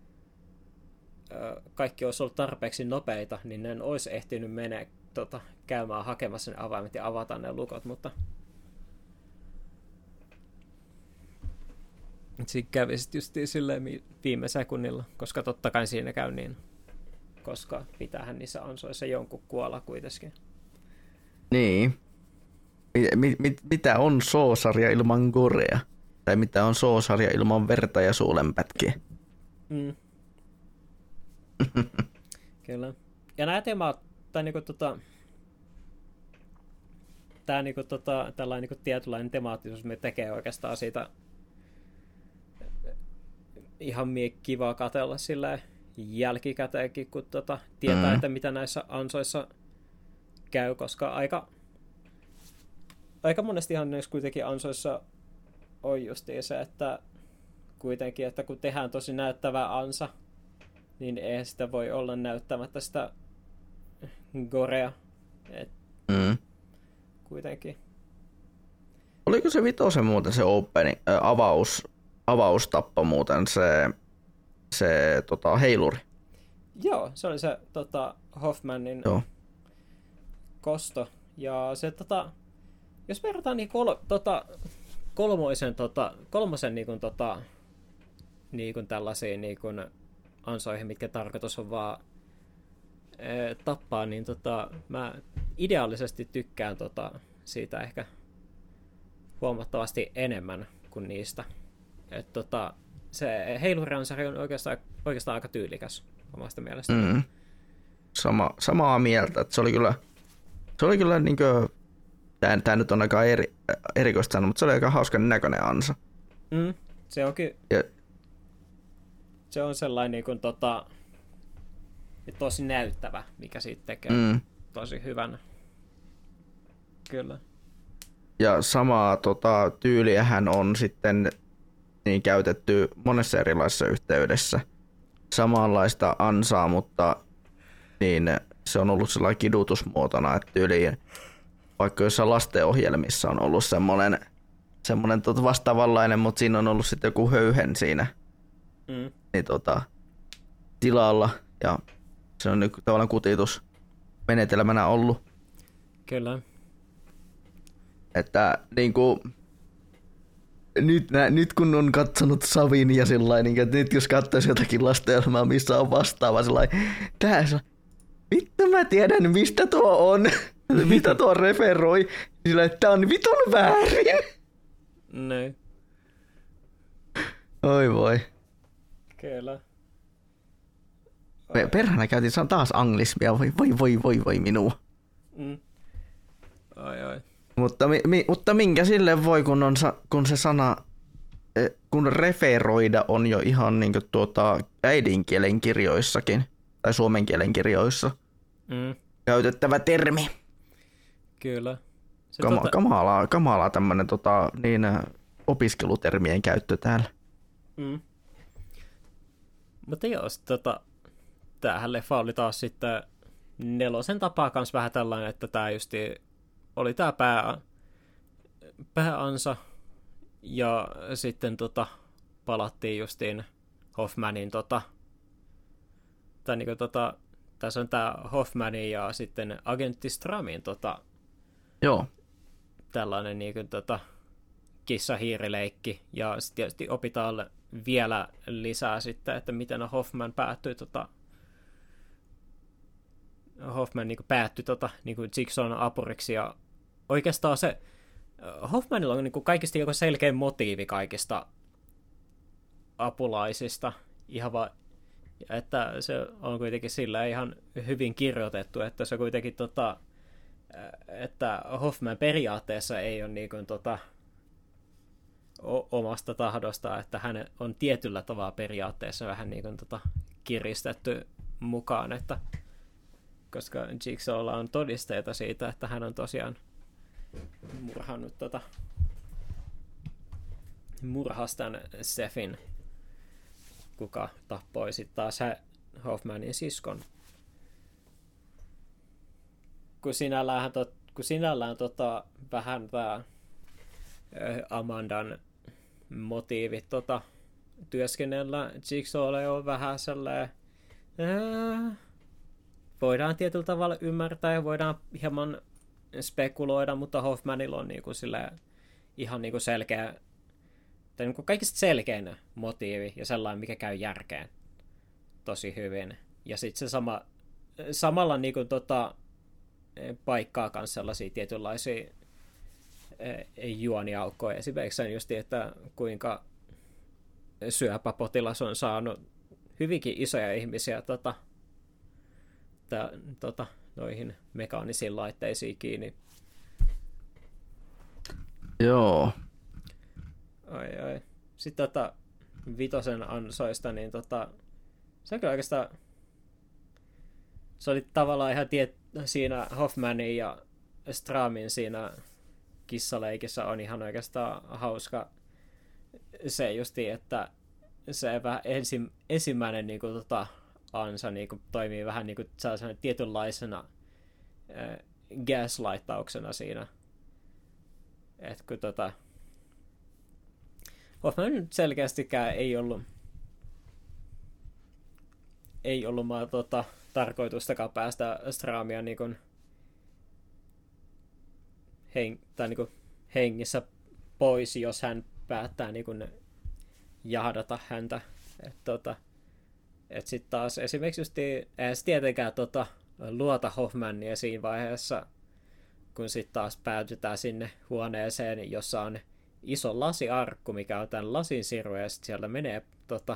kaikki olisi ollut tarpeeksi nopeita, niin ne olisi ehtinyt mennä tota, käymään hakemassa ne avaimet ja avata ne lukot, mutta Siinä kävi sitten justiin silleen viime sekunnilla, koska totta kai siinä käy niin, koska pitäähän niissä ansoissa jonkun kuolla kuitenkin. Niin. Mi- mi- mitä on Saw-sarja ilman gorea? Tai mitä on Saw-sarja ilman verta ja suolenpätkiä? Mm. Kyllä. Ja nämä teemat, tai niinku tota, tää niinku tota, tällainen niinku tietynlainen temaattisuus me tekee oikeastaan siitä ihan mie kiva katsella silleen jälkikäteenkin, kun tota, tietää, mm. että mitä näissä ansoissa käy, koska aika, aika monestihan näissä kuitenkin ansoissa on justiin se, että kuitenkin, että kun tehdään tosi näyttävä ansa, niin ei sitä voi olla näyttämättä sitä gorea. Et mm. kuitenkin. Oliko se vitosen muuten se opening, äh, avaus, avaustappo muuten se, se tota, heiluri? Joo, se oli se tota, Hoffmanin Joo. kosto. Ja se tota, jos verrataan niin kol, tota, kolmoisen, tota, kolmosen niin kuin, tota, niin kuin tällaisiin niin kuin ansoihin, mitkä tarkoitus on vaan e, tappaa, niin tota, mä ideaalisesti tykkään tota, siitä ehkä huomattavasti enemmän kuin niistä. Et, tota, se heiluriansari on oikeastaan, oikeastaan aika tyylikäs omasta mielestä. Mm. Sama, samaa mieltä, että se oli kyllä, se oli kyllä niin kuin, tää, tää nyt on aika eri, erikoista sanoa, mutta se oli aika hauskan näköinen ansa. Mm, se onkin, ja, se on sellainen niin kuin, tota, tosi näyttävä, mikä siitä tekee mm. tosi hyvän. Kyllä. Ja samaa tota, tyyliähän on sitten niin käytetty monessa erilaisessa yhteydessä. Samanlaista ansaa, mutta niin se on ollut sellainen kidutusmuotona, että tyyliin vaikka jossain lastenohjelmissa on ollut semmoinen, semmoinen tota vastaavanlainen, mutta siinä on ollut sitten joku höyhen siinä Mm. niin, tota, tilalla ja se on nyt tavallaan kutitusmenetelmänä ollut. Kyllä. Että niinku nyt, nä, nyt kun on katsonut Savin ja sillain, niin, että nyt jos katsoisi jotakin lastenelmaa, missä on vastaava sellainen, tää se, vittu mä tiedän mistä tuo on, mitä tuo referoi, sillä että tää on vitun väärin. Niin. Oi voi. Kyllä. Me perhana käytiin taas anglismia, voi voi voi voi, voi minua. Mm. Ai ai. Mutta, mi, mi, mutta minkä sille voi, kun, on, kun se sana, kun referoida on jo ihan niin kuin tuota äidinkielen kirjoissakin, tai suomen kielen kirjoissa, Mm. käytettävä termi. Kyllä. Se Kama, tota... kamalaa, kamalaa tämmöinen tota, niin, opiskelutermien käyttö täällä. Mm. Mutta joo, sit, tota, tämähän leffa oli taas sitten nelosen tapaa kans vähän tällainen, että tää justi oli tää pää, pääansa ja sitten tota, palattiin justiin Hoffmanin tota, tai niinku tota, tässä on tää Hoffmanin ja sitten agentti Stramin tota, Joo. tällainen niinku tota kissa-hiirileikki ja sitten tietysti opitaan vielä lisää sitten, että miten Hoffman päättyi tota Hoffman niin kuin päättyi tota, niin kuin Jigsawn apuriksi ja oikeastaan se Hoffmanilla on niin kuin kaikista joku selkeä motiivi kaikista apulaisista ihan va, että se on kuitenkin sillä ihan hyvin kirjoitettu, että se kuitenkin tota, että Hoffman periaatteessa ei ole niin kuin, tota, omasta tahdosta, että hän on tietyllä tavalla periaatteessa vähän niin kuin, tota, kiristetty mukaan, että koska Jigsawlla on todisteita siitä, että hän on tosiaan murhannut tota, murhasi tämän Sefin, kuka tappoi sitten taas Hoffmanin siskon. Kun sinällään, tot, kun sinällään tota, vähän tämä Amandan motiivit tota, työskennellä Jigsawlle on vähän sellainen ää, voidaan tietyllä tavalla ymmärtää ja voidaan hieman spekuloida, mutta Hoffmanilla on niinku sillä ihan niinku selkeä tai niin kuin kaikista selkein motiivi ja sellainen, mikä käy järkeen tosi hyvin. Ja sitten se sama, samalla niin kuin, tota, paikkaa myös sellaisia tietynlaisia juoniaukkoja. Esimerkiksi just, että kuinka syöpäpotilas on saanut hyvinkin isoja ihmisiä tota, ta, tota, noihin mekaanisiin laitteisiin kiinni. Joo. Ai ai. Sitten tota, vitosen ansoista, niin tota, se on kyllä oikeastaan, se oli tavallaan ihan tiet, siinä Hoffmanin ja Stramin siinä kissaleikissä on ihan oikeastaan hauska se justi, että se ensi, ensimmäinen niin kuin, tota, ansa niin kuin, toimii vähän niin kuin tietynlaisena äh, gaslighttauksena siinä. Että kun tota, Hoffman nyt selkeästikään ei ollut ei ollut maa, tota, tarkoitustakaan päästä Stramia niin kuin, heng, tai, niin kuin, hengissä pois, jos hän päättää niin kuin, jahdata häntä. Että tota, et sitten taas esimerkiksi just ei tietenkään tota, luota Hoffmania siinä vaiheessa, kun sitten taas päätytään sinne huoneeseen, jossa on iso lasiarkku, mikä on tämän lasin siru, ja sitten sieltä menee tota,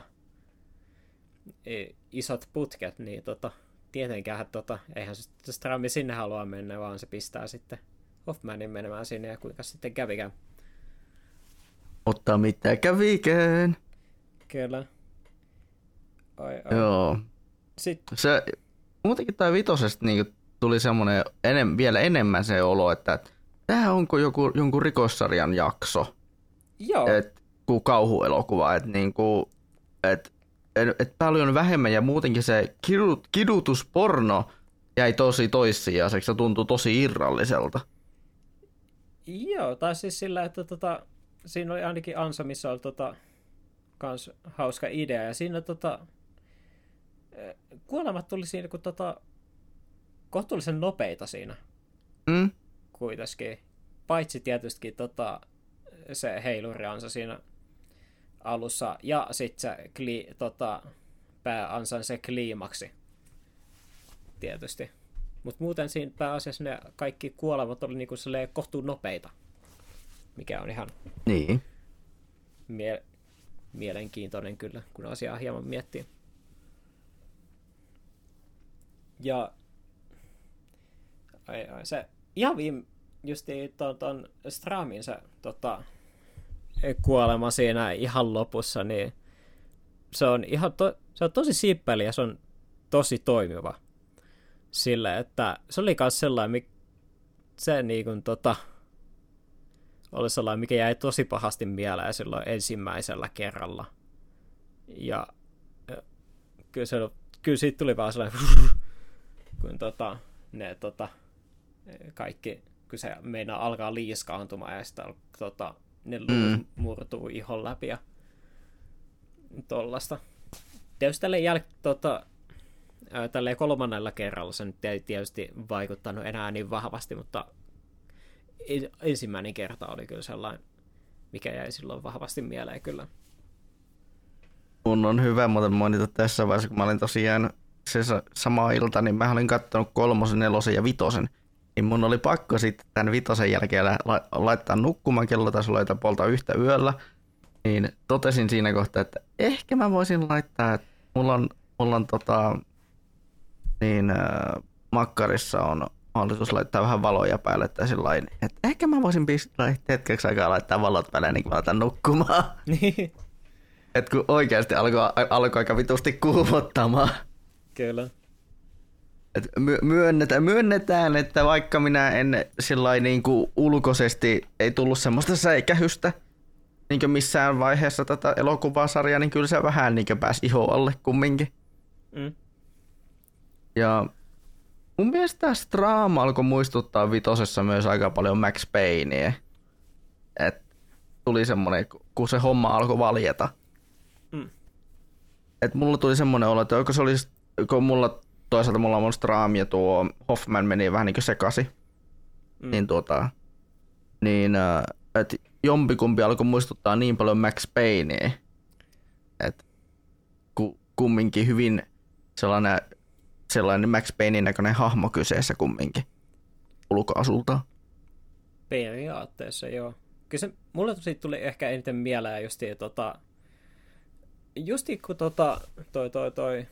isot putket, niin tota, tietenkään tota, eihän se Strami sinne halua mennä, vaan se pistää sitten Hoffmanin menemään sinne, ja kuinka sitten kävikään. Mutta mitä kävikään? Kyllä. Ai, ai. Joo. Sitten. Se, muutenkin tai vitosesta niin tuli semmoinen enem, vielä enemmän se olo, että tämä onko joku, jonkun rikossarjan jakso. Joo. Et, kuin kauhuelokuva. Että niinku, et, et, et paljon vähemmän ja muutenkin se kidut, kidutusporno jäi tosi toissijaiseksi. Se tuntui tosi irralliselta. Joo, tai siis sillä, että tota, siinä oli ainakin ansa, missä oli tota, kans hauska idea. Ja siinä tota, kuolemat tuli siinä kun tota, kohtuullisen nopeita siinä. Mm? Kuitenkin. Paitsi tietystikin tota, se heiluriansa siinä alussa. Ja sitten se kli, tota, pääansan se kliimaksi. Tietysti. Mutta muuten siinä pääasiassa ne kaikki kuolemat oli niinku kohtuun nopeita. Mikä on ihan niin. mie- mielenkiintoinen kyllä, kun asiaa hieman miettii. Ja ai, ai, se ihan viime justiin ton, ton Stramin se tota, kuolema siinä ihan lopussa, niin se on ihan to, se on tosi simppeli ja se on tosi toimiva. Sillä, että se oli myös sellainen, se niin kuin, tota, oli sellainen, mikä jäi tosi pahasti mieleen silloin ensimmäisellä kerralla. Ja, ja kyllä, se, kyllä siitä tuli vaan sellainen, kun tota, ne tota, kaikki, kun se meinaa alkaa liiskaantumaan ja sitten tota, ne mm. murtuu ihon läpi ja tollasta. Tietysti tälleen jäl- tota, tälleen kolmannella kerralla se nyt ei tietysti vaikuttanut enää niin vahvasti, mutta ensimmäinen kerta oli kyllä sellainen, mikä jäi silloin vahvasti mieleen kyllä. Mun on hyvä muuten mainita tässä vaiheessa, kun mä olin tosiaan se sama ilta, niin mä olin katsonut kolmosen, nelosen ja vitosen. Niin mun oli pakko sitten tämän vitosen jälkeen la- laittaa nukkumaan, kello taisi olla puolta yhtä yöllä. Niin totesin siinä kohtaa, että ehkä mä voisin laittaa, että mulla on, mulla on tota, niin äh, makkarissa on mahdollisuus laittaa vähän valoja päälle, että sillain, että ehkä mä voisin pistää hetkeksi aikaa laittaa valot päälle, niin kun mä laitan nukkumaan. Että kun oikeasti alkoi, alkoi aika vitusti kuumottamaan. Kyllä. Et myönnetään, myönnetään, että vaikka minä en sillain niin kuin ulkoisesti ei tullut semmoista säikähystä niin kuin missään vaiheessa tätä elokuvasarjaa, niin kyllä se vähän niin kuin pääsi iho alle kumminkin. Mm. Ja mun mielestä Strahm alkoi muistuttaa vitosessa myös aika paljon Max Paynea. Et tuli semmoinen, kun se homma alkoi valjeta. Mm. Et mulla tuli semmoinen olo, että onko se olisi, kun mulla toisaalta mulla on Strahm ja tuo Hoffman meni vähän niin kuin sekaisin. Mm. Niin tuota, niin että jompikumpi alkoi muistuttaa niin paljon Max Paynea, että ku, kumminkin hyvin sellainen, sellainen Max Paynein näköinen hahmo kyseessä kumminkin ulkoasultaan. Periaatteessa, joo. Kyllä se, mulle siitä tuli ehkä eniten mieleen justiin, tota, justiin kun tota, toi, toi, toi,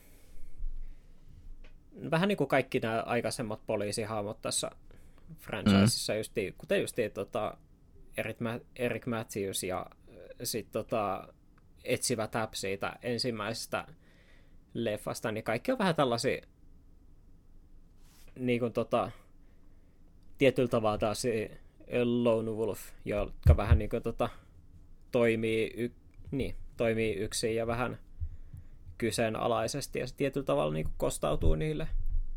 vähän niin kuin kaikki nämä aikaisemmat poliisihahmot tässä franchisessa, mm. justiin, kuten justiin tota, Eric, Eric Matthews ja sitten tota, etsivä Tap siitä ensimmäisestä leffasta, niin kaikki on vähän tällaisia niin kuin tota, tietyllä tavalla taas lone wolf, jotka vähän niin kuin tota, toimii, y- niin, toimii yksin ja vähän kyseenalaisesti ja se tietyllä tavalla niin kuin kostautuu niille.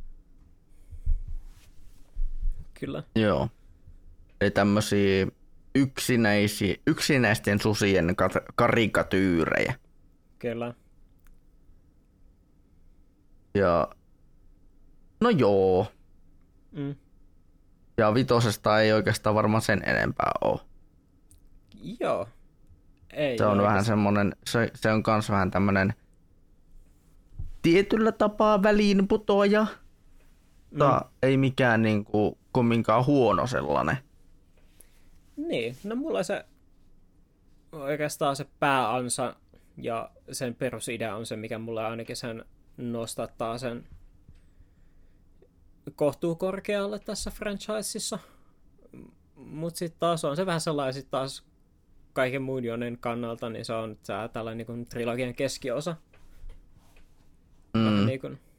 Kyllä. Joo. Eli tämmöisiä yksinäisiä, yksinäisten susien kar- karikatyyrejä. Kyllä. Ja no joo. Mm. Ja vitosesta ei oikeastaan varmaan sen enempää ole. Joo. Ei se on oikeastaan. Vähän semmonen, se, se on kans vähän tämmönen tietyllä tapaa väliinputoaja, mutta mm. ei mikään niinku kumminkaan huono sellainen. Niin, no mulla se oikeastaan se pääansa ja sen perusidea on se, mikä mulle ainakin sen nostattaa sen kohtuukorkealle tässä franchisessa. Mut sitten taas on se vähän sellainen sit taas kaiken muun jonen kannalta, niin se on tällainen niin kuin trilogian keskiosa. Mm. Niin kuin,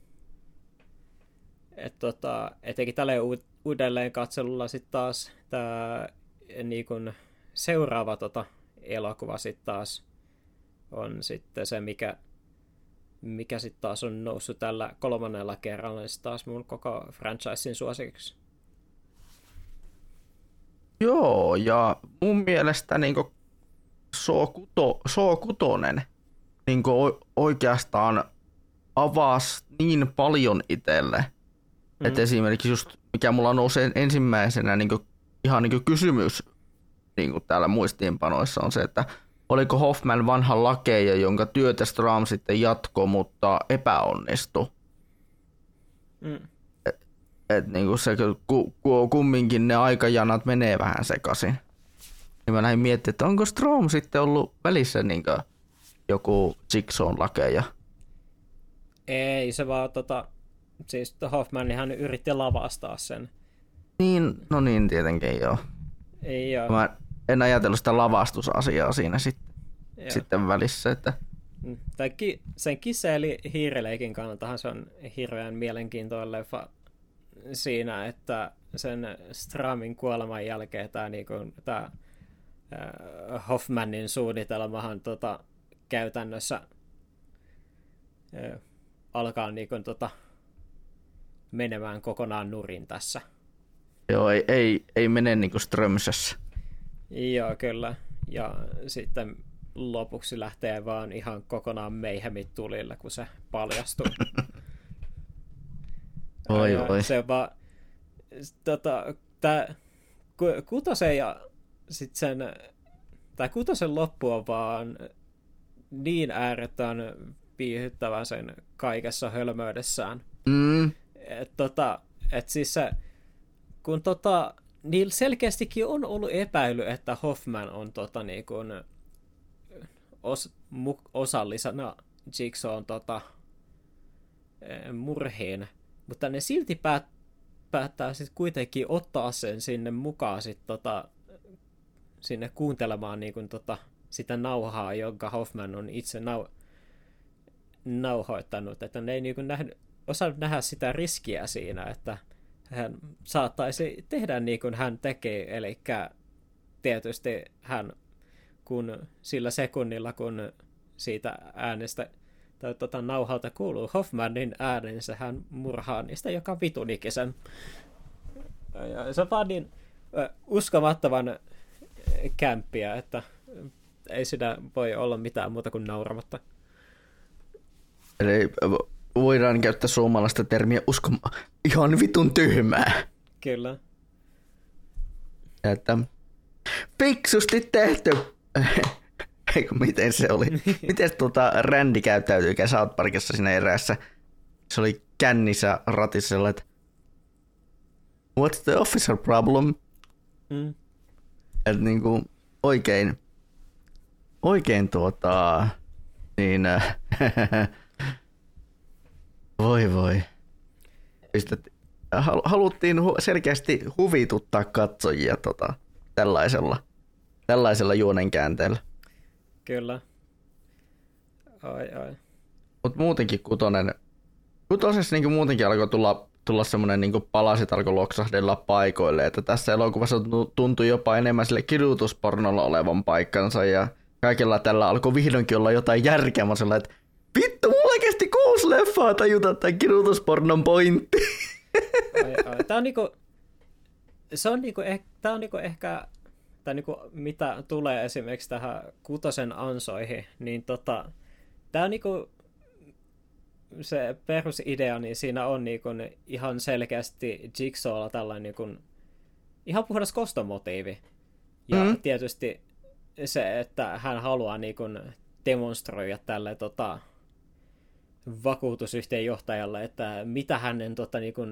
et tota, etenkin tälleen uudelleen katselulla sitten taas tämä niin kuin seuraava tota, elokuva sitten taas on sitten se, mikä, mikä sitten taas on noussut tällä kolmannella kerralla, niin taas mun koko franchisein suosikiksi. Joo, ja mun mielestä niinku Saw kutonen niinku oikeastaan avasi niin paljon itselle, mm. että esimerkiksi just mikä mulla nousi ensimmäisenä niinku, ihan niinku kysymys niinku täällä muistiinpanoissa on se, että oliko Hoffman vanha lakeja, jonka työtä Strahm sitten jatkoi, mutta epäonnistui. Mm. Et, et niinku se, ku, ku, kumminkin ne aikajanat menee vähän sekaisin. Niin mä lähdin miettimään, että onko Strahm sitten ollut välissä niinku joku Jigsawn lakeja? Ei, se vaan tota, siis Hoffmanihan yritti lavastaa sen. Niin, no niin tietenkin joo. Ei joo. Mä en ajatellut sitä lavastusasiaa siinä sitten, sitten välissä, että tai ki- sen kissa eli hiirileikin kannaltahan se on hirveän mielenkiintoinen leffa siinä, että sen Strahmin kuoleman jälkeen tämä niinku, tää, äh, Hoffmanin suunnitelmahan tota, käytännössä äh, alkaa niinku, tota, menemään kokonaan nurin tässä. Joo, ei, ei, ei mene niinku Strömsössä. Joo, kyllä. Ja sitten lopuksi lähtee vaan ihan kokonaan meihemit tulille, kun se paljastuu. Oi, oi. Se vaan, tota, tää kutosen ja sit sen, tää kutosen loppu on vaan niin ääretön viihyttävä sen kaikessa hölmöydessään. Mm. Et, tota, et siis se, kun tota, niillä selkeästikin on ollut epäily, että Hoffman on tota, niin kun, os, mu, osallisena Jigsawn tota, murhiin, mutta ne silti päät, päättää sitten kuitenkin ottaa sen sinne mukaan sit, tota, sinne kuuntelemaan niin kun, tota, sitä nauhaa, jonka Hoffman on itse nau, nauhoittanut, että ne ei niin kun, nähnyt, osannut nähdä sitä riskiä siinä, että hän saattaisi tehdä niin kuin hän tekee, eli tietysti hän, kun sillä sekunnilla, kun siitä äänestä tai tota, nauhalta kuuluu Hoffmanin äänensä, hän murhaa niistä joka vitun ikisen. Ja se on vaan niin uskomattoman kämppiä, että ei sitä voi olla mitään muuta kuin nauramatta. Eli voidaan käyttää suomalaista termiä uskoma ihan vitun tyhmää. Kyllä. Että fiksusti tehty. Eikö, miten se oli? Miten tuota Randy käyttäytyykään South Parkissa siinä eräässä? Se oli kännissä ratissa, että what's the officer problem? Mm. Että niinku oikein, oikein tuota, niin voi voi. Pistet, haluttiin selkeästi huvituttaa katsojia tota, tällaisella, tällaisella juonenkäänteellä. Kyllä. Ai ai. Mut muutenkin kutonen, kutosessa niinku muutenkin alkoi tulla, tulla semmonen niinku palaset alkoi loksahdella paikoille, että tässä elokuvassa tuntui jopa enemmän sille kidutuspornolla olevan paikkansa ja kaikella tällä alkoi vihdoinkin olla jotain järkeä, että vittu, mulla kesti kuusi leffaa tajuta tämän kidutuspornon pointti. Ai, ai. Tää on niinku, se on niinku, eh, tää on niinku ehkä, tai niinku, mitä tulee esimerkiksi tähän kutosen ansoihin, niin tota, tää on niinku, se perusidea, niin siinä on niinku ihan selkeästi Jigsawlla tällainen niinku, ihan puhdas kostomotiivi. Ja mm-hmm. tietysti se, että hän haluaa niinku demonstroida tälle tota, vakuutusyhtiön johtajalle, että mitä hänen tota, niinku,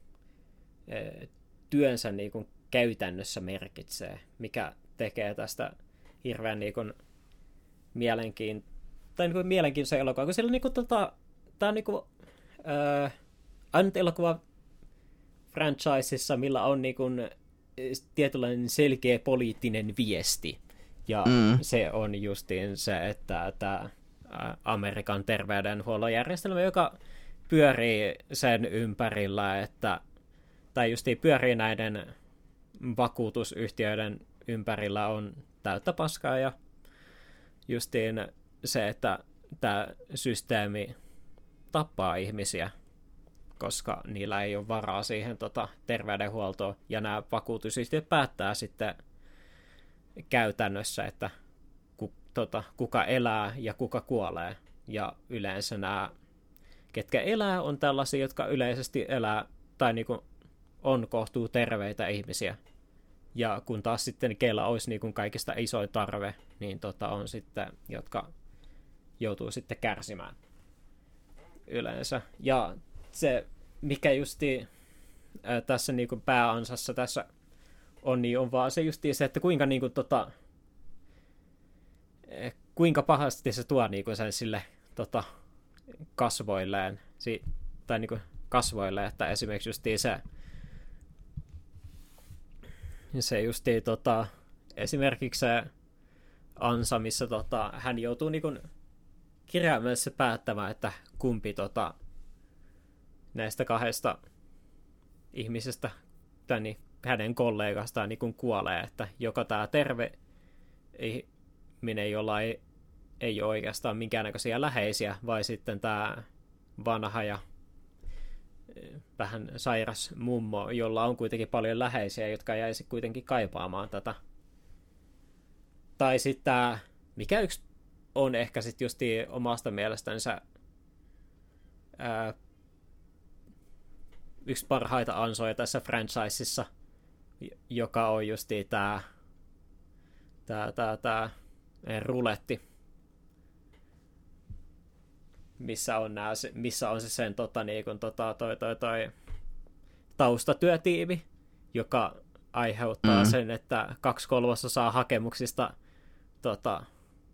työnsä niinku, käytännössä merkitsee, mikä tekee tästä hirveän niinku, mielenkiin... tai, niinku, mielenkiintoisen elokuvan. Kun sillä, niinku, tota, tämä on niinku, äh, ainut elokuva franchisessa, millä on niinku, tietynlainen selkeä poliittinen viesti. Ja mm. se on justiin se, että tämä Amerikan terveydenhuollon järjestelmä, joka pyörii sen ympärillä, että, tai justiin pyörii näiden vakuutusyhtiöiden ympärillä, on täyttä paskaa, ja justiin se, että tämä systeemi tappaa ihmisiä, koska niillä ei ole varaa siihen tota, terveydenhuoltoon, ja nämä vakuutusyhtiöt päättää sitten käytännössä, että ku, tota, kuka elää ja kuka kuolee. Ja yleensä nämä, ketkä elää, on tällaisia, jotka yleisesti elää tai niinku on kohtuu terveitä ihmisiä. Ja kun taas sitten, keillä olisi niinku kaikista isoin tarve, niin tota on sitten, jotka joutuu sitten kärsimään yleensä. Ja se, mikä justi ää, tässä niinku pääansassa tässä on, niin on vaan se justiin se, että kuinka niinku tota, kuinka pahasti se tuo niinku sen sille tota, kasvoilleen, si- tai niinku kasvoille, että esimerkiksi justiin se se justiin tota, esimerkiksi se ansa, missä tota, hän joutuu niinku kirjaimellisesti päättämään, että kumpi tota, näistä kahdesta ihmisestä tai niin, hänen kollegastaan niin kun kuolee, että joka tämä terve ihminen, jolla ei, ei ole oikeastaan minkäännäköisiä läheisiä, vai sitten tämä vanha ja vähän sairas mummo, jolla on kuitenkin paljon läheisiä, jotka jäisi kuitenkin kaipaamaan tätä. Tai sitten tämä, mikä yksi on ehkä sitten justiin omasta mielestänsä ää, yksi parhaita ansoja tässä franchisessa, joka on justiin tämä tää, tää, tää, ruletti, missä on, nää, missä on se sen tota, niin kun, tota, toi, toi, toi, taustatyötiimi, joka aiheuttaa mm. sen, että kaksi kolmasosaa hakemuksista tota,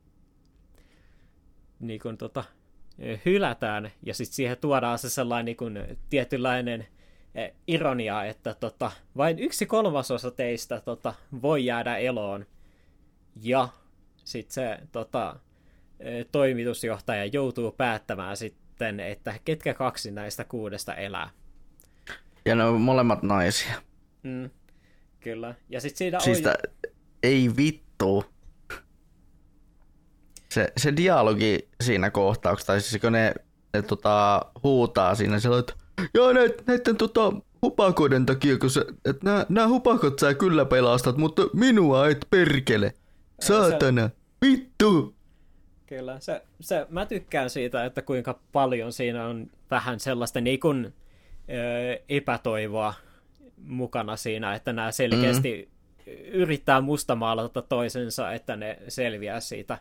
niin kun, tota, hylätään, ja sitten siihen tuodaan se sellainen niin kun, tietynlainen ironia, että tota, vain yksi kolmasosa teistä tota, voi jäädä eloon, ja sitten se tota, toimitusjohtaja joutuu päättämään sitten, että ketkä kaksi näistä kuudesta elää. Ja ne on molemmat naisia. Mm, kyllä. Ja sitten siinä siis on... ta, ei vittu. Se, se dialogi siinä kohtauksessa, tai siis kun ne, ne tota, huutaa siinä, se on, että joo, näiden, näiden tota, hupakoiden takia, kun se, että nämä, nämä hupakot sä kyllä pelastat, mutta minua et perkele. Saatana, se, vittu. Kyllä, se, se, mä tykkään siitä, että kuinka paljon siinä on vähän sellaista niin kuin, ö, epätoivoa mukana siinä, että nämä selkeästi mm. yrittää mustamaalata toisensa, että ne selviää siitä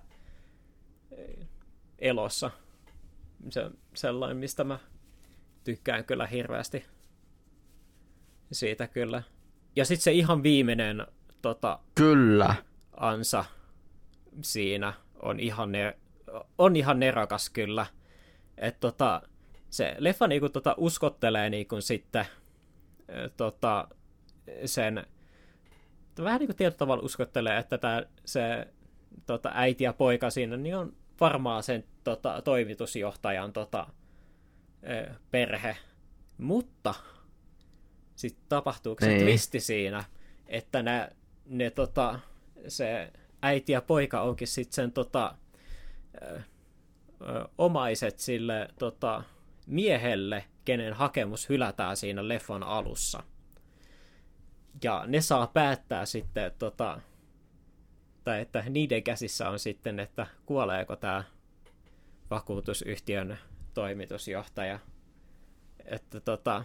elossa. Se on sellainen, mistä mä tykkään kyllä hirveästi siitä kyllä. Ja sitten se ihan viimeinen tota, kyllä. ansa siinä on ihan, ne, on ihan nerokas kyllä. Että tota, se leffa niinku tota uskottelee niinku sitten tota, sen, vähän niin kuin tietyllä tavalla uskottelee, että tää, se tota, äiti ja poika siinä niin on varmaan sen tota, toimitusjohtajan tota, perhe. Mutta sitten tapahtuuko se twisti siinä, että ne, ne tota, se äiti ja poika onkin sitten sen tota, ö, ö, omaiset sille tota, miehelle, kenen hakemus hylätään siinä leffan alussa. Ja ne saa päättää sitten, tota, tai että niiden käsissä on sitten, että kuoleeko tämä vakuutusyhtiön toimitusjohtaja. Että tota,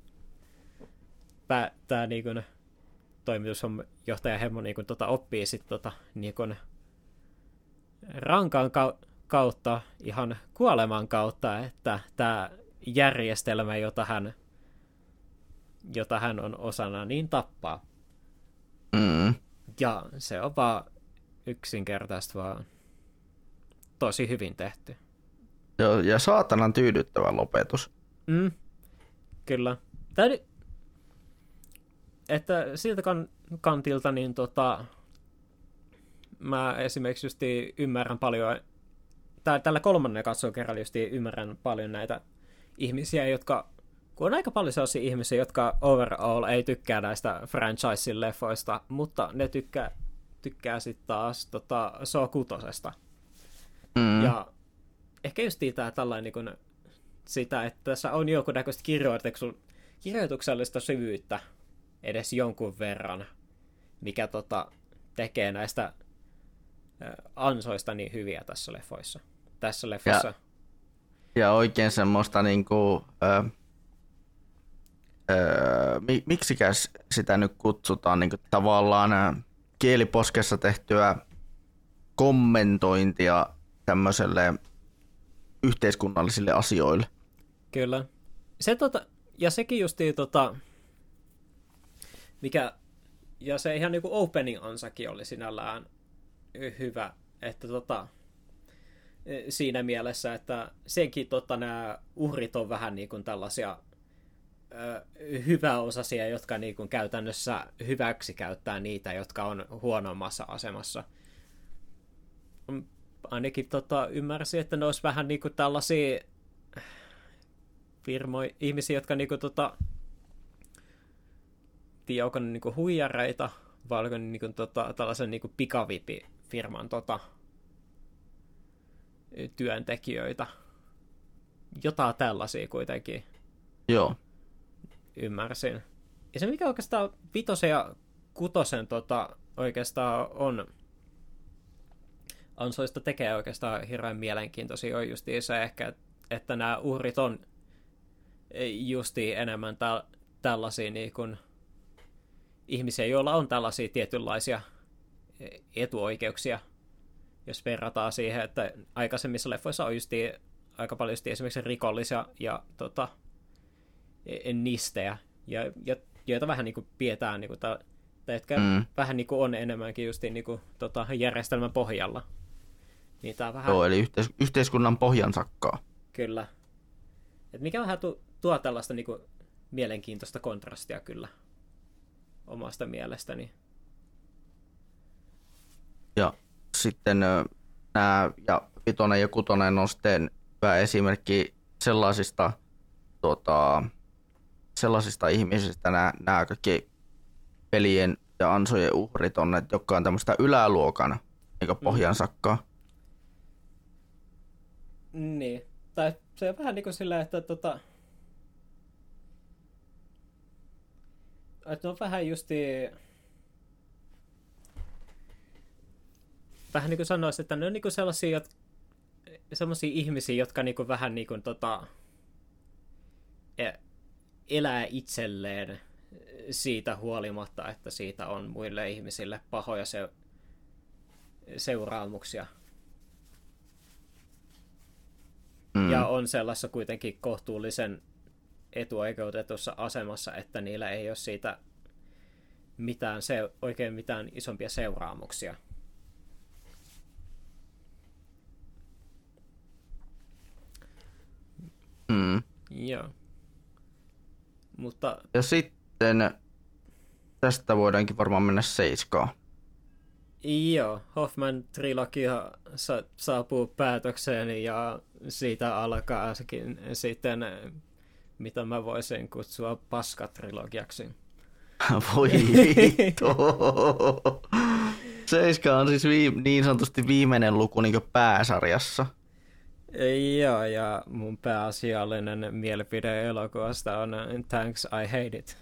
tämä niin kuin toimitusjohtaja Hemmo niin kuin, tota, oppii sitten tota, niin kuin rankan kautta, ihan kuoleman kautta, että tämä järjestelmä, jota hän, jota hän on osana, niin tappaa. Mm. Ja se on vaan yksinkertaisesti vaan tosi hyvin tehty. Joo, ja saatanan tyydyttävä lopetus. Mm, kyllä. Täydy... Että siltä kan- kantilta niin tota, mä esimerkiksi just ymmärrän paljon, tää, tällä kolmannen katsokerralla just ymmärrän paljon näitä ihmisiä, jotka, kun on aika paljon sellaisia ihmisiä, jotka overall ei tykkää näistä franchisein leffoista, mutta ne tykkää, tykkää sitten taas tota, Saw kutosesta. Mm. Ja ehkä just tää tällainen niin kun, sitä, että tässä on jonkunnäköistä kirjoituksellista syvyyttä edes jonkun verran, mikä tota, tekee näistä ä, ansoista niin hyviä tässä leffoissa. Tässä leffassa. Ja, ja oikein semmoista niinku, ö, ö, miksikäs sitä nyt kutsutaan, niinku tavallaan ä, kieliposkessa tehtyä kommentointia tämmöiselle yhteiskunnallisille asioille. Kyllä. Se, tota, ja sekin justiin, tota, mikä, ja se ihan niinku opening-ansakin oli sinällään hyvä, että tota, siinä mielessä, että senkin tota, nämä uhrit on vähän niin kuin tällaisia ö, hyväosaisia, jotka niin kuin käytännössä hyväksi käyttää niitä, jotka on huonommassa asemassa. Ainakin tota, ymmärsin, että ne olisi vähän niin kuin tällaisia firmoja, ihmisiä, jotka niin kuin, tota, tiedä, onko ne niin kuin huijareita, vai onko ne niin kuin, tota, tällaisen niin kuin pikavipifirman tota, työntekijöitä. Jotain tällaisia kuitenkin. Joo. Ymmärsin. Ja se mikä oikeastaan vitosen ja kutosen tota, oikeastaan on ansoista tekee oikeastaan hirveän mielenkiintoisia on justiin se ehkä, että nämä uhrit on justiin enemmän täl- tällaisia niin kuin ihmisiä, joilla on tällaisia tietynlaisia etuoikeuksia, jos verrataan siihen, että aikaisemmissa leffoissa on justiin aika paljon justiin esimerkiksi rikollisia ja tota, nistejä, ja, ja, joita vähän niin kuin pidetään, niin kuin, tai jotka mm. vähän niin kuin on enemmänkin justiin niin kuin, tota, järjestelmän pohjalla. Niin tää vähän... Joo, eli yhteis- yhteiskunnan pohjan sakkaa. Kyllä. Et mikä vähän tu- tuo tällaista niin kuin, mielenkiintoista kontrastia kyllä omasta mielestäni. Ja sitten nämä, ja vitonen ja kutonen on sitten hyvä esimerkki sellaisista, tota, sellaisista ihmisistä, nämä, nämä kaikki pelien ja ansojen uhrit on, että jotka on tämmöistä yläluokan niin pohjan sakkaa. Niin. Tai se on vähän niin kuin sillä, että tota... Että on vähän justiin... Vähän niin kuin sanoisin, että ne on niin kuin sellaisia, sellaisia ihmisiä, jotka niin kuin vähän niin kuin tota... elää itselleen siitä huolimatta, että siitä on muille ihmisille pahoja se- seuraamuksia. Mm. Ja on sellaisessa kuitenkin kohtuullisen etuoikeutetussa asemassa, että niillä ei ole siitä mitään se- oikein mitään isompia seuraamuksia. Mm. Joo. Mutta... Ja sitten tästä voidaankin varmaan mennä seiskaan. Joo, Hoffman-trilogia sa- saapuu päätökseen ja siitä alkaa sitten, mitä mä voisin kutsua paskatrilogiaksi. Voi vittu. Seiska on siis vii- niin sanotusti viimeinen luku niin pääsarjassa. Joo, ja mun pääasiallinen mielipide elokuvasta on Thanks, I Hate It.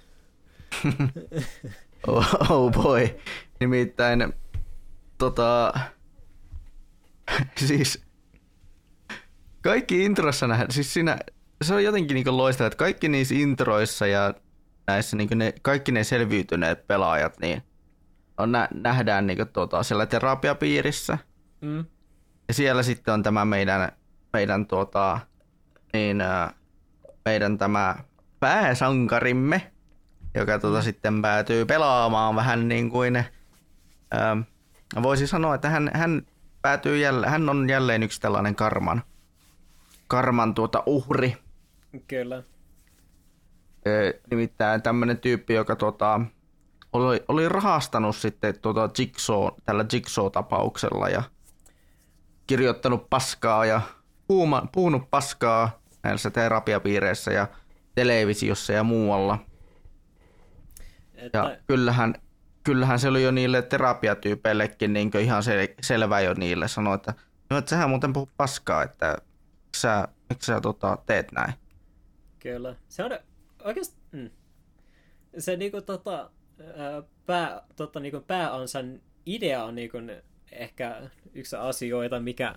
oh, oh boy. Nimittäin tota... siis... Kaikki introissa nähdään, siis siinä... Se on jotenkin niin loistavaa, että kaikki niissä introissa ja näissä niin ne, kaikki ne selviytyneet pelaajat, niin on nä- nähdään niin tota, siellä terapiapiirissä. Mm. Ja siellä sitten on tämä meidän, meidän, tuota, niin, meidän tämä pääsankarimme, joka tuota, sitten päätyy pelaamaan vähän niin kuin, ää, voisi sanoa, että hän, hän, päätyy jälleen, hän on jälleen yksi tällainen karman, karman tuota uhri. Kyllä. Nimittäin tämmöinen tyyppi, joka tuota, oli, oli rahastanut sitten tuota Jigsaw, tällä Jigsaw-tapauksella ja kirjoittanut paskaa ja puhuma, puhunut paskaa näissä terapiapiireissä ja televisiossa ja muualla. Että... Ja kyllähän, kyllähän se oli jo niille terapiatyypeillekin niin ihan sel, selvä jo niille. Sanoi, että, no, että sähän muuten puhut paskaa, että miksi sä, miksi sä tota, teet näin? Kyllä. Se on oikeasti... Mm. Se niinku tota, pää, tota, niinku pääansan idea on niinku ehkä yksi asioita, mikä,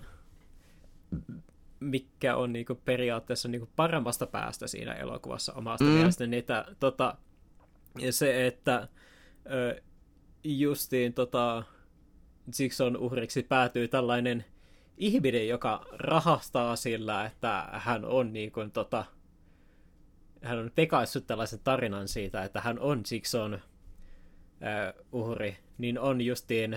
mikä on niinku periaatteessa niinku paremmasta päästä siinä elokuvassa omasta mm. mielestäni. Niitä, tota, se, että ö, justiin tota, Jigsawn uhriksi päätyy tällainen ihminen, joka rahastaa sillä, että hän on niin kuin, tota, hän on pekaissut tällaisen tarinan siitä, että hän on Jigsawn uh, uhri, niin on justiin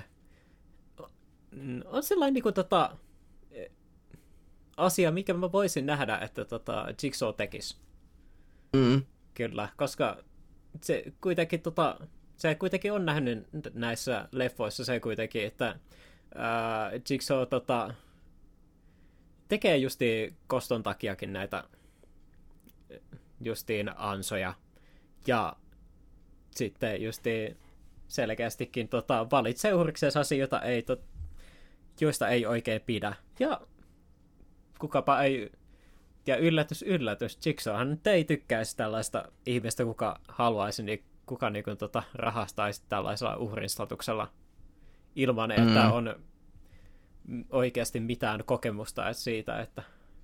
on sellainen niin kuin, tota, asia, mikä mä voisin nähdä, että tota, Jigsaw tekisi. Mm. Kyllä, koska se kuitenkin, tota, se kuitenkin on nähnyt näissä leffoissa se kuitenkin, että ää, Jigsaw tota, tekee justiin koston takiakin näitä justiin ansoja. Ja sitten justiin selkeästikin tota, valitsee uhrikseen asioita, ei, tot, joista ei oikein pidä. Ja kukapa ei... Ja yllätys, yllätys, Jigsawhan nyt ei tykkäisi tällaista ihmistä, kuka haluaisi, niin kuka niin kuin, tota, rahastaisi tällaisella uhrin statuksella ilman, että mm. on oikeasti mitään kokemusta siitä, että,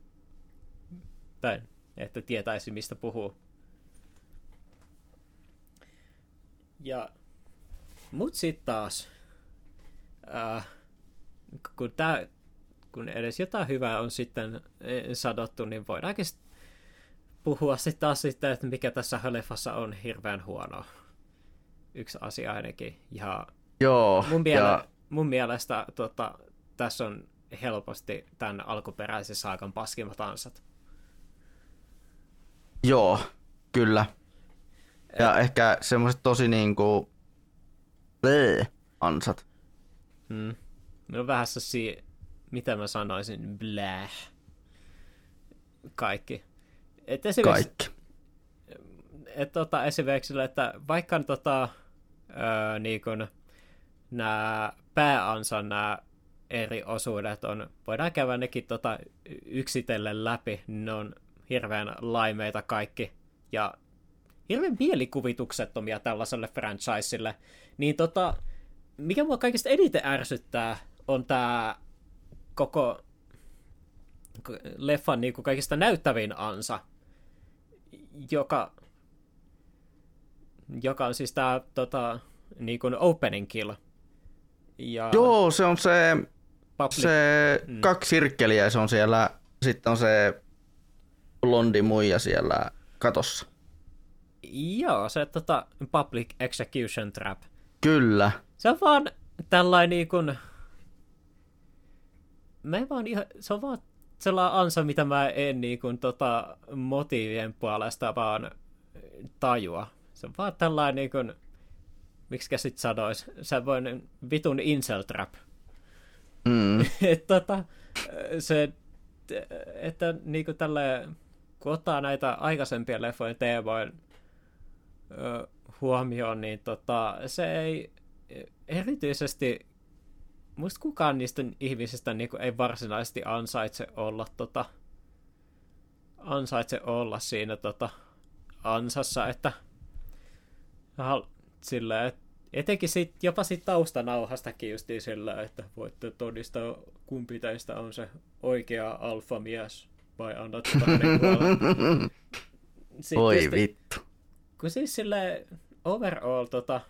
tai, että tietäisi, mistä puhuu. Ja, mut sitten taas, äh, kun tää... kun edes jotain hyvää on sitten sadottu, niin voidaankin puhua sitten taas sitten, että mikä tässä leffassa on hirveän huono. Yksi asia ainakin. Ja Joo, mun, miele- ja... mun mielestä tota, tässä on helposti tämän alkuperäisen saakan paskimmat ansat. Joo, kyllä. Ja Et... ehkä semmoiset tosi niinku bleh ansat. Hmm. No vähän si mitä mä sanoisin, bläh. Kaikki. Et Kaikki. Et tota, esimerkiksi, että vaikka tota, öö, niin kun nämä pääansan nämä eri osuudet on, voidaan käydä nekin tota, yksitellen läpi, ne on hirveän laimeita kaikki, ja hirveän mielikuvituksettomia tällaiselle franchiselle, niin tota, mikä mua kaikista eniten ärsyttää, on tämä koko leffan niin kuin kaikista näyttävin ansa, joka joka on siis tää tota, niin kuin opening kill. Ja Joo, se on se, public... se mm. kaksi sirkkeliä, se on siellä, sitten on se blondi muija siellä katossa. Joo, se tota, public execution trap. Kyllä. Se on vaan tällainen niin kuin... Mä en vaan ihan... Se on vaan sellainen ansa, mitä mä en niin kuin, tota, motiivien puolesta vaan tajua. Se on vaan tällainen niin kuin... Miksikä sit sanois? Se voi vitun incel trap. Mm. että tota, se... Että niinku tälleen... Kun ottaa näitä aikaisempia leffojen teemoja huomioon, niin tota, se ei erityisesti, muista kukaan niistä ihmisistä niin ei varsinaisesti ansaitse olla, tota, ansaitse olla siinä tota, ansassa, että sillä, et, etenkin sit, jopa siitä taustanauhastakin justiin sillä, että voitte todistaa, kumpi teistä on se oikea alfamies, vai annat hänen kuolla. Oi tietysti, vittu. Kun siis silleen overall tota,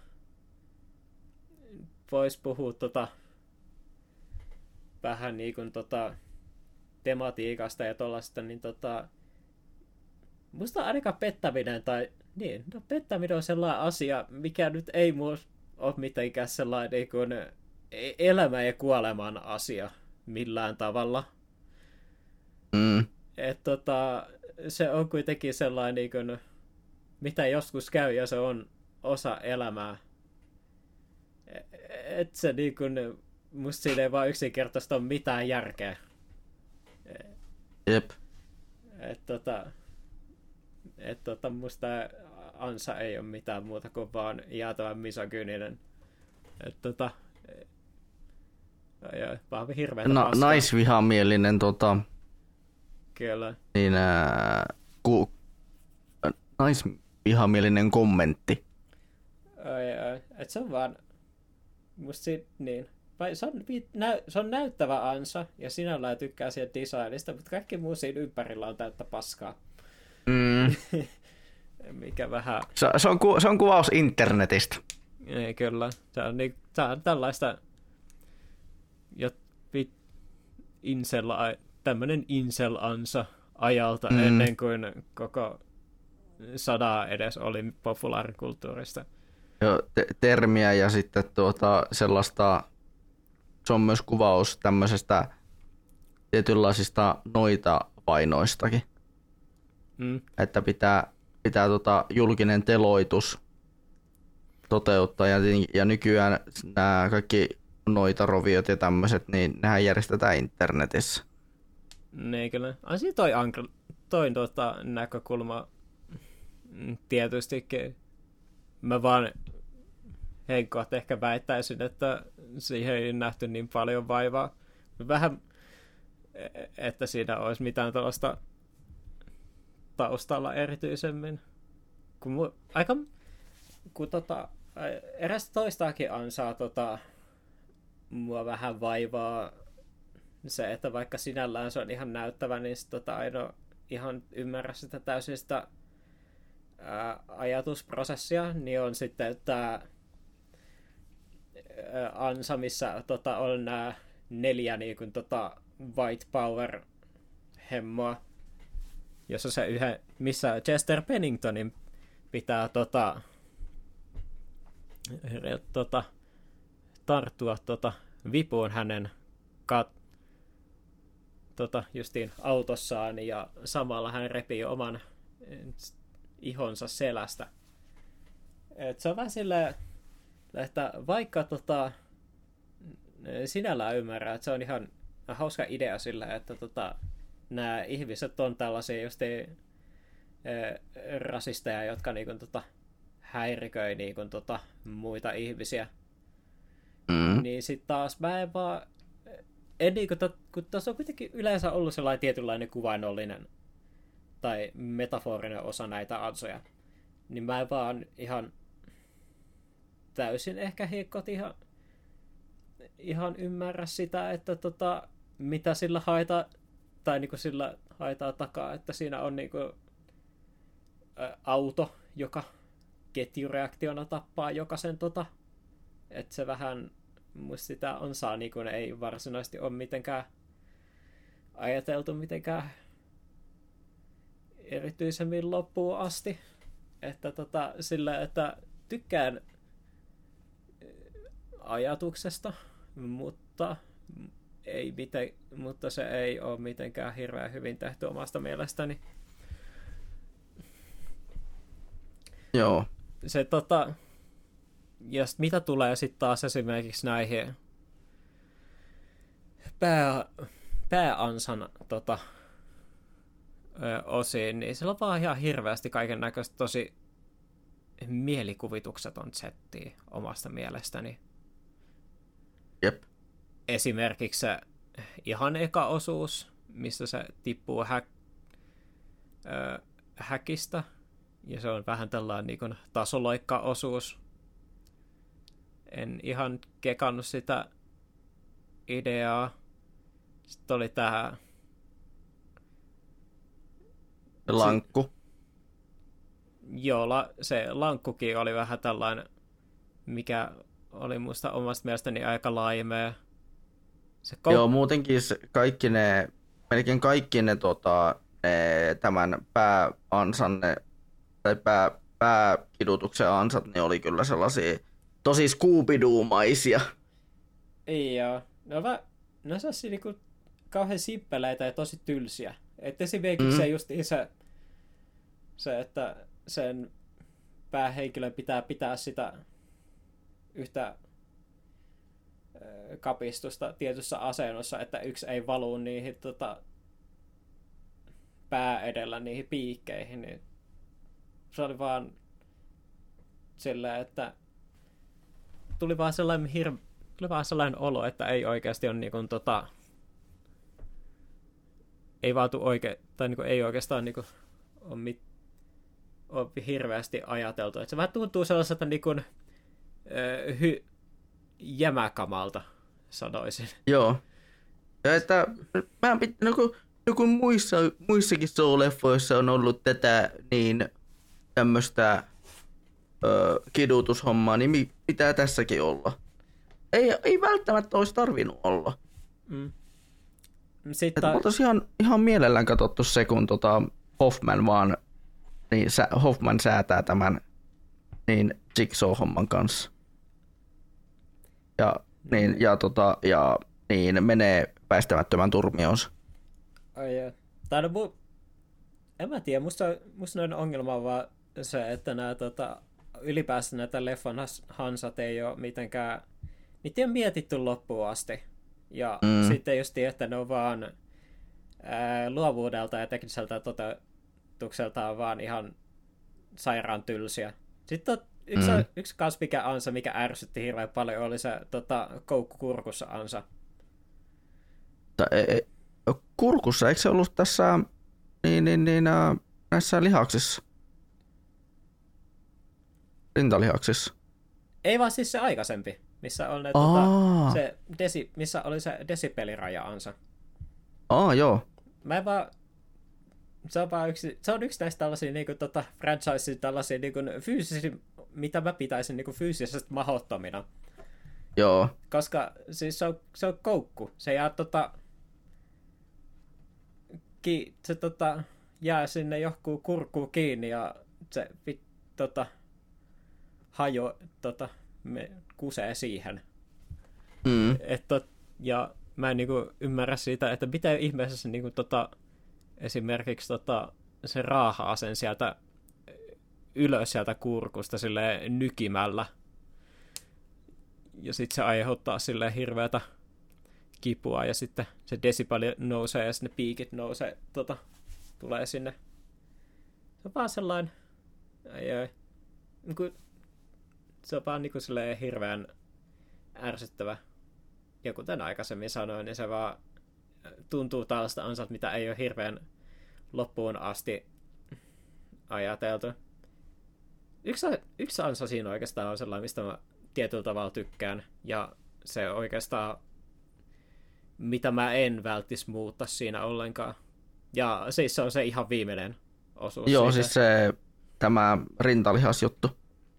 vois puhua tota, vähän niin kuin tota, tematiikasta ja tollaista, niin tota, musta ainakaan pettäminen tai niin, no pettäminen on sellainen asia, mikä nyt ei mua ole mitenkään sellainen niin kuin elämän ja kuoleman asia millään tavalla. Mm. Et tota, se on kuitenkin sellainen, niin kuin, mitä joskus käy, ja se on osa elämää. Et se niin kuin, musta siinä ei vaan yksinkertaisesti ole mitään järkeä. Jep. Et tota, et tota, musta ansa ei ole mitään muuta kuin vaan jäätävän misogyninen. Et tota, ja, vaan hirveätä Na- paskaa. naisvihamielinen tota... Kyllä. Niin, ää, ku, naisvihamielinen kommentti. Ai, ai. Et se on vaan, musta si- niin. Vai se on, nä- se on näyttävä ansa, ja sinällään tykkää siitä designista, mutta kaikki muu siinä ympärillä on täyttä paskaa. Mm. Mikä vähän... Se, se, on ku, se on kuvaus internetistä. Ei, kyllä. Se on, niin, se on tällaista, jo, vi, incel, tämmönen incel-ansa ajalta mm. ennen kuin koko sadaa edes oli populaarikulttuurista. Joo, te- termiä ja sitten tuota sellaista, se on myös kuvaus tämmöisestä tietynlaisista noita-vainoistakin. Mm. Että pitää, pitää tota julkinen teloitus toteuttaa ja, ja nykyään nämä kaikki noitaroviot ja tämmöiset, niin nehän järjestetään internetissä. Niin kyllä. Ai siinä toi, ankl, toi tota, näkökulma tietystikin. Mä vaan henkkoat ehkä väittäisin, että siihen ei nähty niin paljon vaivaa. Vähän, että siinä olisi mitään tällaista taustalla erityisemmin. Kun mu, aika, kun tota, erästä toistaakin ansaa tota, mua vähän vaivaa se, että vaikka sinällään se on ihan näyttävä, niin sit, tota, en ole ihan ymmärrä sitä täysin sitä ää, ajatusprosessia, niin on sitten tämä ansa, missä tota, on nämä neljä niin kuin, tota, white power hemmoa, jossa se yhden, missä Chester Benningtonin pitää tota, tota, tarttua tota, vipuun hänen kat, tota, justiin autossaan ja samalla hän repii oman ihonsa selästä. Et se on vähän silleen, että vaikka tota, sinällään ymmärrän, että se on ihan hauska idea sillä, että tota, nämä ihmiset on tällaisia justiin e, rasisteja, jotka niinku, tota, häiriköi niinku, tota, muita ihmisiä. Mm. Niin sit taas mä en vaan, en, niinku, to, kun tuossa on kuitenkin yleensä ollut sellainen tietynlainen kuvainnollinen tai metaforinen osa näitä ansoja, niin mä en vaan ihan täysin ehkä hiikkot ihan, ihan ymmärrä sitä, että tota, mitä sillä haetaan, tai niinku sillä haetaan takaa, että siinä on niinku ä, auto, joka ketjureaktiona tappaa jokaisen tota, että se vähän musta sitä ansaa niin kun ei varsinaisesti ole mitenkään ajateltu mitenkään erityisemmin loppuun asti, että tota, sillä, että tykkään ajatuksesta, mutta ei miten, mutta se ei ole mitenkään hirveän hyvin tehty omasta mielestäni. Joo. Se tota, ja sit mitä tulee sitten taas esimerkiksi näihin pää, pääansan tota, ö, osiin, niin sillä on vaan ihan hirveästi kaiken näköistä tosi mielikuvitukseton settiä omasta mielestäni. Jep. Esimerkiksi se ihan eka osuus, missä se tippuu hä- ö, häkistä, ja se on vähän tällainen niin kuin tasoloikka-osuus. En ihan kekannut sitä ideaa. Sitten oli tää lankku. Joo, la, se lankkukin oli vähän tällainen, mikä oli musta omasta mielestäni aika laimea. Se kou- Joo, muutenkin se, kaikki ne, melkein kaikki ne, tota, ne tämän pääansan, ne, tai pää, pääkidutuksen ansat, ne oli kyllä sellaisia tosi Scooby-Doo-maisia. Ei joo. Ne on, vähän, ne on sellaisia niinku kauhean simppeleitä ja tosi tylsiä. Että esimerkiksi mm. se just se, se, että sen päähenkilön pitää pitää sitä yhtä kapistusta tietyssä asennossa, että yksi ei valu niihin tota, pää edellä niihin piikkeihin, niin se oli vaan silleen, että tuli vaan sellainen, hir... tuli vaan sellainen olo, että ei oikeasti ole niin kuin, tota... ei vaan tuu oike... tai niin kuin, ei oikeastaan niin kuin, ole, mit... ole hirveästi ajateltu. Että se vähän tuntuu sellaiselta niin kuin, äh, hy... jämäkamalta, sanoisin. Joo. Ja että mä pit... no, kun, no, kun muissa, muissakin Saw-leffoissa on ollut tätä niin tämmöistä Öö, kidutushommaa, niin mi- pitää tässäkin olla. Ei, ei välttämättä olisi tarvinnut olla. Mm. Sitten ta- oltaisiin ihan, ihan mielellään katsottu se, kun tota Hoffman vaan, niin sä, Hoffman säätää tämän niin Jigsaw-homman kanssa. Ja, niin, ja, tota, ja niin menee väistämättömän turmionsa. Ai jaa. Tai no mu... En mä tiedä, musta, musta on ongelma vaan se, että nämä tota, ylipäänsä näitä leffan hansat ei ole mitenkään, niitä ei ole mietitty loppuun asti. Ja mm. sitten just että ne on vaan ää, luovuudelta ja tekniseltä toteutukseltaan vaan ihan sairaan tylsiä. Sitten on yksi, mm. yksi kans mikä ansa, mikä ärsytti hirveän paljon, oli se tota, koukku kurkussa ansa. Ta, e, e, kurkussa, eikö se ollut tässä niin, niin, niin, äh, näissä lihaksissa? Rintalihaksissa. Ei vaan siis se aikaisempi, missä on ne, tota, se desi, missä oli se desibeliraja-ansa. Aa, joo. Mä en vaan, se on vaan yksi, se on yksi näistä tällaisia niinku tota franchiseja tällaisia niinku fyysisiä, mitä mä pitäisin niinku fyysisesti mahdottomina. Joo. Koska siis se on, se on koukku. Se jää tota, ki, se tota jää sinne johonkin kurkkuun kiinni ja se pit, tota hajo tota, me kusee siihen. Mm. Että, ja mä en niinku ymmärrä siitä, että miten ihmeessä se niinku, tota, esimerkiksi tota, se raahaa sen sieltä ylös sieltä kurkusta silleen nykimällä. Ja sitten se aiheuttaa silleen hirveätä kipua ja sitten se desibeli nousee ja sitten ne piikit nousee, tota, tulee sinne. Se on vaan sellainen, ai ai, niin kuin, se on vaan niin kuin silleen hirveän ärsyttävä. Ja kuten aikaisemmin sanoin, niin se vaan tuntuu tällaista ansat, mitä ei ole hirveän loppuun asti ajateltu. Yksi, yksi ansa siinä oikeastaan on sellainen, mistä mä tietyllä tavalla tykkään. Ja se oikeastaan, mitä mä en välttis muuttaa siinä ollenkaan. Ja siis se on se ihan viimeinen osuus. Joo, siitä. siis se tämä rintalihasjuttu.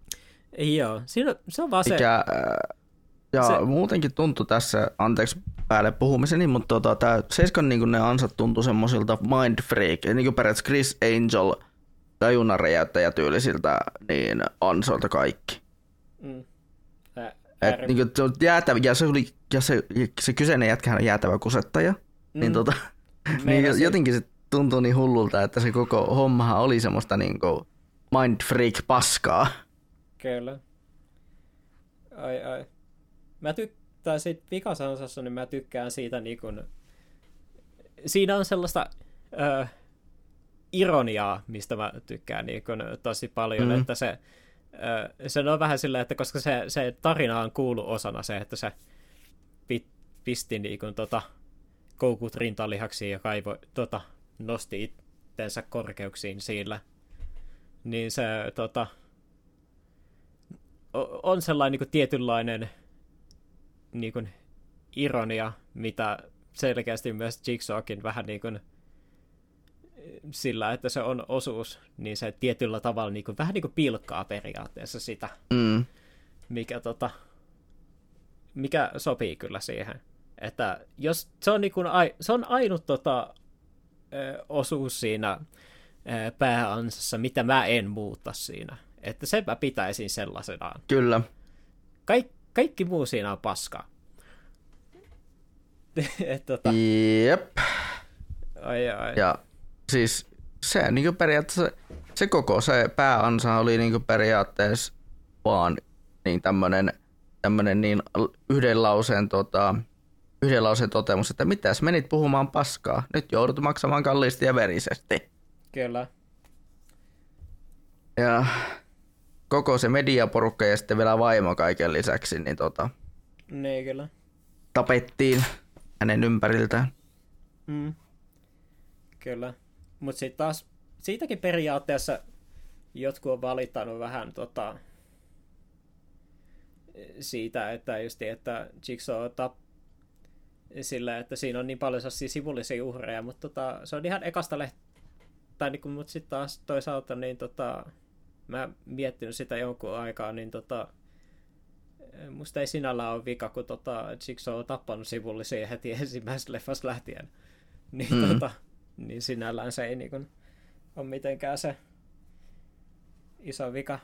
Joo, siinä, se on vaan se... Mikä, ja se... muutenkin tuntui tässä, anteeksi päälle puhumiseni, mutta tota, tämä Seiskan niin ne ansat tuntui semmoisilta mindfreak, niin kuin periaatteessa Chris Angel tajunnan räjäyttäjä tyylisiltä niin ansoilta kaikki. Mm. Ä, Et, niin kuin, se on jäätävä, ja, se, oli, ja se, se kyseinen jätkähän on jäätävä kusettaja, mm. niin, tota, niin jotenkin se tuntuu niin hullulta, että se koko hommahan oli semmoista niin kuin mindfreak paskaa. Kyllä. Ai ai. Mä tykkään siitä vikasansassa, niin mä tykkään siitä niin kun... Siinä on sellaista ö, ironiaa, mistä mä tykkään niin kun, tosi paljon, mm. että se, ö, se on vähän silleen, että koska se, se tarina on kuullut osana se, että se pit, pisti niin kun, tota, koukut rintalihaksiin ja kaivo, tota, nosti itsensä korkeuksiin sillä, niin se tota, on sellainen niin kuin tietynlainen niin kuin ironia, mitä selkeästi myös Jigsawkin vähän niin kuin sillä, että se on osuus, niin se tietyllä tavalla niin kuin, vähän niin kuin pilkkaa periaatteessa sitä, mm. mikä, tota, mikä sopii kyllä siihen. Että jos se on, niin kuin, se on ainut tota, osuus siinä pääansassa, mitä mä en muuta siinä. Että sen mä pitäisin sellaisenaan. Kyllä. Kaik, kaikki muu siinä on paskaa. Et, tota... Jep. Ai, ai. Ja siis se niin periaatteessa, se koko se pääansa oli niin periaatteessa vaan niin tämmönen, tämmönen niin yhden lauseen, tota, yhden lauseen toteamus, että mitäs menit puhumaan paskaa, nyt joudut maksamaan kalliisti ja verisesti. Kyllä. Ja koko se mediaporukka ja sitten vielä vaimo kaiken lisäksi, niin tota, niin kyllä. Tapettiin hänen ympäriltään. Mm. Kyllä. Mutta sitten taas siitäkin periaatteessa jotkut on valittanut vähän tota, siitä, että just että Jigsaw tap sillä, että siinä on niin paljon sellaisia sivullisia uhreja, mutta tota, se on ihan ekasta leht... tai niin kuin, mutta sitten taas toisaalta niin tota, mä miettinyt sitä jonkun aikaa, niin tota, musta ei sinällään ole vika, kun tota, Jigsaw on tappanut sivullisia heti ensimmäisestä leffasta lähtien. Niin, mm. tota, niin sinällään se ei niin kuin, ole mitenkään se iso vika.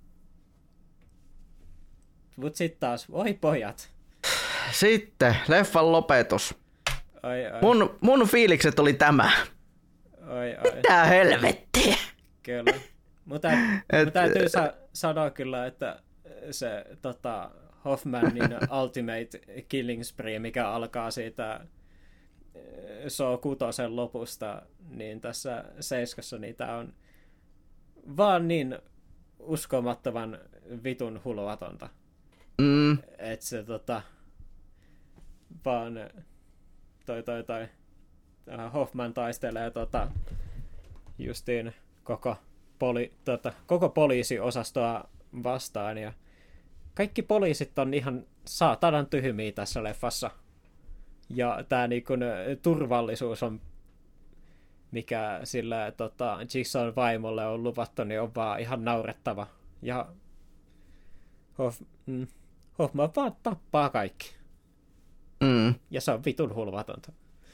Mut sit taas, oi pojat. Sitten, leffan lopetus. Ai, ai. Mun, mun fiilikset oli tämä. Ai, ai. Mitä helvettiä? Kyllä. Mutta Et... täytyy sa- sanoa kyllä, että se tota, Hoffmanin Ultimate Killing Spree, mikä alkaa siitä Saw kutosen lopusta, niin tässä seiskassa niin tää on vaan niin uskomattoman vitun hulvatonta. Mm. Että se tota vaan toi toi toi Hoffman taistelee tota justiin koko poli, tota, koko poliisiosastoa vastaan ja kaikki poliisit on ihan saatanan tyhmiä tässä leffassa. Ja tää niinku turvallisuus on mikä sillä tota Jigsawn vaimolle on luvattu, niin on vaan ihan naurettava. Ja Hoff, mm, Hoffman vaan tappaa kaikki. Mm. Ja se on vitun hulvatonta.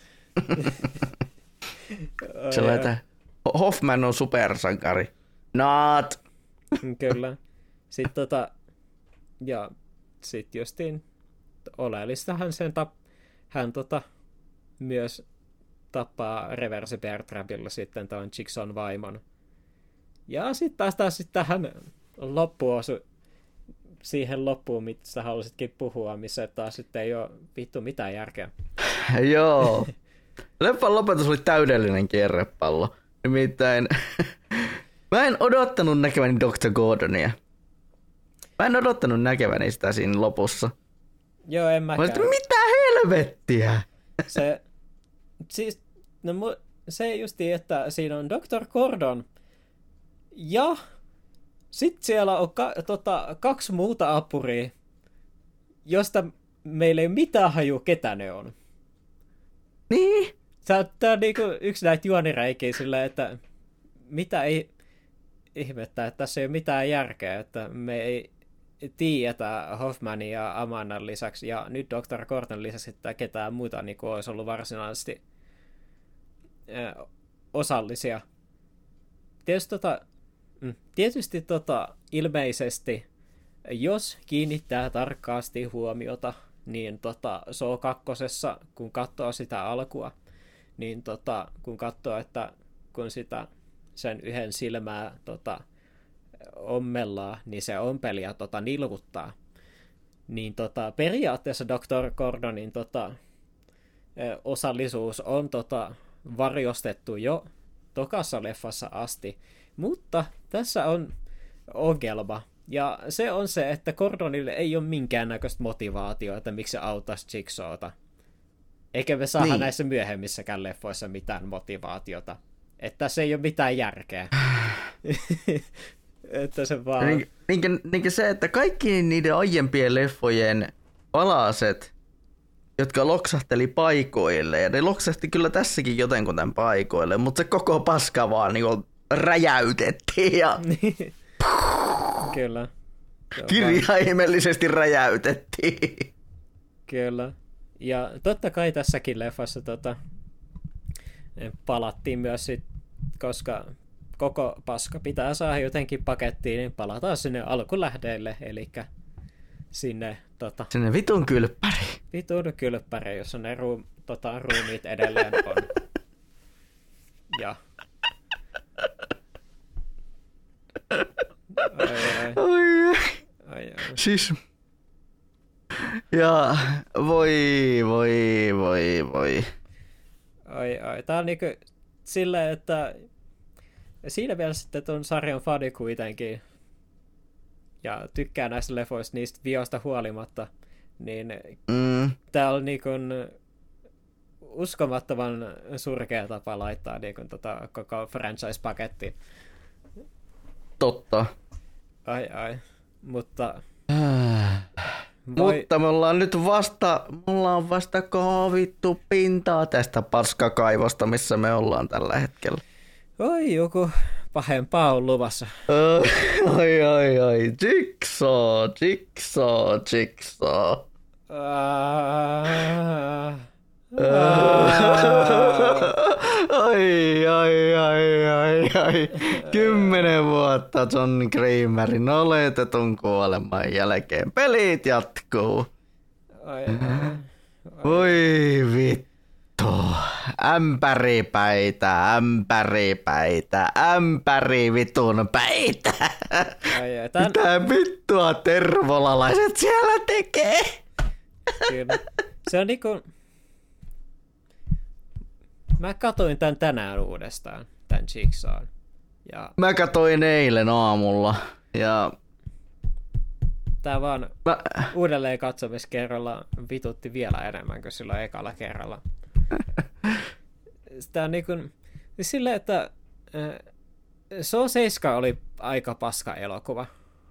Sillä, että Hoffman on supersankari. Not! Kyllä. Sitten tota, ja sit justiin oleellistahan sen tap, hän tota myös tappaa Reverse Bear Trapilla sitten tämän Jigsawn vaimon. Ja sitten taas taas sit tähän loppuosu, siihen loppuun, mistä halusitkin puhua, missä taas sitten ei ole vittu mitään järkeä. Joo. Leffan lopetus oli täydellinen kierrepallo. Nimittäin mä en odottanut näkeväni doktor Gordonia. Mä en odottanut näkeväni sitä siinä lopussa. Joo, en mäkään. Mä olin, mitä helvettiä? Se, siis, no, se justi, että siinä on doktor Gordon ja sitten siellä on ka, tota, kaksi muuta apuria, josta meillä ei ole mitään haju, ketä ne on. Niin? Tämä on niinku yksi näitä juonireikiä silleen, että mitä ei ihmettä, että tässä ei ole mitään järkeä, että me ei tiedetä Hoffmanin ja Amandan lisäksi, ja nyt doktor Gordon lisäksi, että ketään muuta niin kuin olisi ollut varsinaisesti ö, osallisia. Tietysti, tota, tietysti tota, ilmeisesti, jos kiinnittää tarkkaasti huomiota, niin tota, Saw kakkosessa, kun katsoo sitä alkua, niin tota, kun katsoo, että kun sitä sen yhden silmää tota, ommellaan, niin se ompelija tota, nilkuttaa. Niin tota, periaatteessa doktor Gordonin tota, osallisuus on tota, varjostettu jo tokassa leffassa asti, mutta tässä on ongelma. Ja se on se, että Gordonille ei ole minkäännäköistä motivaatiota, miksi se auttaisi Jigsawta. Eikä me saada niin. näissä myöhemmissäkään leffoissa mitään motivaatiota. Että se ei ole mitään järkeä. Että se vaan... Niin, niin, niin se, että kaikki niiden aiempien leffojen palaset, jotka loksahteli paikoille, ja ne loksahti kyllä tässäkin jotenkuten paikoille, mutta se koko paska vaan niin räjäytettiin ja... Kyllä. Kirjaimellisesti räjäytettiin. Kyllä. Ja totta kai tässäkin leffassa tota, palattiin myös sit, koska koko paska pitää saada jotenkin pakettiin, niin palataan sinne alkulähteille, eli sinne... Tota, sinne vitun kylppäri. Vitun kylppäri, jossa ne ruu, tota, ruumiit edelleen on. Ja... Ai, ai. Oi, ai, ai. Siis... Ja voi, voi, voi, voi. Ai, ai. Tää on niinku silleen, että siinä mielessä, että ton sarjan fani kuitenkin ja tykkää näistä leffoista niistä vioista huolimatta, niin mm. tää on niinku uskomattoman surkea tapa laittaa niinku tota koko franchise-pakettiin. Totta. Ai ai, mutta... Voi... Mutta me ollaan nyt vasta, me ollaan vasta kaavittu pintaa tästä paskakaivosta, missä me ollaan tällä hetkellä. Oi, joku pahempaa on luvassa. Oi, oi, oi, Jigsaw, Jigsaw, Jigsaw. Ai, ai, ai, ai, ai. Kymmenen vuotta John Kramerin oletetun kuoleman jälkeen. Pelit jatkuu. Ai, ai, ai. Voi vittu. Ämpäripäitä, ämpäripäitä, ämpäri vitun päitä. Ai, ai, tämän... Mitä vittua tervolalaiset siellä tekee? Kyllä. Se on niinku... Mä katoin tän tänään uudestaan, tän Jigsawn. Ja... Mä katoin eilen aamulla. Ja... Tää vaan Mä... uudelleen katsomiskerralla vitutti vielä enemmän kuin silloin ekalla kerralla. Sitä on niinku... Silleen, että... Saw seitsemän oli aika paska elokuva.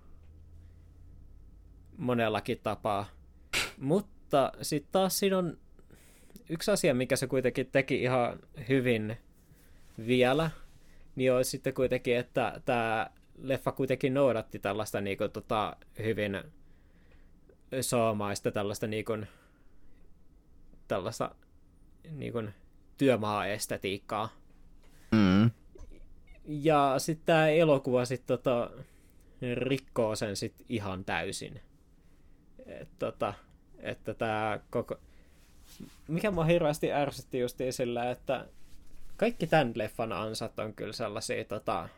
Monellakin tapaa. Mutta sitten taas siinä on... Yksi asia, mikä se kuitenkin teki ihan hyvin vielä, niin on sitten kuitenkin, että tämä leffa kuitenkin noudatti tällaista niin kuin, tota, hyvin soomaista tällaista, niin kuin, tällaista niin kuin, työmaa-estetiikkaa. Mm. Ja sitten tämä elokuva sitten tota, rikkoo sen sitten ihan täysin. Et, tota, että tämä koko... Mikä mua hirveästi ärsytti justiin sillä, että kaikki tämän leffan ansat on kyllä sellaisia tota,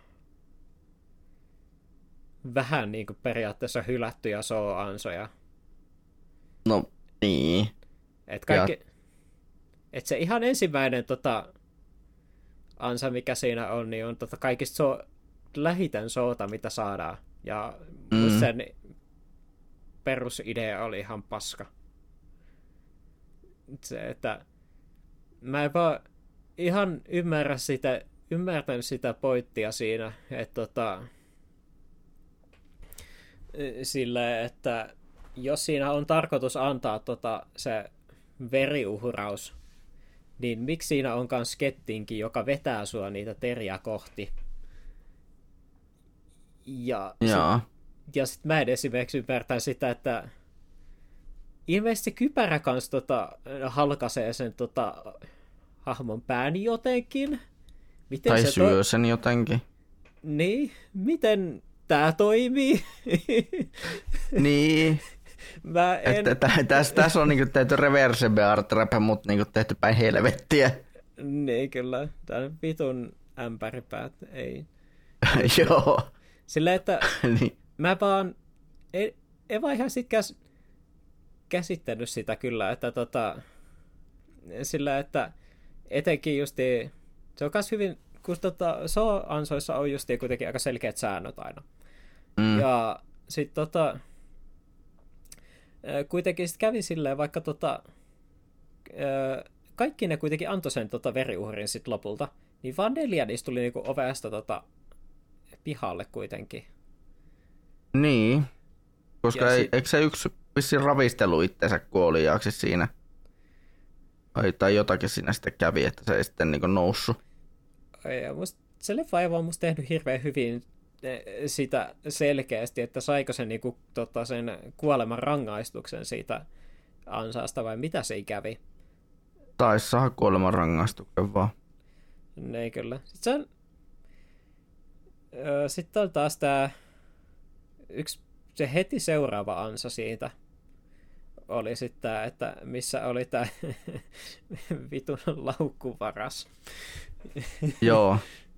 vähän niin kuin periaatteessa hylättyjä Saw-ansoja. No, niin. Et kaikki, et se ihan ensimmäinen tota, ansa, mikä siinä on, niin on tota, kaikista so, lähiten Sawta, mitä saadaan. Ja mm. sen perusidea oli ihan paska. Se, että mä en vaan ihan ymmärrä sitä, ymmärtänyt sitä pointtia siinä, että tota, sille, että jos siinä on tarkoitus antaa tota, se veriuhraus, niin miksi siinä onkaan skettinki, joka vetää sua niitä teriä kohti? Ja, sit, ja sitten mä en esimerkiksi ymmärtää sitä, että ilmeisesti kypärä kanssa tota, halkaisee sen tota, hahmon pään jotenkin. Miten tai se syö to... sen jotenkin. Niin, miten tää toimii? Niin. Mä en... Tässä täs on niinku tehty reversible art rap, mutta niinku tehty päin helvettiä. Niin kyllä, tää on vitun ämpäripäät, ei. Joo. Silleen, että niin. mä vaan, en, en vaan ihan sit käs, käsittänyt sitä kyllä, että tota, sillä, että etenkin justi, se on myös hyvin, kun tota, So-ansoissa on justi kuitenkin aika selkeät säännöt aina. Mm. Ja sit tota, kuitenkin sit kävi silleen, vaikka tota, kaikki ne kuitenkin antoi sen tota veriuhrin sit lopulta, niin vaan neljä niistä tuli niinku ovesta tota pihalle kuitenkin. Niin, koska ei, sit... eikö se yksi vissiin ravistelu itsensä kuoliaaksi siinä? Ai, tai jotakin siinä sitten kävi, että se ei sitten niinku noussut. Ja musta, se leffa ei vaan musta tehnyt hirveän hyvin sitä selkeästi, että saiko se niinku, tota, sen kuoleman rangaistuksen siitä ansaasta vai mitä se kävi. Taisi saada kuoleman rangaistuksen vaan. Ei kyllä. Sitten on, sitten on taas tää yksi, se heti seuraava ansa siitä oli sitten tää, että missä oli tää vitun laukkuvaras. Joo.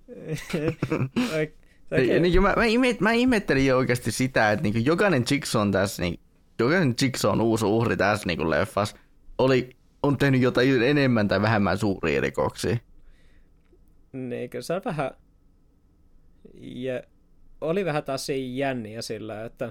niin, mä, mä, ihmet, mä ihmettelin jo oikeasti sitä, että niin jokainen Jigsaw tässä, niin, jokainen Jigsawn uusi uhri tässä niin leffassa oli, on tehnyt jotain enemmän tai vähemmän suuria rikoksia. Niin, kyllä se on vähän... Ja oli vähän taas jänniä sillä, että...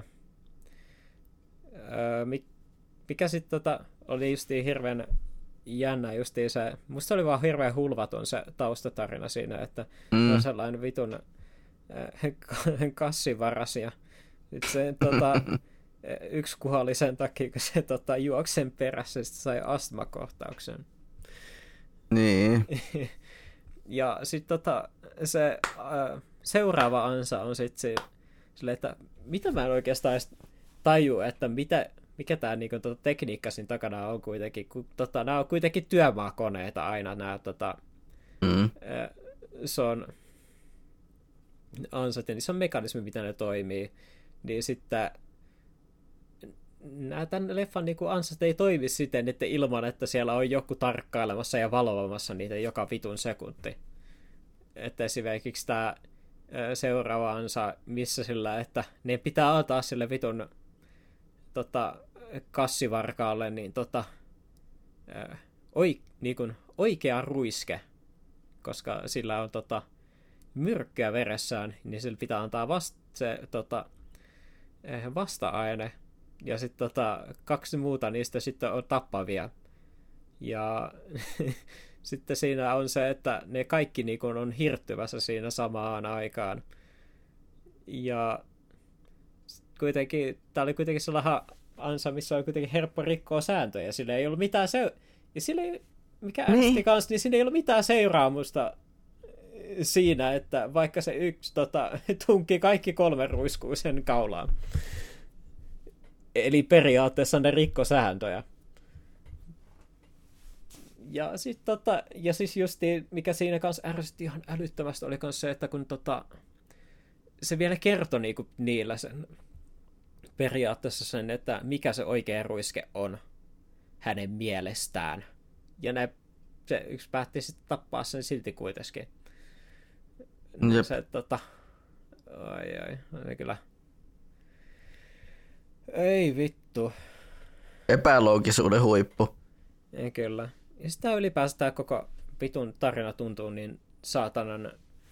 Öö, mikä sitten tota, oli justiin hirveän jännä justiin se... Musta se oli vaan hirveän hulvaton se taustatarina siinä, että mm. on sellainen vitun äh, kassivaras ja nyt se tota, yksi kuoli sen takia, kun se tota, juoksen perässä ja sai astmakohtauksen. Niin. Ja sitten tota, se äh, seuraava ansa on sitten se, silleen, että mitä mä en oikeastaan taju, että mitä, mikä tämä niinku, tota, tekniikka siinä takana on kuitenkin, kun tota, nämä on kuitenkin työmaakoneita aina nämä tota, mm. äh, se on ansat, ja niissä on mekanismi, mitä ne toimii, niin sitten nämä tämän leffan niin ansat ei toimi siten, että ilman, että siellä on joku tarkkailemassa ja valvomassa niitä joka vitun sekunti. Että esimerkiksi tämä seuraava ansa, missä sillä, että ne pitää antaa sille vitun tota, kassivarkaalle niin, tota, oi, niin kuin, oikea ruiske, koska sillä on tota, myrkkyä veressään, niin sillä pitää antaa vasta, se tota, vasta-aine, ja sitten tota, kaksi muuta niistä sitten on tappavia. Ja sitten siinä on se, että ne kaikki niin kun on hirttyvässä siinä samaan aikaan. Ja kuitenkin, tää oli kuitenkin sellainen ansa, missä on kuitenkin helppo rikkoa sääntöjä. Sillä ei ollut mitään se... Ja sillä ei, mikä niin. ärsytti kanssa, niin siinä ei ollut mitään seuraamusta siinä, että vaikka se yksi tota, tunki kaikki kolme ruiskuu sen kaulaan. Eli periaatteessa ne rikko sääntöjä. Ja, sit, tota, ja siis justiin, mikä siinä kanssa ärsytti ihan älyttömästi, oli myös se, että kun tota, se vielä kertoi niinku niillä sen, periaatteessa sen, että mikä se oikea ruiske on hänen mielestään. Ja ne, se yksi päätti sitten tappaa sen silti kuitenkin. Jep. Se, tota, ai ai, ai kyllä. Ei vittu. Epäloogisuuden huippu. Ei kyllä. Ja sitä ylipäänsä tämä koko vitun tarina tuntuu niin saatanan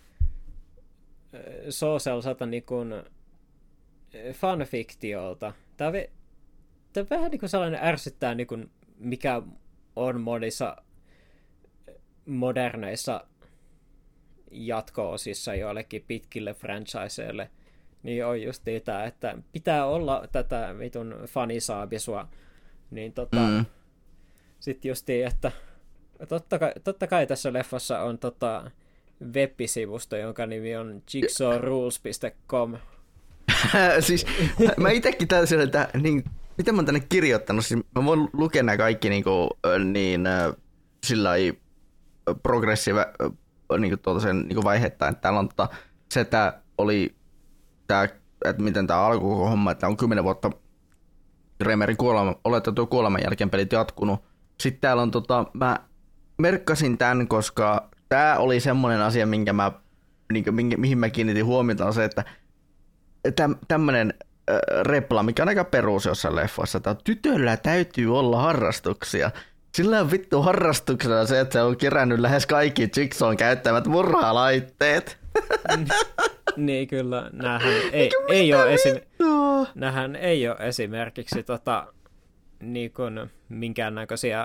social niin kuin fanfiktiolta. Tämä on, tämä on vähän niin kuin sellainen ärsyttää, niin kuin mikä on monissa moderneissa jatko-osissa joillekin pitkille franchiseille. Niin on just tämä, että pitää olla tätä vitun fanisaabisua. Niin tota... Mm. Sitten justiin, että totta kai, totta kai tässä leffassa on tota web-sivusto, jonka nimi on jigsaw rules piste com. siis mä itekin täysin, että niin, miten mä oon tänne kirjoittanut, siis mä voin lukea nämä kaikki niin, kuin, niin sillä progressiive niin tuota sen niin vaiheittain. Täällä on tota, se, että oli tää, että miten tämä alkoi koko homma, että on kymmenen vuotta Kramerin kuolema, oletettu kuoleman jälkeen pelit jatkunut. Sitten täällä on tota, mä merkkasin tämän, koska tää oli semmoinen asia, minkä mä, niin kuin, mihin mä kiinnitin huomiota, on se, että täm, tämmönen äh, repla, mikä on aika perus jossain leffoissa, että tytöllä täytyy olla harrastuksia. Sillä on vittu harrastuksena se, että se on kerännyt lähes kaikki Jigsawn käyttämät murhalaitteet. Niin kyllä, näähän ei, ei ole esim... Nähän ei ole esimerkiksi tota, niin kuin, minkäännäköisiä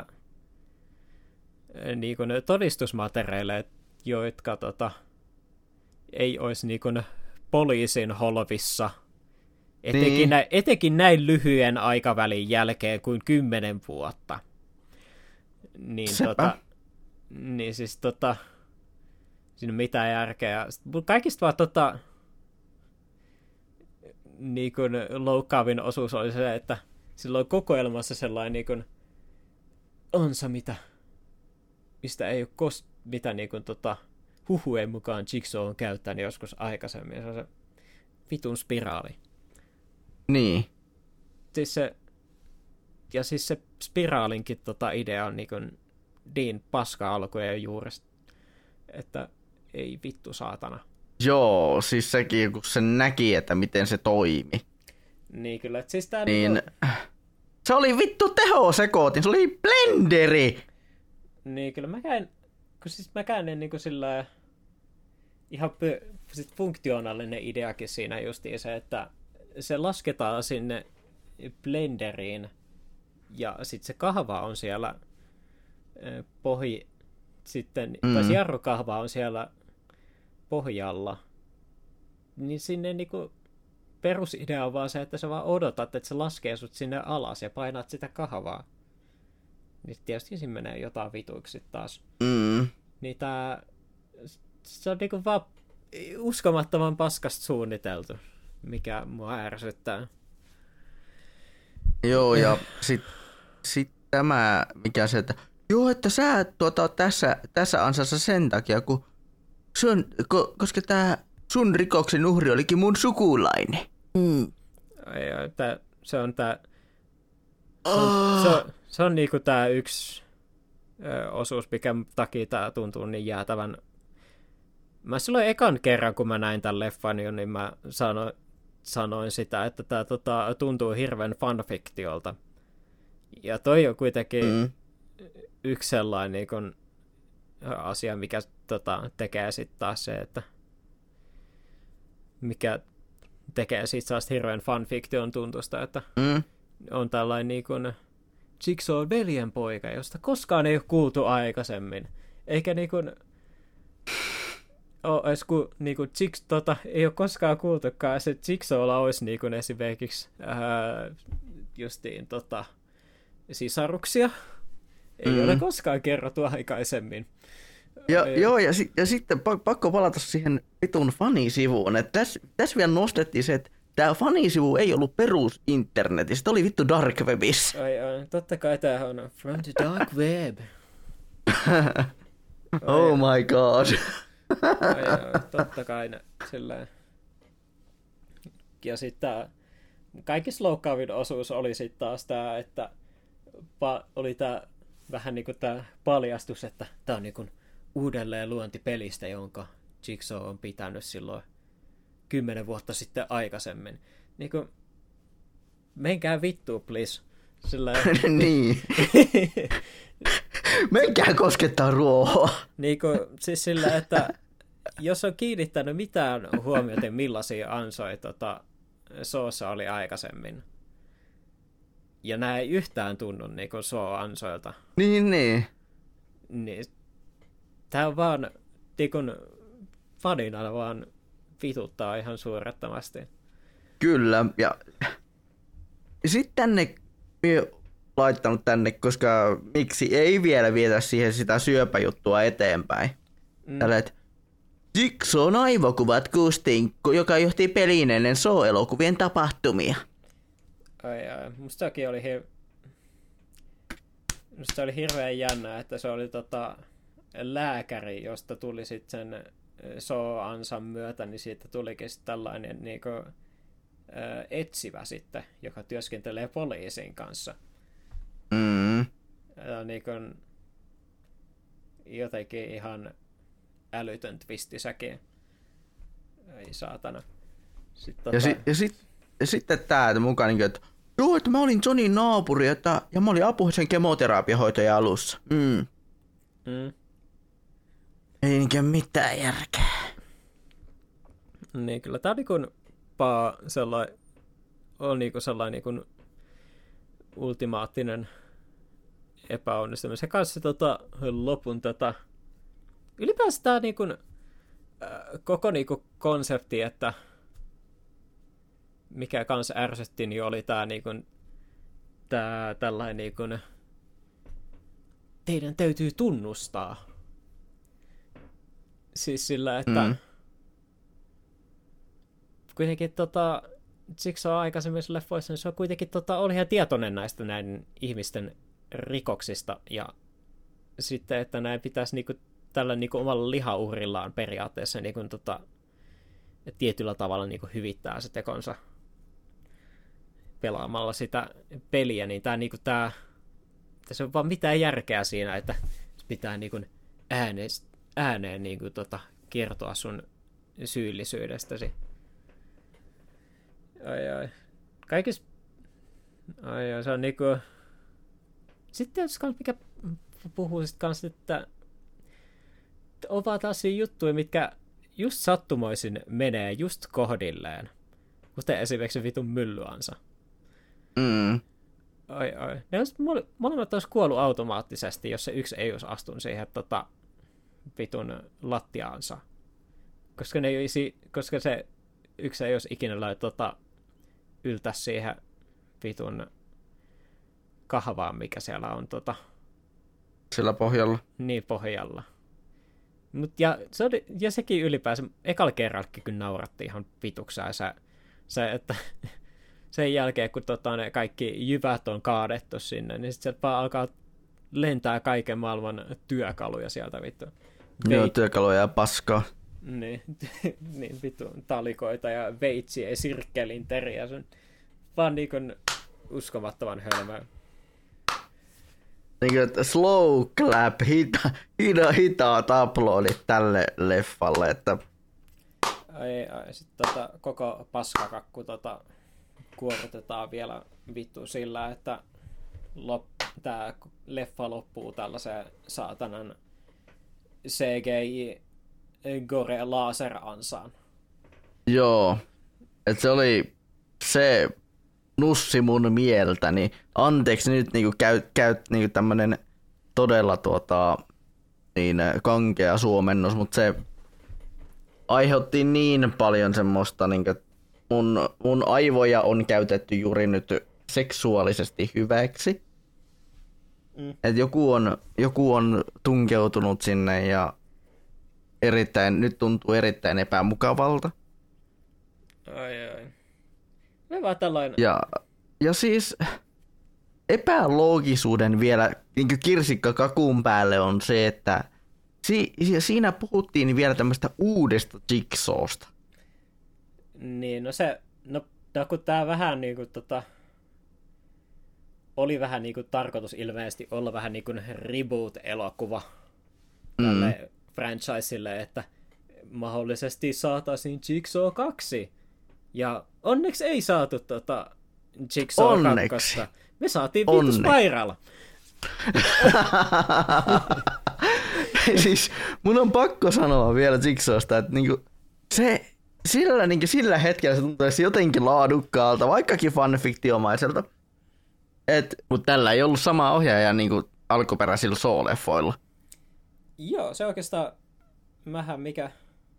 niin kuin, todistusmateriaaleja, jotka tota, ei olisi niin kuin, poliisin holvissa, etenkin, niin. nä, etenkin näin lyhyen aikavälin jälkeen kuin kymmenen vuotta. Niin, tota, niin siis tota, siinä on mitään järkeä. Kaikista vaan tota, niin kuin loukkaavin osuus oli se, että silloin kokoelmassa sellainen niin kuin, onsa mitä, mistä ei ole kost, mitä niin kuin, tota, huhujen mukaan Jigsaw on käyttänyt joskus aikaisemmin. Se on se vitun spiraali. Niin. Siis se, ja siis se spiraalinkin tota, idea on niin kuin niin paska alkujen juuresta, että ei vittu saatana. Joo, siis sekin, kun se näki, että miten se toimi. Niin kyllä, että siis tää niin... Niinku... Se oli vittu tehosekotin, se oli blenderi! Niin kyllä, mä käyn, kun siis mä käyn niin kuin sillä ihan py... sit funktionaalinen ideakin siinä justiin se, että se lasketaan sinne blenderiin ja sitten se kahva on siellä pohji, sitten, mm. tai jarrukahva on siellä pohjalla, niin sinne niinku perusidea on vaan se, että sä vaan odotat, että se laskee sut sinne alas ja painat sitä kahvaa. Niin tietysti siinä menee jotain vituiksi taas. Mm. Niin tää, se on niinku vaan uskomattoman paskasta suunniteltu, mikä mua ärsyttää. Joo, ja sit, sit tämä, mikä se, että joo, että sä tuota, tässä, tässä ansassa sen takia, kun sun, ko, koska tää sun rikoksen uhri olikin mun sukulainen. Mm. Ai, ai, tää, se on tää, se on, oh. se on, se on niinku tää yksi ö, osuus, mikä takia tää tuntuu niin jäätävän. Mä silloin ekan kerran, kun mä näin tän leffan, niin mä sanoin, sanoin sitä, että tää tota, tuntuu hirveän fanfiktiolta. Ja toi on kuitenkin mm. yksi sellainen niin kun, asia, mikä tota, tekee sitten taas se, että mikä tekee siitä sellaista hirveän fanfiktion tuntusta, että mm. on tällainen niin kun Jigsaw veljenpoika, josta koskaan ei ole kuultu aikaisemmin. Eikä niin kun ole edes kun niin kun Jigs, tota, ei ole koskaan kuultukaan, se Jigsawlla olisi niin kun esimerkiksi ää, justiin tota, sisaruksia. Ei mm. ole koskaan kerrottu aikaisemmin. Ja, Ei. Joo, ja, si- ja sitten pakko palata siihen vitun fanisivuun. Tässä täs vielä nostettiin se, että tämä fanisivu ei ollut perus internetissä, tämä oli vittu dark webissä. Ai, ai, totta kai tämähän on from the dark web. Oh ai, my god. ai, ai, totta kai sillä. Ja sitten tämä kaikista loukkaavin osuus oli sitten taas tämä, että pa- oli tämä vähän niin kuin tämä paljastus, että tämä on niin kuin uudelleen luonti pelistä, jonka Jigsaw on pitänyt silloin kymmenen vuotta sitten aikaisemmin. Niin kuin, menkää vittuun, please. Sillä... niin. Menkää koskettaa ruohoa. Niin kuin, siis sillä, että jos on kiinnittänyt mitään huomiota, millaisia ansoja tota, Sawssa oli aikaisemmin, ja nämä ei yhtään tunnu niin kuin Saw-ansoilta. Niin, niin. Niin, tämä on vaan niin kuin, fanina vaan vituttaa ihan suorattomasti. Kyllä, ja sitten tänne laittanut tänne, koska miksi ei vielä vietä siihen sitä syöpäjuttua eteenpäin. Mm. Tällä, et, Jigsawn aivokuvat kuustiin, joka johti peliin ennen Saw-elokuvien tapahtumia. Ai ai, musta sekin oli hir... Musta se oli hirveän jännä, että se oli tota lääkäri, josta tuli sitten sen Saw-ansan myötä, niin siitä tulikin sit tällainen niinku, ä, etsivä sitten, joka työskentelee poliisin kanssa. Mm. Ja niinku, jotenkin ihan älytön twisti sekin. Ei saatana. Sitten, tota... ja, si- ja, sit, ja sitten tää että mukaan, niin, että joo, että mä olin Johnin naapuri, että, ja mä olin apuisen kemoterapiahoitoja alussa. Mm. Mm. Ei niinkään mitään järkeä. Niin, kyllä tää on niinku paa sellainen, on niinku sellainen niinku ultimaattinen epäonnistuminen. Se kanssa tota, lopun tota, ylipäänsä tää niinku, äh, koko niinku konsepti, että mikä kans ärsytti, niin oli tää niinku, tää tällainen niinku, teidän täytyy tunnustaa. Siis sillä, että mm. kuitenkin tota, siksi on aikaisemmissa leffoissa, niin se on kuitenkin tota, oli ihan tietoinen näistä näiden ihmisten rikoksista, ja sitten, että näin pitäisi niinku, tällä niinku, omalla lihauhrillaan periaatteessa niinku, tota, tietyllä tavalla niinku, hyvittää se tekonsa pelaamalla sitä peliä, niin tää, niinku, tää, tässä on vaan mitään järkeä siinä, että pitää niinku, ääneen, ääneen niinku, tota, kertoa sun syyllisyydestäsi. Ai ai. Kaikis... Ai ai, se on niinku... Sitten tietysti kans, mikä puhuu sit kans, että on vaan taas juttuja, mitkä just sattumoisin menee just kohdilleen. Kuten esimerkiksi vitun myllyansa. Mm. Ai ai. Ne olisi, molemmat olisi kuollut automaattisesti, jos se yksi ei olisi astunut siihen tota, vitun lattiaansa. Koska, ne ei olisi, koska se yksi ei olisi ikinä lai, tota, yltä siihen vitun kahvaan, mikä siellä on tota, sillä pohjalla. Niin, pohjalla. Mut ja, se oli, ja sekin ylipäänsä, ekalla kerrallakin kyllä naurattiin ihan vituksaan. Se, se, että sen jälkeen, kun tota, ne kaikki jyvät on kaadettu sinne, niin sitten se vaan alkaa lentää kaiken maailman työkaluja sieltä vittu. Joo, Veit... työkaluja ja paskaa. Niin, niin vittu talikoita ja veitsiä ja sirkkelinteriä. Se on vaan niin kuin uskomattoman hölmöä. Niin kuin, että slow clap, hita, hita, hitaat uploadit tälle leffalle, että... Ai, ai, sitten tota, koko paskakakku tota, kuoritetaan vielä vittu sillä, että lop, tää leffa loppuu tällaiseen saatanan C G I gore laser-ansaan. Joo, että se oli se nussi mun mieltäni. Anteeksi nyt niinku käy, käy niinku tämmönen todella tuota, niin kankea suomennos, mutta se aiheutti niin paljon semmoista, niinku, mun, mun aivoja on käytetty juuri nyt seksuaalisesti hyväksi. Mm. Et joku on, joku on tunkeutunut sinne ja erittäin, nyt tuntuu erittäin epämukavalta. Ai ai. Me vaan tällainen. Ja, ja siis epäloogisuuden vielä niin kirsikka kakun päälle on se, että si, siinä puhuttiin vielä tämmöistä uudesta Jigsawsta. Niin, no se, no, no kun tää vähän niinku tota, oli vähän niinku tarkoitus ilmeisesti olla vähän niinku reboot-elokuva tälle mm. franchiselle, että mahdollisesti saataisiin Jigsaw kaksi. Ja onneksi ei saatu tota Jigsaw kaksi. Me saatiin Vitu Spiral. Siis mun on pakko sanoa vielä Jigsawsta, että niinku se, sillä, niinku sillä hetkellä se tuntuisi jotenkin laadukkaalta, vaikkakin fanfiktiomaiselta. Mutta tällä ei ollut sama ohjaaja niinku alkuperäisillä Saw-leffoilla. Joo, se oikeastaan mähän mikä...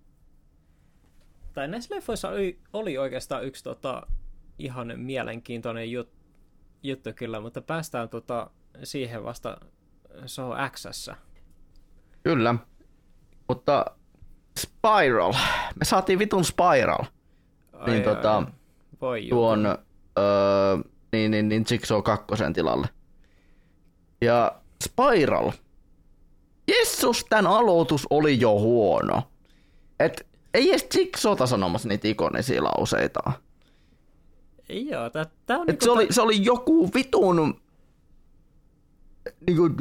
Tai näissä leffoissa oli, oli oikeastaan yksi tota, ihan mielenkiintoinen jut, juttu kyllä, mutta päästään tota, siihen vasta Saw X:ssä. Kyllä, mutta Spiral. Me saatiin vitun Spiral. Ai, niin ai, tota, voi tuon öö, niin, niin, niin Jigsaw kakkosen tilalle. Ja Spiral. Jessus, tän aloitus oli jo huono. Et ei edes Jigsawta sanomassa niitä ikonisia lauseita. Joo, tää, tää on Et niinku se, oli, tää... se oli joku vitun... Niinku...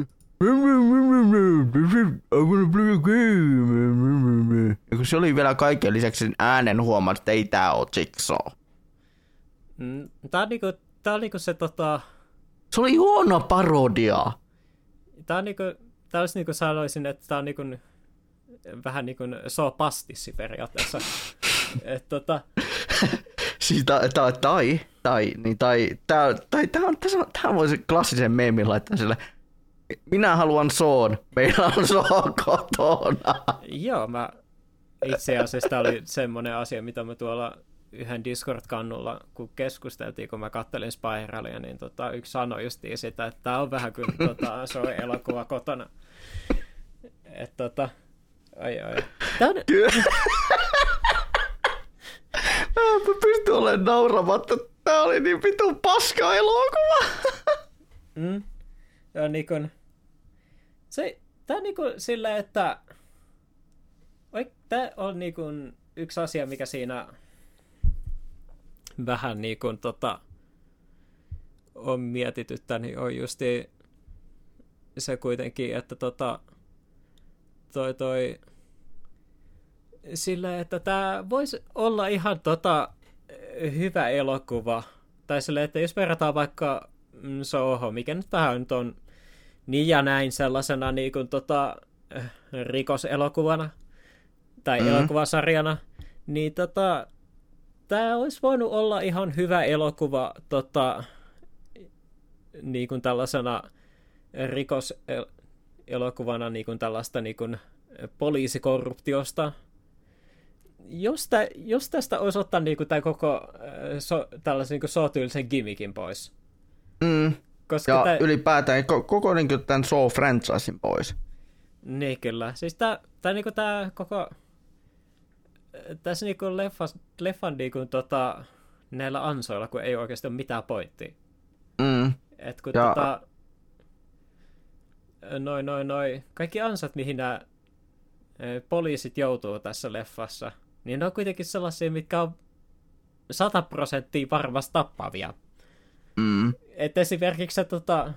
Ja kun se oli vielä kaiken lisäksi äänen huomaa, että ei tää oo Jigsaw. Mm, tää on niinku, tää on niinku se tota... Se oli huono parodia. Tää on niinku... Tää olisi niinku sanoisin, että tää on niinku... Vähän niinku so pastissi periaatteessa. Et tota... Siis ta, ta, tai, tai, niin tai, tää, tai tää on, tässä on, tää voisi klassisen meemin laittaa sille. Minä haluan soon, meillä on soo kotona. Joo, mä itse asiassa tää oli semmoinen asia, mitä mä tuolla yhden Discord-kannulla, kun keskusteltiin, kun mä kattelin Spiralia, niin tota, yksi sanoi justiin sitä, että tää on vähän kuin tota, se on elokuva kotona. Että tota, ai ai. Tää on... Mä pystyn olemaan nauramatta. Tää oli niin vitun paska elokuva. Mm. Ja niin kun, se, tää on niin kun sillä, että oik, tää on niin kun yksi asia, mikä siinä vähän niin kun tota, on mietityttä, niin on justi se kuitenkin, että tota, toi toi sillä, että tää voisi olla ihan tota, hyvä elokuva. Tai sillä, että jos verrataan vaikka Soho, mikä nyt vähän nyt on niin ja näin sellaisena niin kuin, tota, rikoselokuvana tai mm. elokuvasarjana, niin tota, tämä olisi voinut olla ihan hyvä elokuva tota, niin kuin tällaisena rikoselokuvana niin kuin tällaista niin kuin poliisikorruptiosta. Jos, tä, jos tästä olisi ottanut niin kuin, tämän koko so, tällaisen niin kuin sootyylisen gimmickin pois. Mm. Koska ja tää... ylipäätään koko niin kuin tämän Saw-franchisen pois. Niin kyllä. Siis tämä, tämä, niin kuin, tämä koko... Tässä niin kuin leffan, leffan niin kuin, tota, näillä ansoilla, kun ei oikeasti ole mitään pointtia. Mm. Et kun ja... tota... Noin, noin, noin. Kaikki ansat, mihin nämä poliisit joutuu tässä leffassa, niin ne on kuitenkin sellaisia, mitkä on sata prosenttia varmasti tappavia. Mm. Et esimerkiksi se tota,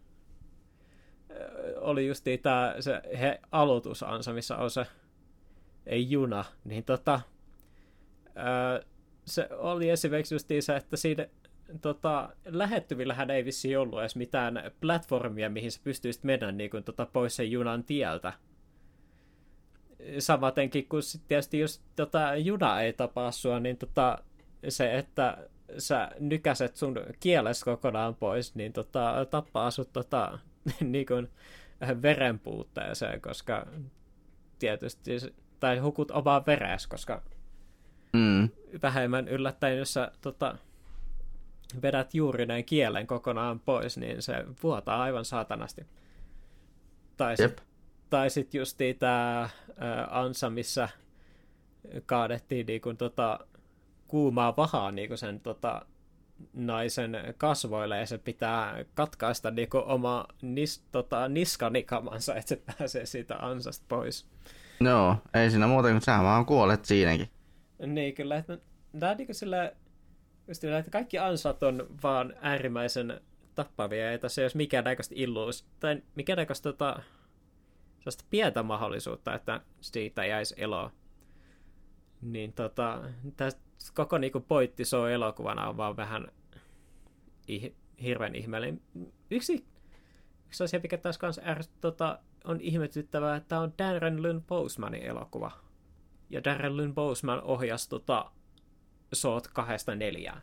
oli justiin tää se he, aloitusansa, missä on se ei juna, niin tota, ää, se oli esimerkiksi justiin se, että siinä tota, lähettyvillähän ei vissiin ollut edes mitään platformia, mihin sä pystyisit mennä niin kuin, tota, pois sen junan tieltä. Samatenkin, kun sit tietysti jos tota, juna ei tapaa sua, niin tota, se, että sä nykäset sun kielestä kokonaan pois, niin tota, tappaa sut tota, niin kuin verenpuutteeseen, koska tietysti, tai hukut omaan veres, koska mm. vähemmän yllättäen, jos sä tota, vedät juuri näin kielen kokonaan pois, niin se vuotaa aivan saatanasti. Tai sitten tai sit justiin tää ä, ansa, missä kaadettiin niinku tota kuumaa vahaa niinku sen tota naisen kasvoille, ja se pitää katkaista niinku oma nis, tota, niskanikamansa, että se pääsee siitä ansasta pois. No, ei siinä muuta kuin sä vaan kuolet siinäkin. Niin kyllä, että tää on niinku sillä, just sillä, että kaikki ansat on vaan äärimmäisen tappavia, ei tässä ei olisi mikään näköistä illuus, tai mikään näköistä tota sellaista pientä mahdollisuutta, että siitä jäisi eloa. Niin tota, tästä koko niinku pointti Saw elokuvana on vaan vähän ih- hirveän ihmeellinen. Yksi, yksi asia, mikä tässä kanssa äärästi, tota, on ihmetyttävää, että tämä on Darren Lynn Bosemanin elokuva. Ja Darren Lynn Boseman ohjasi tota Sawt kahdesta neljään.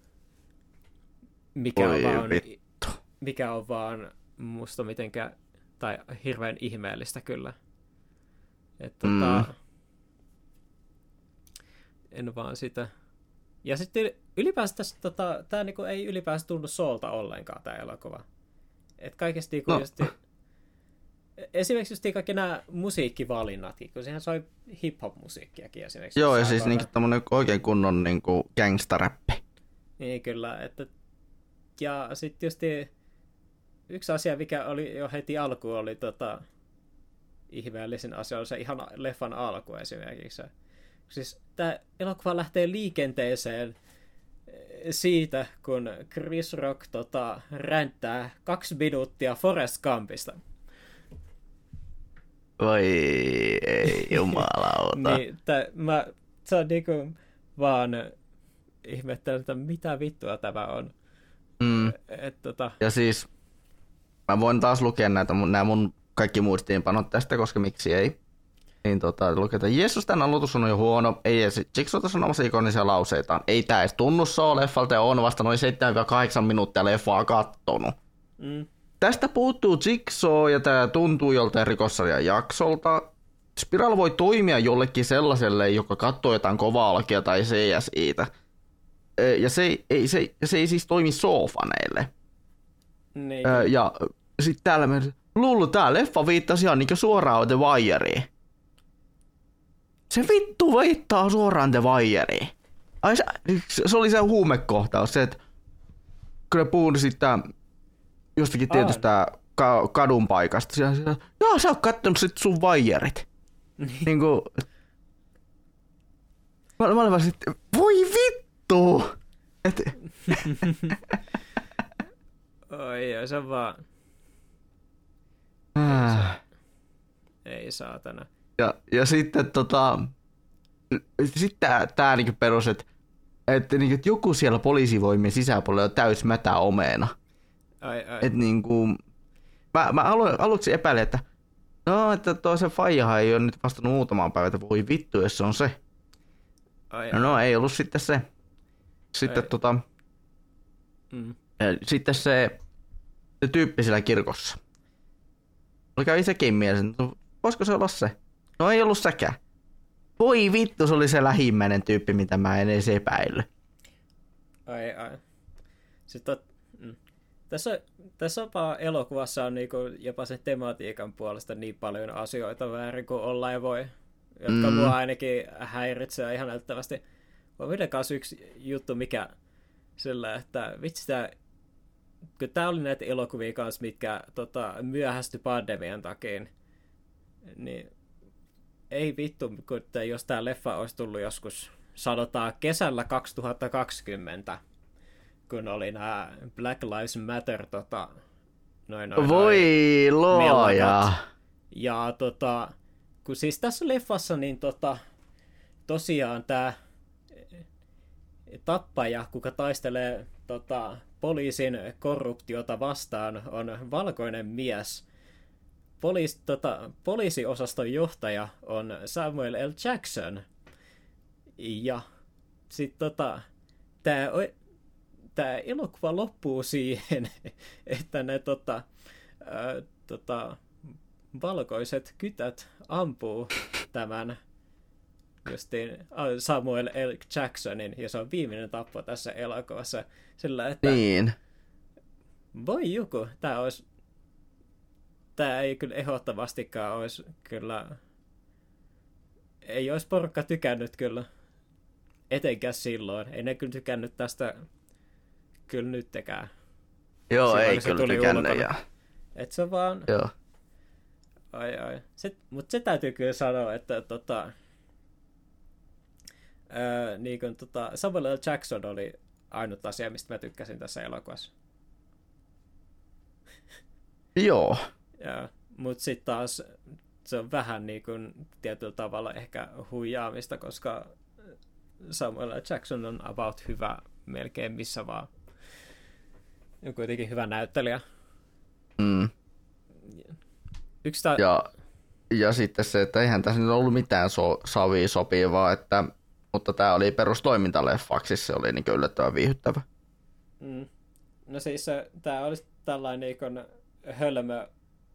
Mikä Oi on vaan, vittu. mikä on vaan musta mitenkään tai hirveän ihmeellistä kyllä. Että mm. tota, en vaan sitä. Ja sitten ylipäänsä tässä, tota, tää niinku ei ylipäänsä tunnu Sawlta ollenkaan tää elokuva. Et kaikesti niinku no. justi, esimerkiksi just kaikki nämä musiikkivalinnatkin, kun sehän soi hip-hop-musiikkiakin esimerkiksi. Joo, ja siis niinku tämmönen oikein kunnon niinku gangstaräppi. Niin kyllä, että ja sitten tietysti yksi asia, mikä oli jo heti alkuun, oli tota, ihmeellisin asia, oli se ihan leffan alku esimerkiksi. Siis tämä elokuva lähtee liikenteeseen siitä, kun Chris Rock tota, ränttää kaksi minuuttia Forrest Gumpista. Voi ei, jumalauta. niin, tää, mä, se on niinku vaan ihmettelen, että mitä vittua tämä on. Mm. Et, tota... Ja siis mä voin taas lukea näitä, nämä mun kaikki muistiinpanot tästä, koska miksi ei. Niin tota, lukee, että Jeesus, tämän aloitus on jo huono, ei edes Jigsawta sanomassa ikonisia lauseitaan. Ei tää edes tunnu soo leffalta ja on vasta noin seitsemän kahdeksan minuuttia leffaa kattonut. Mm. Tästä puuttuu Jigsaw ja tää tuntuu joltain rikossarjan jaksolta. Spiral voi toimia jollekin sellaiselle, joka katsoo jotain kovaa-alkia tai C S I:tä. Ja se ei, se, se ei siis toimi Saw-faneille. Niin. Ja sitten täällä me Lullu, tää leffa viittasi ihan niinku suoraan The Wireen. Se vittu viittaa suoraan The Wireen. Ai se, se oli se huumekohtaus, se, että kun ne puhuu sitä jostakin tietystä ka- kadun paikasta. Siellä, siellä, joo, sä oot kattonut sit sun Wiret. niin kuin, mä, mä olin vaan sitten, voi vittu! Et... Oi, se on vaan... Äh. Ei saatana. Ja, ja sitten tota... Sitten tää, tää niinku perus, että et, niinku, et joku siellä poliisivoimien sisäpuolella on täys mätä omena. Ai, ai. Et niinku... Mä, mä alu, aluksi epäilin, että no, että toi se faijahan ei ole nyt vastannut muutamaan päivään, että voi vittu, jos se on se. Ai, no, no, ei ollut sitten se. Sitten ai. tota... Mm. Sitten se, se tyyppi siellä kirkossa. Oli kävi sekin mielessä, että voisiko se olla se? No ei ollut sekään. Voi vittu, se oli se lähimmäinen tyyppi, mitä mä en edes epäillyt. Ai ai. Sitten, mm. Tässä, tässä on elokuvassa on niinku jopa sen tematiikan puolesta niin paljon asioita väärin kuin olla ja voi, jotka mm. mua ainakin häiritsee ihan näyttävästi. On videokaan yksi juttu, mikä sillä, että vitsi tää, kun tää oli näitä elokuvia kanssa, mitkä tota, myöhästy pandemian takia, niin ei vittu, kun jos tää leffa olisi tullut joskus, sanotaan kesällä kaksituhattakaksikymmentä, kun oli nämä Black Lives Matter tota, noin, noin, voi noin, luoja. Ja tota, kun siis tässä leffassa niin tota, tosiaan tää tappaja, kuka taistelee tota, poliisin korruptiota vastaan, on valkoinen mies. Poliis, tota, poliisiosaston johtaja on Samuel L. Jackson. Ja sitten tota, tämä tää elokuva loppuu siihen, että ne tota, ää, tota, valkoiset kytät ampuu tämän justiin Samuel L. Jacksonin, ja se on viimeinen tappo tässä elokuvassa. Sillä, että niin. Voi joku, tää olisi tää ei kyllä ehdottomastikaan olisi kyllä, ei olisi porukka tykännyt kyllä, etenkään silloin. Ei ne kyllä tykännyt tästä kyllä nyttekään. Joo, silloin, ei kyllä tykännyt. Ja... Et se vaan... Joo. Ai ai. Se, mutta se täytyy kyllä sanoa, että tota, ää, niin kuin, tota, Samuel L. Jackson oli ainut asia, mistä mä tykkäsin tässä elokuvassa. Joo. Mutta sitten taas se on vähän niin kuin tietyllä tavalla ehkä huijaamista, koska Samuel L. Jackson on about hyvä melkein missä vaan. On kuitenkin hyvä näyttelijä. Mm. Yksi ta- ja, ja sitten se, että eihän tässä nyt ollut mitään so- savia sopivaa, että, mutta tämä oli perustoimintaleffaksi, se oli niin yllättävän viihyttävä. Mm. No siis tämä olisi tällainen niin kuin hölmö,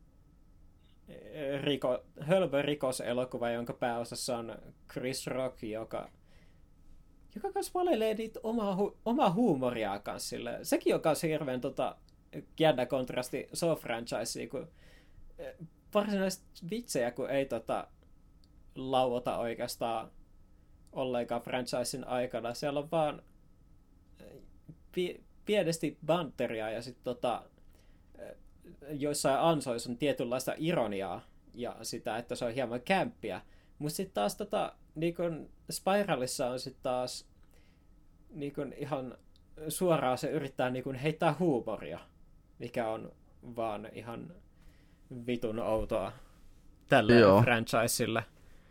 riko, hölmö rikoselokuva, jonka pääosassa on Chris Rock, joka joka kanssa valelee niitä omaa, hu- omaa huumoria kanssa sille. Sekin on kanssa hirveän tota, jännä kontrasti Saw-franchiseen, kun varsinaisesti vitsejä, kun ei tota, lauota oikeastaan ollenkaan franchisen aikana. Siellä on vaan pie- pienesti banteria ja sitten tota, joissain ansoissa on tietynlaista ironiaa ja sitä, että se on hieman kämppiä. Mutta sitten taas tota, niin kun Spiralissa on sitten taas niin kun ihan suoraan se yrittää niin kun heittää huumoria, mikä on vaan ihan vitun outoa tälle Joo. franchiselle.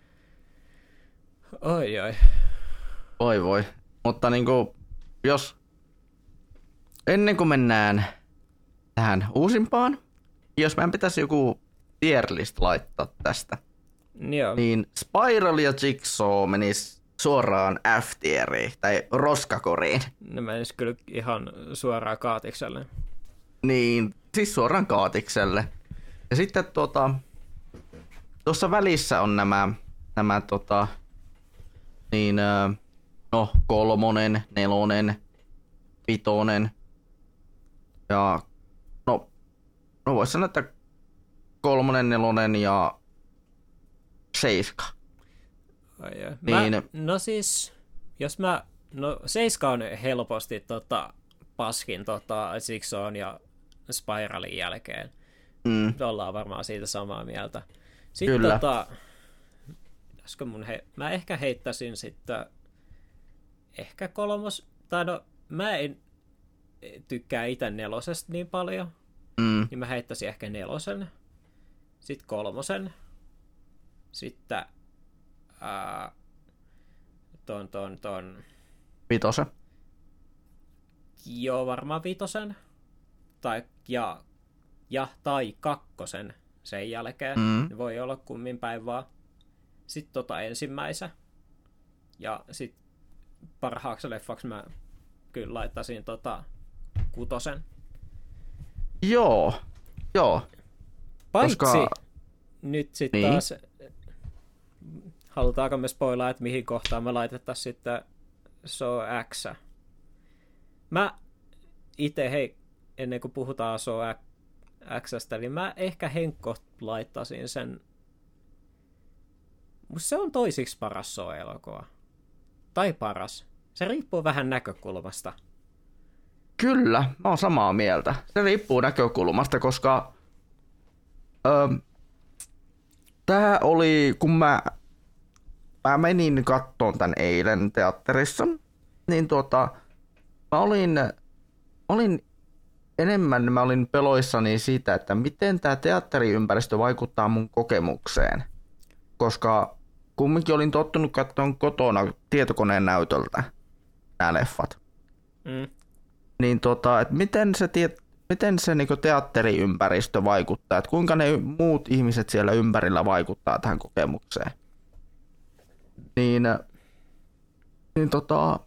Oi oi. Voi voi. Mutta niinku, jos ennen kuin mennään tähän uusimpaan, jos meidän pitäisi joku tier list laittaa tästä, Joo. niin Spiral ja Jigsaw menis suoraan F-tieriin, tai roskakoriin. Ne menis kyllä ihan suoraan kaatikselle. Niin, siis suoraan kaatikselle. Ja sitten tuota, tuossa välissä on nämä, nämä tota, niin, no, kolmonen, nelonen, vitonen ja no, no vois sanoa, että kolmonen, nelonen ja seiska. Ai niin, mä, no siis, jos mä, no seiska on helposti tota, paskin tota, Jigsawn ja Spiralin jälkeen. Mm. Ollaan varmaan siitä samaa mieltä. Sitten Kyllä. Tota, mun he, mä ehkä heittäisin sitten ehkä kolmos, tai no mä en tykkää itse nelosesta niin paljon, mm. niin mä heittäisin ehkä nelosen, sitten kolmosen, sitten ää, ton ton ton vitosen. Joo, varmaan vitosen, tai ja, ja tai kakkosen sen jälkeen, mm. voi olla kummin päin vaan. Sitten tota ensimmäisen. Ja sitten parhaaksi leffaksi mä kyllä laittaisin tota kutosen. Joo, joo. Paitsi Koska... nyt sitten niin. taas, halutaanko me spoilaa, että mihin kohtaan me laitettaisiin sitten Saw X. Mä itse, hei, ennen kuin puhutaan Saw X:stä, niin mä ehkä Henkko laittaisin sen. Musta se on toisiksi paras Saw-elokuva. Tai paras. Se riippuu vähän näkökulmasta. Kyllä, mä oon samaa mieltä. Se riippuu näkökulmasta, koska öö, tää oli, kun mä, mä menin kattoon tän eilen teatterissa, niin tuota, mä olin, olin enemmän, mä olin peloissani siitä, että miten tää teatteriympäristö vaikuttaa mun kokemukseen. Koska kumminkin olin tottunut katsomaan kotona tietokoneen näytöltä nämä leffat. Mm. Niin tota, että miten se, tie, miten se niinku teatteriympäristö vaikuttaa, että kuinka ne muut ihmiset siellä ympärillä vaikuttaa tähän kokemukseen. Niin, niin tota,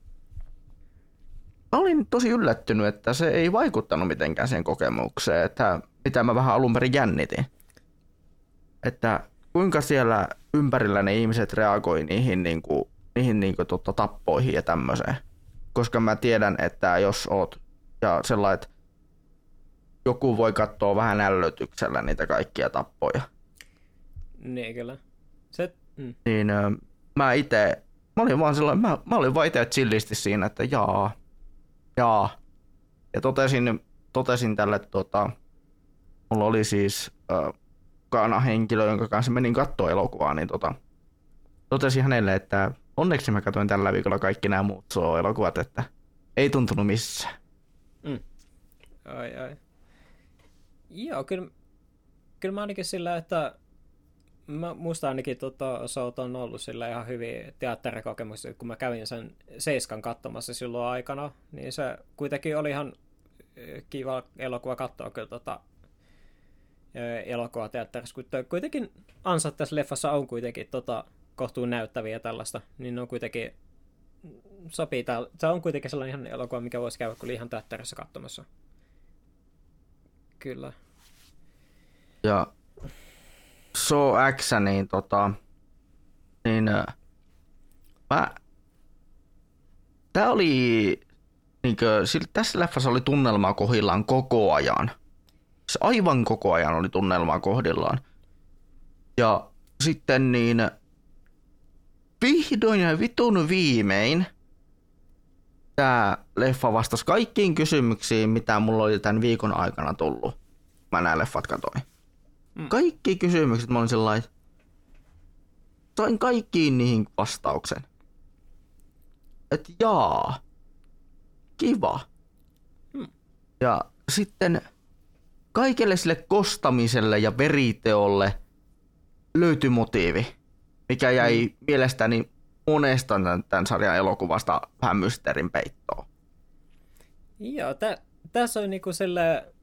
mä olin tosi yllättynyt, että se ei vaikuttanut mitenkään siihen kokemukseen, että mitä mä vähän alun perin jännitin. Että kuinka siellä ympärillä ne ihmiset reagoi niihin, niinku, niihin niinku, totta, tappoihin ja tämmöiseen. Koska mä tiedän, että jos oot ja sellainen, että joku voi katsoa vähän ällötyksellä niitä kaikkia tappoja. Niin kyllä. Se, mm. Niin mä ite, mä olin vaan sellainen, mä, mä olin vaan ite chillisti siinä, että jaa, jaa. Ja totesin, totesin tälle, tota, mulla oli siis äh, kana henkilö, jonka kanssa menin katsoa elokuvaa, niin tota, totesin hänelle, että onneksi mä katsoin tällä viikolla kaikki nämä muut Saw-elokuvat, että ei tuntunut missään. Mm. Ai ai. Joo, kyllä, kyllä mä ainakin sillä, että mä, musta ainakin tota, Sawt on ollut sillä ihan hyviä teatterikokemuksia, kun mä kävin sen Seiskan katsomassa silloin aikana, niin se kuitenkin oli ihan kiva elokuva katsoa kyllä tota, elokuva teatterissa, kun kuitenkin ansat tässä leffassa on kuitenkin tota, kohtuun näyttäviä tällaista, niin ne on kuitenkin sopii täällä. Se on kuitenkin sellainen ihan elokuva, mikä voisi käydä kyllä ihan teatterissa katsomassa. Kyllä. Ja Saw X, niin tota, niin mä, tää oli, niinkö, tässä leffassa oli tunnelmaa kohillaan koko ajan. Se aivan koko ajan oli tunnelmaa kohdillaan. Ja sitten niin vihdoin ja vitun viimein tämä leffa vastasi kaikkiin kysymyksiin, mitä mulla oli tämän viikon aikana tullut. Mä nämä leffat katoin. Mm. Kaikki kysymykset, mä olin sellainen, sain kaikkiin niihin vastauksen. Et jaa, kiva. Mm. Ja sitten kaikelle sille kostamiselle ja veriteolle löytyi motiivi, mikä jäi mm. mielestäni monesta tämän sarjan elokuvasta vähän mysteerin peittoon. Joo, tä, tässä on niinku sille,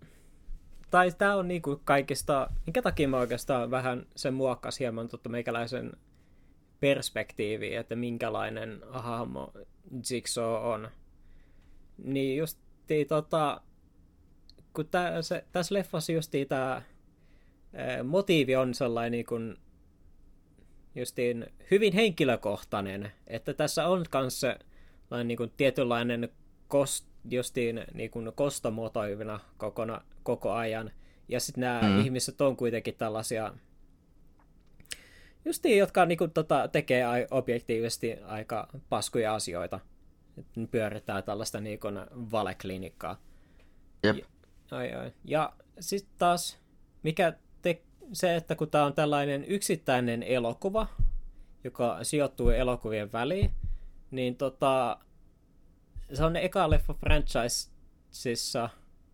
tai tää on niinku kaikista, minkä takia mä oikeastaan vähän sen muokkas hieman totta meikäläisen perspektiiviä, että minkälainen hahmo Jigsaw on. Niin justiin tota, kun tää, se, tässä leffassa justiin tää ää, motiivi on sellainen niin kuin justiin hyvin henkilökohtainen, että tässä on myös se niin kuin tietynlainen kost, justiin niin kuin kostomotiivina kokona, koko ajan. Ja sitten nämä mm. ihmiset on kuitenkin tällaisia, justiin, jotka niin kuin, tota, tekee objektiivisesti aika paskuja asioita. Pyörittää tällaista niin kuin valeklinikkaa. Jep. Ja, ai, ai. ja sitten taas, mikä te, se, että kun tämä on tällainen yksittäinen elokuva, joka sijoittuu elokuvien väliin, niin tota, se on eka leffa franchisessa,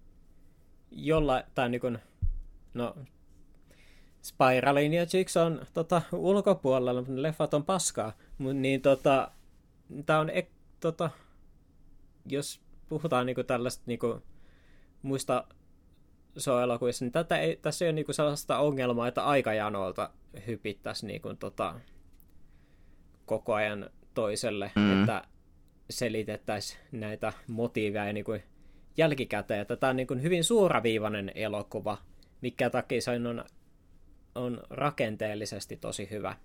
jolla, tai niin kuin, no, Spiralin ja Jigsawn tota, ulkopuolella, mutta leffat on paskaa, mutta niin tota, tämä on, ek, tota, jos puhutaan niinku tällaista niinku muista Saw-elokuvista, niin tätä ei, tässä ei ole niinku sellaista ongelmaa, että aikajanoilta hypittäisiin niinku tota, koko ajan toiselle, mm. että selitettäisiin näitä motiiveja niinku jälkikäteen. Että tämä on niinku hyvin suoraviivainen elokuva, mikä takia se on, on rakenteellisesti tosi hyvä.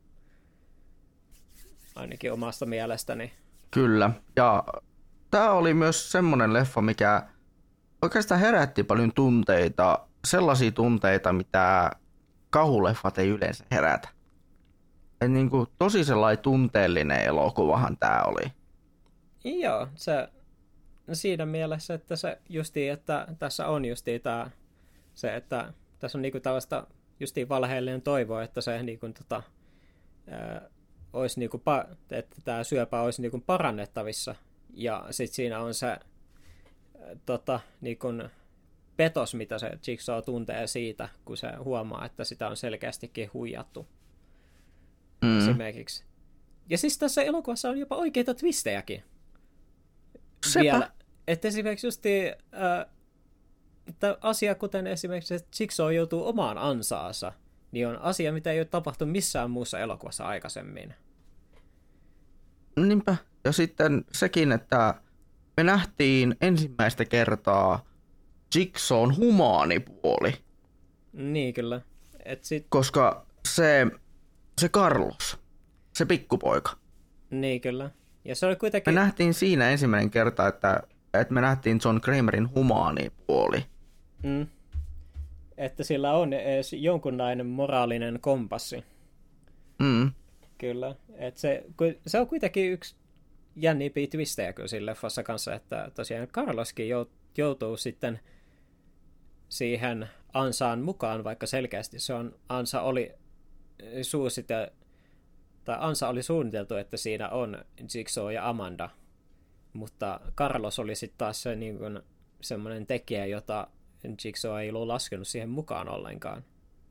Ainakin omasta mielestäni. Kyllä, ja tämä oli myös semmoinen leffa, mikä oikeastaan herätti paljon tunteita, sellaisia tunteita, mitä kauhuleffat ei yleensä herätä. Et niin kuin tosi sellainen tunteellinen elokuvahan tämä oli. Joo, se siinä mielessä, että se justiin, että tässä on justiin tämä, se, että tässä on niinku tällaista justiin valheellinen toivo, että se niinku tota, ää, olisi niinku, että tämä syöpä olisi niinku parannettavissa. Ja sitten siinä on se tota, niinku, petos, mitä se Jigsaw tuntee siitä, kun se huomaa, että sitä on selkeästikin huijattu. Mm. Esimerkiksi. Ja siis tässä elokuvassa on jopa oikeita twistejäkin. Sepä. Vielä. Että esimerkiksi justiin, äh, että asia, kuten esimerkiksi, että Jigsaw joutuu omaan ansaansa, niin on asia, mitä ei ole tapahtunut missään muussa elokuvassa aikaisemmin. Niinpä. Ja sitten sekin, että me nähtiin ensimmäistä kertaa Jigsawn humaanipuoli. Niin, kyllä. Et sit... Koska se, se Carlos, se pikkupoika. Niin, kyllä. Ja se oli kuitenkin... Me nähtiin siinä ensimmäinen kerta, että, että me nähtiin John Kramerin humaanipuoli. Mm. Että sillä on edes jonkunlainen moraalinen kompassi. Mm. Kyllä. Et se, se on kuitenkin yksi jännimpiä twistejä kyllä siinä leffassa kanssa, että tosiaan Carloskin joutuu sitten siihen ansaan mukaan, vaikka selkeästi se on, ansa oli suosite, tai ansa oli suunniteltu, että siinä on Jigsaw ja Amanda, mutta Carlos oli sitten taas se niin kuin semmoinen tekijä, jota Jigsaw ei ollut laskenut siihen mukaan ollenkaan.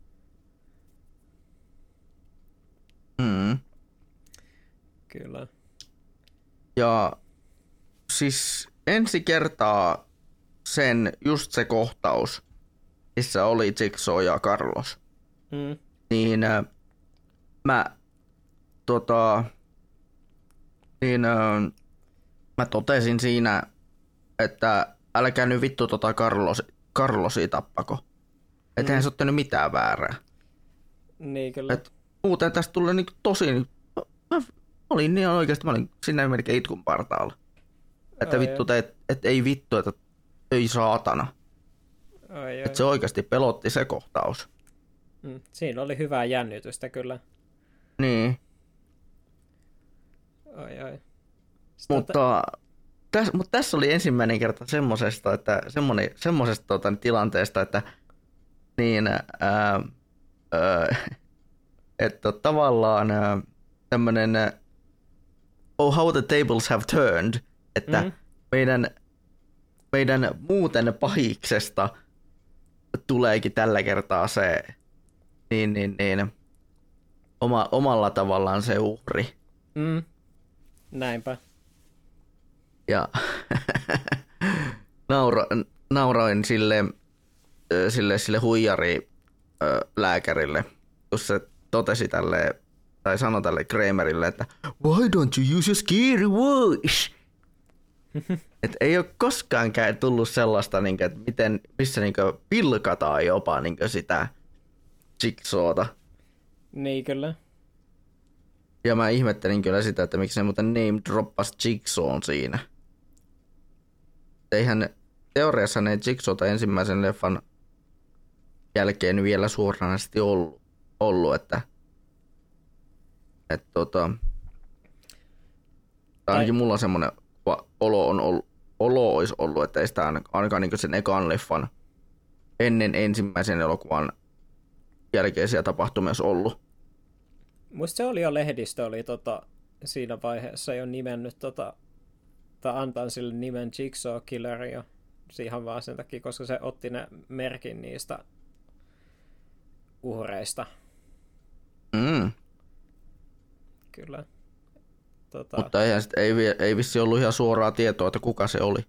Mm. Kyllä. Ja siis ensi kertaa sen, just se kohtaus, missä oli Jigsaw ja Carlos, mm. niin äh, mä tota, niin äh, mä totesin siinä, että älkää nyt vittu tota Carlos, Carlosia tappako. Et mm. eihän se ottanut mitään väärää. Niin kyllä. Et muuten tästä tulee niin tosi, mä olin niin oikeasti, mä olin sinne melkein itkun partaalla. Että oh, vittu, et, et ei vittu, että ei saatana. Ai, että se oikeasti pelotti se kohtaus. Mm, siinä oli hyvää jännitystä kyllä. Niin. Ai, ai. Mutta, Tota... täs, mutta tässä oli ensimmäinen kerta semmosesta, että semmoinen, semmosesta tota, tilanteesta, että niin, ää, ää, että tavallaan ää, tämmöinen oh how the tables have turned, että mm-hmm. meidän, meidän muuten pahiksesta tuleekin tällä kertaa se niin, niin, niin, oma, omalla tavallaan se uhri. Mm. Näinpä. Ja nauro, nauroin sille, sille, sille huijarilääkärille, kun se totesi tälle, tai sanoi tälle Kramerille, että why don't you use a scary voice? Et ei ole koskaan tullut sellaista, että miten, missä pilkataan jopa sitä Jigsawta. Niin kyllä. Ja mä ihmettelin kyllä sitä, että miksi ne muuten name droppas Jigsawn siinä. Eihän teoriassa ne Jigsawta ensimmäisen leffan jälkeen vielä suoranaisesti ollut, ollut että et tota, ainakin mulla semmoinen olo on ollut, olo olisi ollut, että ei sitä ainakaan niin sen ekan leffan ennen ensimmäisen elokuvan jälkeisiä tapahtumia ollut. Musta se oli jo lehdistö, oli tota, siinä vaiheessa jo nimennyt, tota, tai antaa sille nimen Jigsaw Killer jo siihen vaan sen takia, koska se otti ne merkin niistä uhreista. Mm. Kyllä. Tota... Mutta eihän sit, ei, ei vissi ollut ihan suoraa tietoa, että kuka se oli.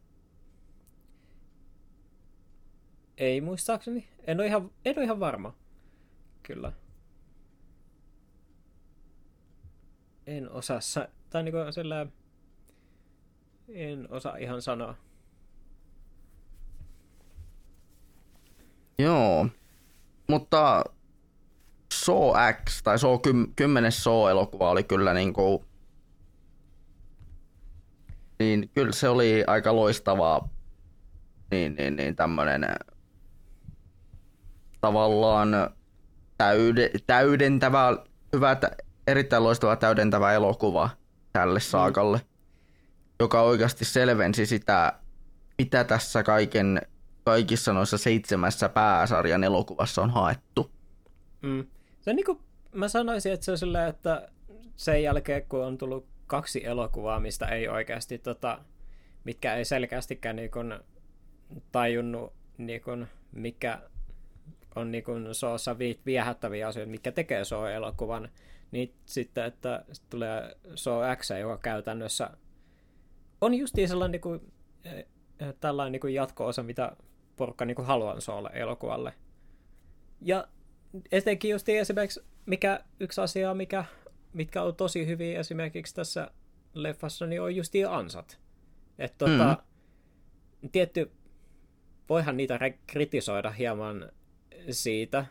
Ei muistaakseni. En ole ihan, en ole ihan varma. Kyllä. En osaa, tai niinku sillä en osaa ihan sanoa. Joo, mutta Saw X, tai Saw kymmenes Saw-elokuva oli kyllä niinku, niin kyllä se oli aika loistavaa, niin, niin, niin tämmönen tavallaan täyde, täydentävä, hyvä, erittäin loistava täydentävä elokuva tälle saakalle, mm. joka oikeasti selvensi sitä, mitä tässä kaiken, kaikissa noissa seitsemässä pääsarjan elokuvassa on haettu. Mm. Se on niin kuin, mä sanoisin, että se on silleen, että sen jälkeen, kun on tullut kaksi elokuvaa, mistä ei oikeasti, tota, mitkä ei selkeästikään niin kuin tajunnut, niin kuin, mikä on niin kuin Sawssa viehättäviä asioita, mikä tekee Saw-elokuvan, niin sitten, että sit tulee Saw X, joka käytännössä on justiin sellainen niin kuin, tällainen niin kuin jatko-osa, mitä porukka niin kuin haluaa Sawlle elokuvalle. Ja etenkin justiin esimerkiksi mikä, yksi asia, mikä, mitkä on tosi hyviä esimerkiksi tässä leffassa, niin on justiin ansat. Että tota, mm. tietty, voihan niitä kritisoida hieman siitä,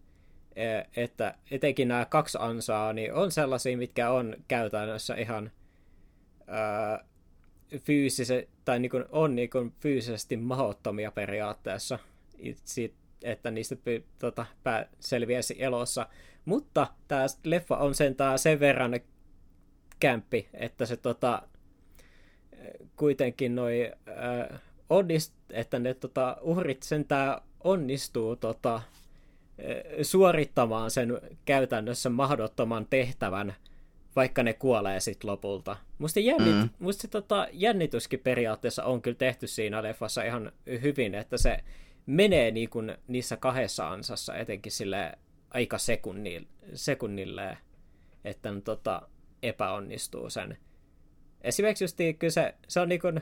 että etenkin nämä kaksi ansaa niin on sellaisia, mitkä on käytännössä ihan ää, fyysise, tai niin kuin on niin kuin fyysisesti mahdottomia periaatteessa, että niistä tota, pää, selviäisi elossa. Mutta tämä leffa on sentään sen verran kämppi, että se tota, kuitenkin noi, ää, onnist, että ne tota, uhrit sentään onnistuu tota, suorittamaan sen käytännössä mahdottoman tehtävän, vaikka ne kuolee sitten lopulta. Musta, jännit, mm. musta se tota, jännityskin periaatteessa on kyllä tehty siinä leffassa ihan hyvin, että se menee niin kuin niissä kahdessa ansassa etenkin sille aika sekunnille, sekunnille että ne tota, epäonnistuu sen. Esimerkiksi just kyllä se, se on niin kuin,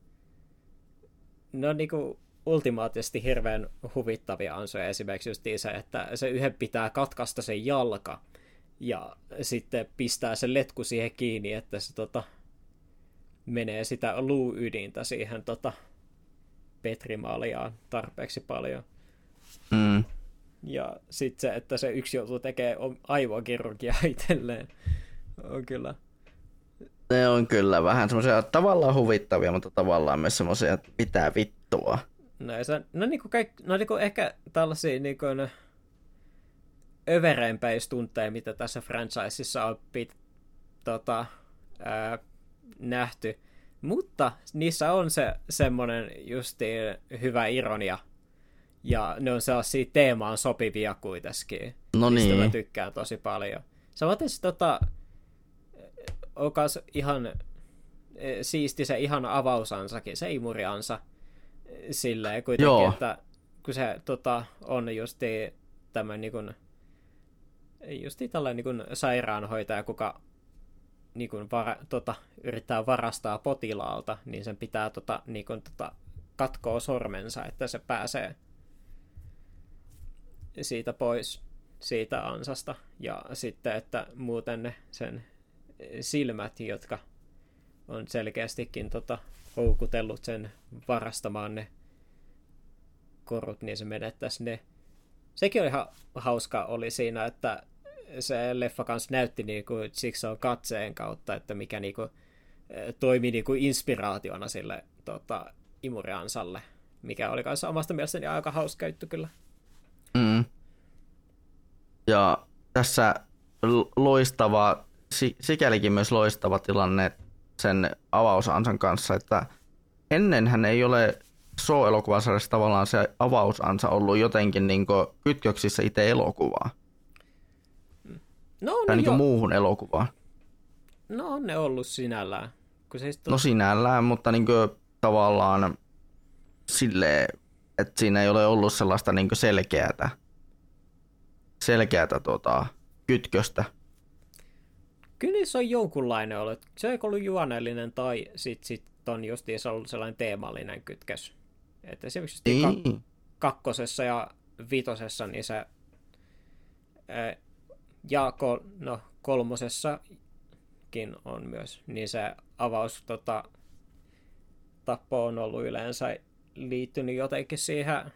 ne on niin kuin ultimaattisesti hirveän huvittavia ansoja. Esimerkiksi just se, että se yhden pitää katkaista sen jalka ja sitten pistää sen letku siihen kiinni, että se tota, menee sitä luuydintä siihen tota, petrimaaliaan tarpeeksi paljon. Mm. Ja sitten se, että se yksi joutuu tekemään aivokirurgia itselleen. On kyllä. Ne on kyllä vähän semmoisia tavallaan huvittavia, mutta tavallaan myös semmoisia, että mitä vittua. näissä, no niinku kaik, no niinku ehkä tällaisia niinku övereimpäistunteja, mitä tässä franchiseissa on pit, tota, ää, nähty, mutta niissä on se semmoinen justi hyvä ironia, ja ne on sellaisia teemaan sopivia kuitenkin, no mistä niin. mä tykkään tosi paljon. Samaten se tota, on kans ihan siisti se ihan avausansakin, se imuriansa, silleen kuitenkin, Joo. että kun se tota, on justi tämmöinen niin kuin, justi tällainen niin kuin sairaanhoitaja, kuka niin kuin vara, tota, yrittää varastaa potilaalta, niin sen pitää tota, niin kuin, tota, katkoa sormensa, että se pääsee siitä pois siitä ansasta. Ja sitten, että muuten ne sen silmät, jotka on selkeästikin tota, houkutellut sen varastamaan ne korut, niin se menettäisi ne. Sekin oli ihan hauska oli siinä, että se leffa kanssa näytti niinku Jigsawn katseen kautta, että mikä niinku, toimi niinku inspiraationa sille tota, imuriansalle, mikä oli kanssa omasta mielestäni aika hauska juttu kyllä. Mm. Ja tässä loistava, sikälikin myös loistava tilanne sen avausansan kanssa, että ennenhän ei ole Saw-elokuvasarjassa tavallaan se avausansa ollut jotenkin niin kuin kytköksissä itse elokuvaan. No, tai no niin kuin muuhun elokuvaan. No on ne ollut sinällään. Kun se no sinällään, mutta niin kuin tavallaan silleen, että siinä ei ole ollut sellaista niin kuin selkeätä, selkeätä tota, kytköstä. Kyllä se on jonkunlainen ollut. Se on ollut juonellinen tai sitten sit on justiin se ollut sellainen teemallinen kytkös. Että esimerkiksi niin. ka- kakkosessa ja vitosessa, niin se ää, ja kol- no, kolmosessakin on myös, niin se avaus tota, tappo on ollut yleensä liittynyt jotenkin siihen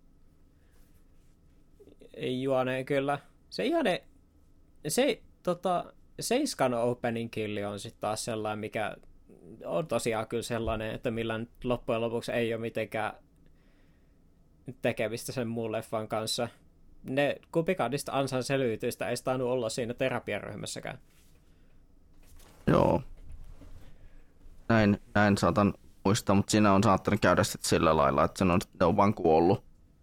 juoneen kyllä. Se juone, se tota, Seiskan opening killi on sitten taas sellainen, mikä on tosiaan kyllä sellainen, että millään loppujen lopuksi ei ole mitenkään tekemistä sen muun leffan kanssa. Ne kupikadista ansan selviytyistä ei tainnut olla siinä terapiaryhmässäkään. Joo. Näin, näin saatan muistaa, mutta siinä on saattanut käydä sitten sillä lailla, että sen on, ne on vaan kuollut.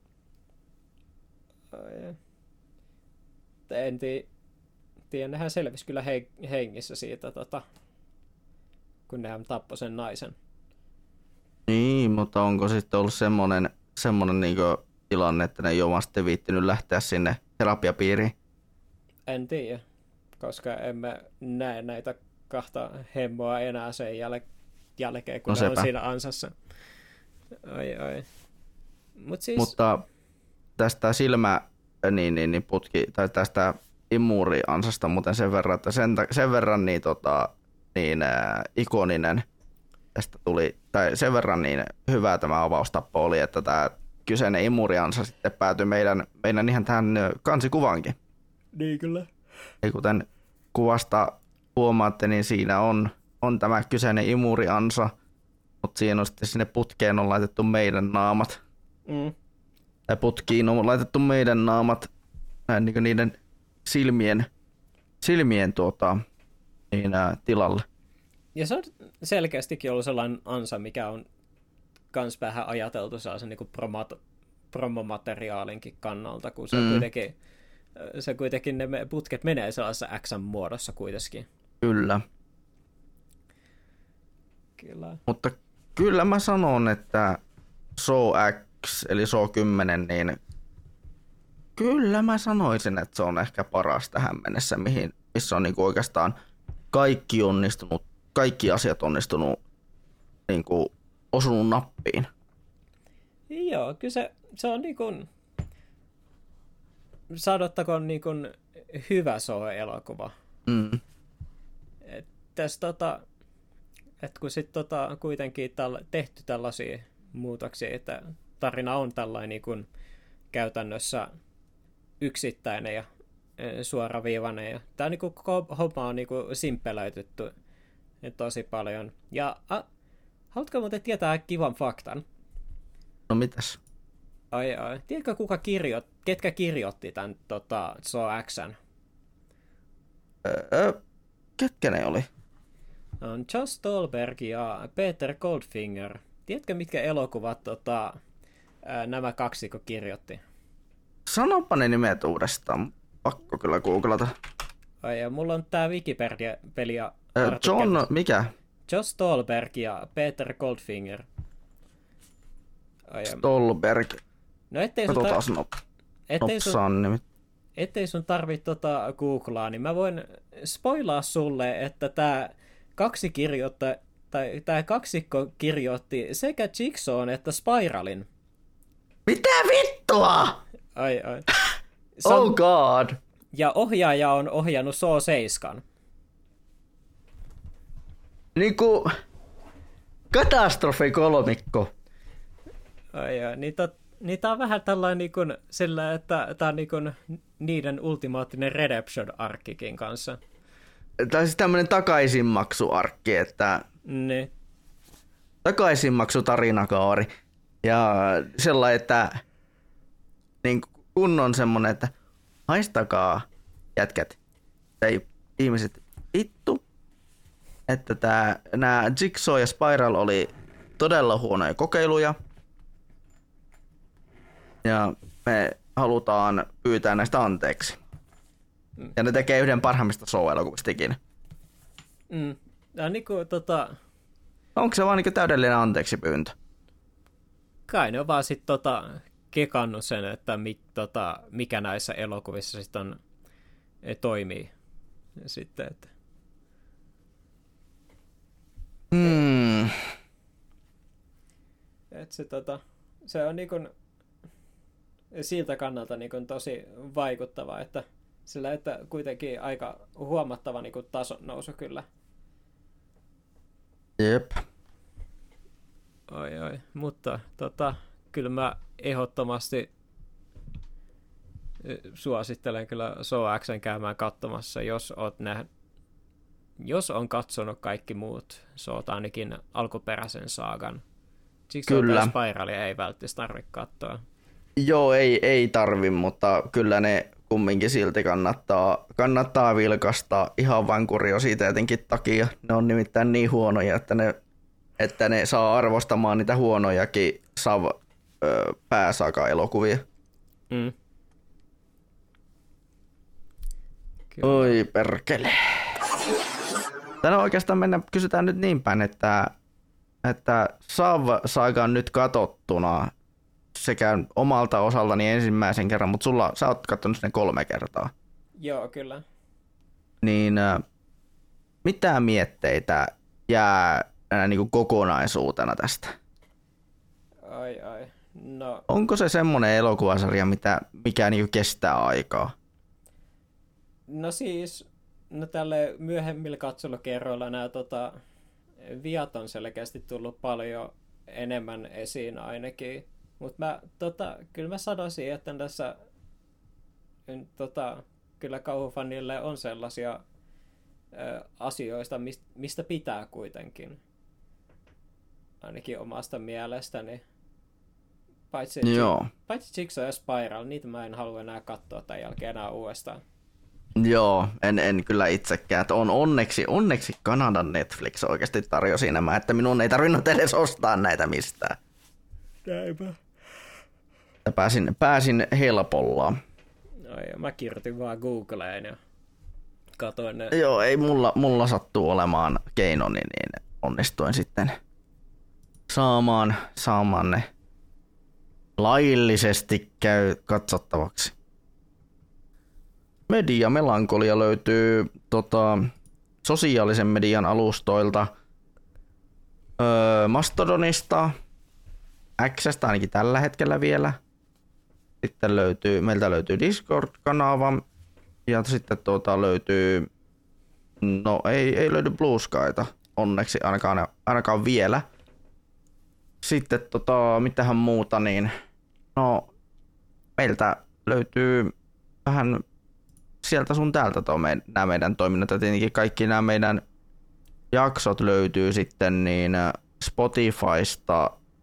En tiedä, nehän selvisi kyllä hengissä siitä, tota, kun nehän tappoi sen naisen. Niin, mutta onko sitten ollut semmoinen, semmoinen niinku tilanne, että ne ei ole sitten viittinyt lähteä sinne terapiapiiriin? En tiedä, koska emme näe näitä kahta hemmoa enää sen jäl- jälkeen, kun no ne on siinä ansassa. Ai, ai. Mut siis... Mutta tästä silmä niin, niin, niin putki, tai tästä immuuriansasta muuten sen verran, että sen, sen verran niin, tota, niin äh, ikoninen tästä tuli, tai sen verran niin hyvä tämä avaustappo oli, että tämä kyseinen immuuriansa sitten päätyi meidän, meidän ihan tähän kansikuvaankin. Niin kyllä. Ja kuten kuvasta huomaatte, niin siinä on, on tämä kyseinen immuuriansa, mutta siinä on sitten sinne putkeen on laitettu meidän naamat. Mm. Tai putkiin on laitettu meidän naamat näin, niin niiden silmien, silmien tuota, niin, ää, tilalle. Ja se on selkeästikin ollut sellainen ansa, mikä on kans vähän ajateltu sellaisen niin kuin promat- promomateriaalinkin kannalta, kun se, mm. kuitenkin, se kuitenkin ne putket menee sellaisessa X-muodossa kuitenkin. Kyllä. Kyllä. Mutta kyllä mä sanon, että Saw X, eli Saw kymmenen, niin kyllä mä sanoisin, että se on ehkä paras tähän mennessä, mihin, missä on niinku oikeastaan kaikki onnistunut, kaikki asiat onnistunut niinku osunut nappiin. Joo, kyllä se, se on niin kuin, sanottakoon niin kuin hyvä Saw-elokuva. Mm. Et tässä tota, et kun sitten tota, kuitenkin tällä, tehty tällaisia muutoksia, että tarina on tällainen niin kuin käytännössä yksittäinen ja suoraviivainen. Ja tämä niin kuin, koko homma on niin kuin simppelöitetty tosi paljon. Ja a, haluatko muuten tietää kivan faktan? No mitäs? Ai ai. Tiedätkö kuka kirjo... ketkä kirjoitti tämän tota, Saw X:n? Öö, ketkä ne oli? On Josh Stolberg ja Peter Goldfinger. Tiedätkö mitkä elokuvat tota, ää, nämä kaksikko kirjoitti? Sanopa ne nimet uudestaan. Pakko kyllä googlata. Ai ja mulla on tää Wikipedia-peli. Öö, John, mikä? Josh Stolberg ja Peter Goldfinger. Ai, Stolberg. No ettei sun, Katsotaan tar- nop- ettei sun, nimet. ettei sun tarvitse tota googlaa, niin mä voin spoilaa sulle, että tää kaksi kirjoitta, tai tää kaksikko kirjoitti sekä Jigsawn että Spiralin. Mitä vittua? Ai ai. On, oh god. Ja ohjaaja on ohjannut Saw seitsemän. Niinku katastrofi kolmikko. Ai ai, niitä Niitä on vähän tällainen niin kuin, sillä, että tämä on niin kuin niiden ultimaattinen redemption-arkkikin kanssa. Tai siis tämmöinen takaisinmaksuarkki, että niin. Takaisinmaksutarinakaari. Ja sellainen, että niin kun on semmoinen, että haistakaa jätkät tai ihmiset vittu, että tää, nämä Jigsaw ja Spiral oli todella huonoja kokeiluja. Ja me halutaan pyytää näistä anteeksi. Mm. Ja ne tekee yhden parhaimmista Saw-elokuvista ikinä. Mm. Ja niin kuin, tota... Onko se vaan niin täydellinen anteeksi pyyntö? Kai ne on vaan sitten tota, kekannut sen, että mi, tota, mikä näissä elokuvissa sitten on, e, toimii. Ja sitten, että... Hmm. Et se, tota, se on niin kuin... siltä kannalta niin kuin tosi vaikuttava, että sillä että kuitenkin aika huomattava niin kuin tason nousu kyllä. Jep. Oi oi, mutta tota, kyllä mä ehdottomasti suosittelen kyllä Saw X:n käymään katsomassa, jos oot nähnyt, jos on katsonut kaikki muut Sawt, ainakin alkuperäisen saagan. Siksi Spiralia ei välttämättä tarvitse katsoa. Joo, ei, ei tarvi, mutta kyllä ne kumminkin silti kannattaa, kannattaa vilkasta ihan vain kuriositeetinkin takia. Ne on nimittäin niin huonoja, että ne, että ne saa arvostamaan niitä huonojakin Saw pääsaga-elokuvia. Mm. Oi perkele. Tänään oikeastaan mennä, kysytään nyt niin päin, että, että Saw-saga on nyt katsottuna sekä omalta osaltani ensimmäisen kerran, mutta sulla, sä oot katsonut sen kolme kertaa. Joo, kyllä. Niin mitä mietteitä jää niin kuin kokonaisuutena tästä? Ai ai. No. Onko se semmoinen elokuvasarja, mitä, mikä niin kuin kestää aikaa? No siis, no tälle myöhemmillä katselukerroilla nämä tota, viat on selkeästi tullut paljon enemmän esiin ainakin. Mutta mä, tota, kyllä mä sanoisin, että tässä tota, kyllä kauhufanille on sellaisia ö, asioista, mist, mistä pitää kuitenkin. Ainakin omasta mielestäni. Paitsi, Joo. paitsi Jigsaw ja Spiral, niitä mä en halua enää katsoa tämän jälkeen enää uudestaan. Joo, en, en kyllä itsekään. Että on onneksi, onneksi Kanadan Netflix oikeasti tarjosi nämä, että minun ei tarvinnut edes ostaa näitä mistään. Näinpä. Pääsin, pääsin helpolla. No, ja mä kirjoitin vaan Googleen ja katoin ne. Joo, ei mulla, mulla sattuu olemaan keino, niin, niin onnistuin sitten saamaan, saamaan ne laillisesti käy katsottavaksi. Media Melankolia löytyy tota, sosiaalisen median alustoilta, öö, Mastodonista, X:stä ainakin tällä hetkellä vielä. Sitten löytyy, meiltä löytyy Discord-kanava ja sitten tuota löytyy, no ei, ei löydy Blue Skyta onneksi ainakaan, ainakaan vielä. Sitten tota, mitähän muuta, niin no meiltä löytyy vähän sieltä sun täältä tuo me, nämä meidän toiminnat. Ja tietenkin kaikki nämä meidän jaksot löytyy sitten niin Spotifysta,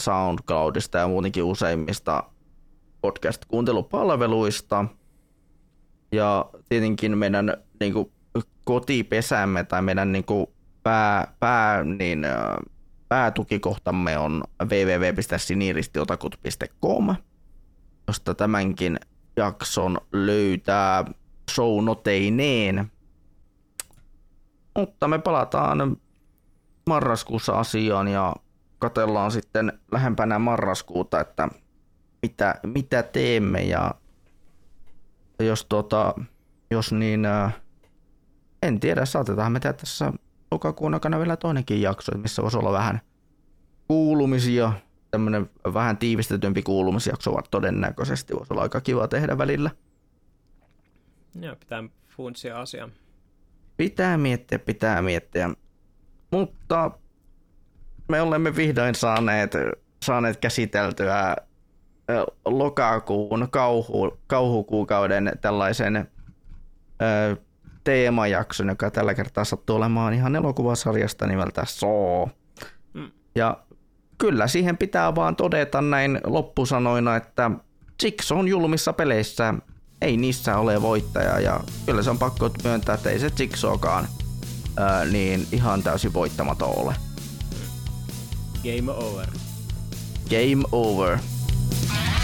SoundCloudista ja muutenkin useimmista podcast-kuuntelupalveluista. Ja tietenkin meidän niin kuin, kotipesämme tai meidän niin kuin, pää, pää, niin, päätukikohtamme on double-u double-u double-u piste siniristiotakut piste com, josta tämänkin jakson löytää shownoteineen. Mutta me palataan marraskuussa asiaan ja katsellaan sitten lähempänä marraskuuta, että mitä, mitä teemme ja jos, tota, jos niin, ää, en tiedä, saatetaan me tehdä tässä lokakuun aikana vielä toinenkin jakso, missä voisi olla vähän kuulumisia, tämmöinen vähän tiivistetympi kuulumisjakso todennäköisesti voisi olla aika kiva tehdä välillä. Joo, pitää funtsia asiaa. Pitää miettiä, pitää miettiä. Mutta me olemme vihdoin saaneet, saaneet käsiteltyä lokakuun kauhu, kauhukuukauden tällaisen ö, teemajakson, joka tällä kertaa sattuu olemaan ihan elokuvasarjasta nimeltä Saw. Mm. Ja kyllä siihen pitää vaan todeta näin loppusanoina, että Jigsaw on julmissa peleissä, ei niissä ole voittaja ja kyllä se on pakko myöntää, että ei se Jigsawkaan ää, niin ihan täysin voittamaton ole. Game over. Game over.